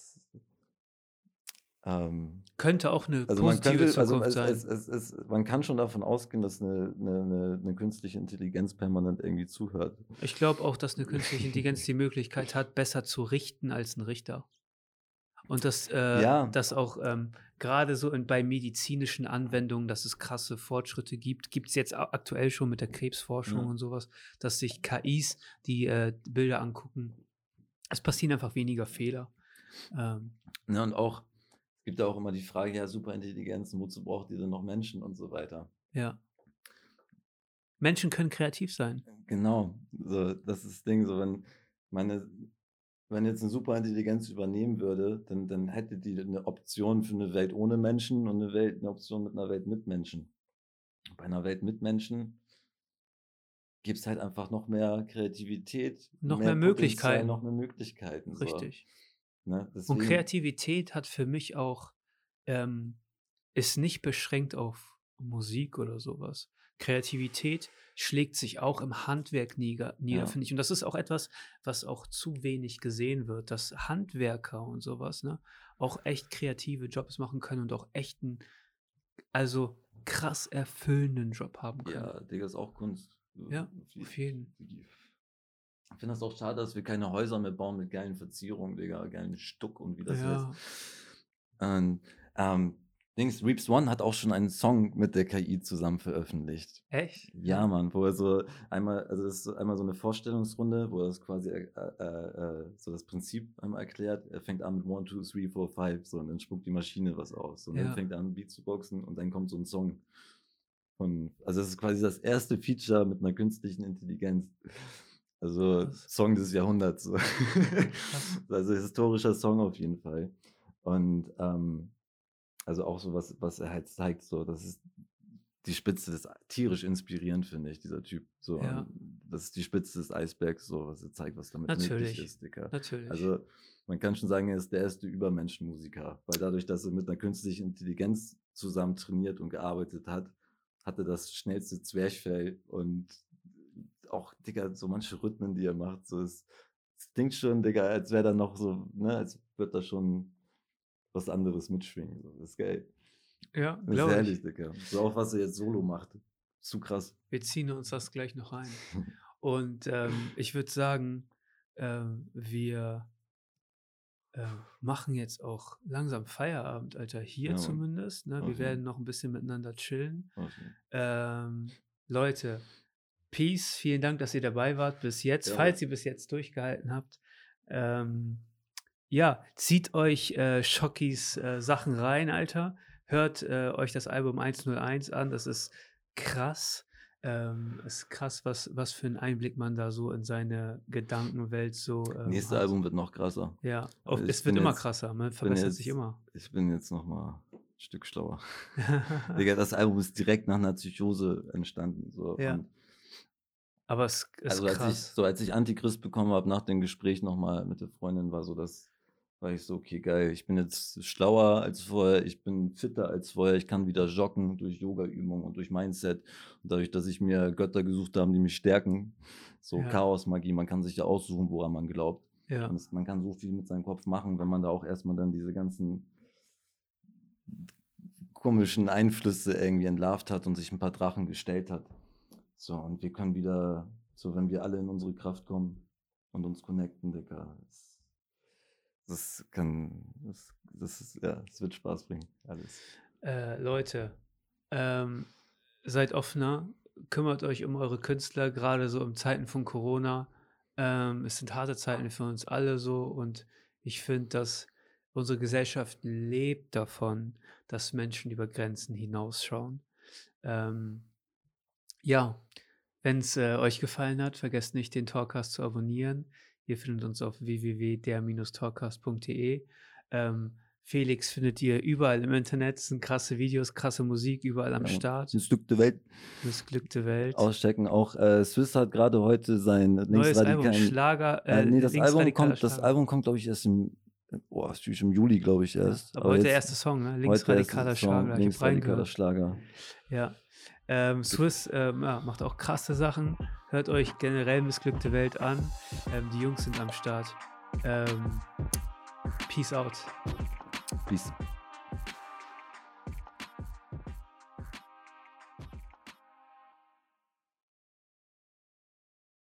ähm Könnte auch eine also, man positive könnte, also, Zukunft sein. man kann schon davon ausgehen, dass eine künstliche Intelligenz permanent irgendwie zuhört. Ich glaube auch, dass eine künstliche Intelligenz die Möglichkeit hat, besser zu richten als ein Richter. Und Ja, dass auch, grade so bei medizinischen Anwendungen, dass es krasse Fortschritte gibt. Gibt es jetzt aktuell schon mit der Krebsforschung ja, und sowas, dass sich KIs die, Bilder angucken. Es passieren einfach weniger Fehler. Ähm, ne, und auch es gibt ja auch immer die Frage: „Ja, Superintelligenzen, wozu braucht ihr denn noch Menschen?“ und so weiter. ja. Menschen können kreativ sein. Genau, so, das ist das Ding, so, meine wenn jetzt 'ne Superintelligenz übernehmen würde, dann hätte die 'ne Option für 'ne Welt ohne Menschen und 'ne Option mit 'ner Welt mit Menschen. Bei 'ner Welt mit Menschen gibt's halt einfach noch mehr Kreativität, Noch mehr mehr Potenzial, noch Möglichkeiten. mehr Möglichkeiten so, Richtig. ne? Und Deswegen Kreativität hat für mich auch ähm, ist nicht beschränkt auf Musik oder sowas. Kreativität schlägt sich auch im Handwerk nieder, ja, finde ich. Und das ist auch etwas, was auch zu wenig gesehen wird, dass Handwerker und sowas, ne, auch echt kreative Jobs machen können und auch echten, also krass erfüllenden Job haben können. ja, Digga, ist auch Kunst. Ja, Wie auf jeden. wie Ich finde das auch schade, dass wir keine Häuser mehr bauen mit geilen Verzierungen, Digga, geilen Stuck und wie das heißt. Ja, Und, Dings, Reeps One hat auch schon einen Song mit der KI zusammen veröffentlicht. Echt? Ja, Mann, wo er so einmal, also das ist so einmal so eine Vorstellungsrunde, wo er das quasi so das Prinzip einmal erklärt. Er fängt an mit 1, 2, 3, 4, 5, so, und dann spuckt die Maschine was aus. Und dann Ja. fängt er an, Beat zu boxen und dann kommt so ein Song. Also das ist quasi das erste Feature mit einer künstlichen Intelligenz. Also Krass. Song des Jahrhunderts. So. Krass. Also historischer Song auf jeden Fall. Und also auch so was er halt zeigt, so, das ist die Spitze des, tierisch inspirierend, finde ich, dieser Typ. So, Ja. das ist die Spitze des Eisbergs, so, was er zeigt, was damit möglich Natürlich. ist, Dicker. Natürlich. Also man kann schon sagen, er ist der erste Übermenschenmusiker, weil dadurch, dass er mit einer künstlichen Intelligenz zusammen trainiert und gearbeitet hat, hatte das schnellste Zwerchfell und auch, Digga, so manche Rhythmen, die er macht, so es klingt schon, Digga, als wäre da noch so, ne, als würde da schon was anderes mitschwingen. So. Das ist geil. Ja, Das ist glaube ich. herrlich, Digga. So auch, was er jetzt solo macht. Zu krass. Wir ziehen uns das gleich noch ein. Und ich würde sagen, wir machen jetzt auch langsam Feierabend, Alter. Hier Ja, Mann. zumindest. Ne? Wir Okay. werden noch ein bisschen miteinander chillen. Okay. Leute, Peace. Vielen Dank, dass ihr dabei wart bis jetzt. Ja. Falls ihr bis jetzt durchgehalten habt. Ja, zieht euch Schockis Sachen rein, Alter. Hört euch das Album 101 an. Das ist krass. Ist krass, was für einen Einblick man da so in seine Gedankenwelt so Nächste hat. Album wird noch krasser. Ja, Aber ich es wird bin immer jetzt- krasser. Man bin verbessert jetzt- sich immer. Ich bin jetzt noch mal ein Stück schlauer. Digga, das Album ist direkt nach einer Psychose entstanden. So. Ja. Und Aber es ist also krass. als ich Antichrist bekommen habe, nach dem Gespräch nochmal mit der Freundin, war ich so, okay, geil, ich bin jetzt schlauer als vorher, ich bin fitter als vorher, ich kann wieder joggen durch Yoga-Übungen und durch Mindset. Und dadurch, dass ich mir Götter gesucht habe, die mich stärken, so Ja. Chaos-Magie, man kann sich ja aussuchen, woran man glaubt. Ja. Und man kann so viel mit seinem Kopf machen, wenn man da auch erstmal dann diese ganzen komischen Einflüsse irgendwie entlarvt hat und sich ein paar Drachen gestellt hat. So, und wir können wieder, so wenn wir alle in unsere Kraft kommen und uns connecten, Digga, das wird Spaß bringen, alles. Leute, seid offener, kümmert euch um eure Künstler, gerade so in Zeiten von Corona. Es sind harte Zeiten für uns alle so und ich finde, dass unsere Gesellschaft lebt davon, dass Menschen über Grenzen hinausschauen. Ja, wenn es euch gefallen hat, vergesst nicht, den Talkcast zu abonnieren. Ihr findet uns auf www.der-talkcast.de. Felix findet ihr überall im Internet. Es sind krasse Videos, krasse Musik überall am Ja, Start. Missglückte Welt Missglückte Welt. auschecken. Auch Swiss hat gerade heute sein Neues Album, linksradikalen. Schlager. Nee, das linksradikaler Album Schlager. kommt, glaube ich, erst im Juli, glaube ich, Ja, erst. aber heute der jetzt- erste Song, ne? heute Linksradikaler erst der Song, Schlager. Ich hab Linksradikaler reingehört. Schlager. Ja. Swiss macht auch krasse Sachen. Hört euch generell Missglückte Welt an. Die Jungs sind am Start. Peace out. Peace.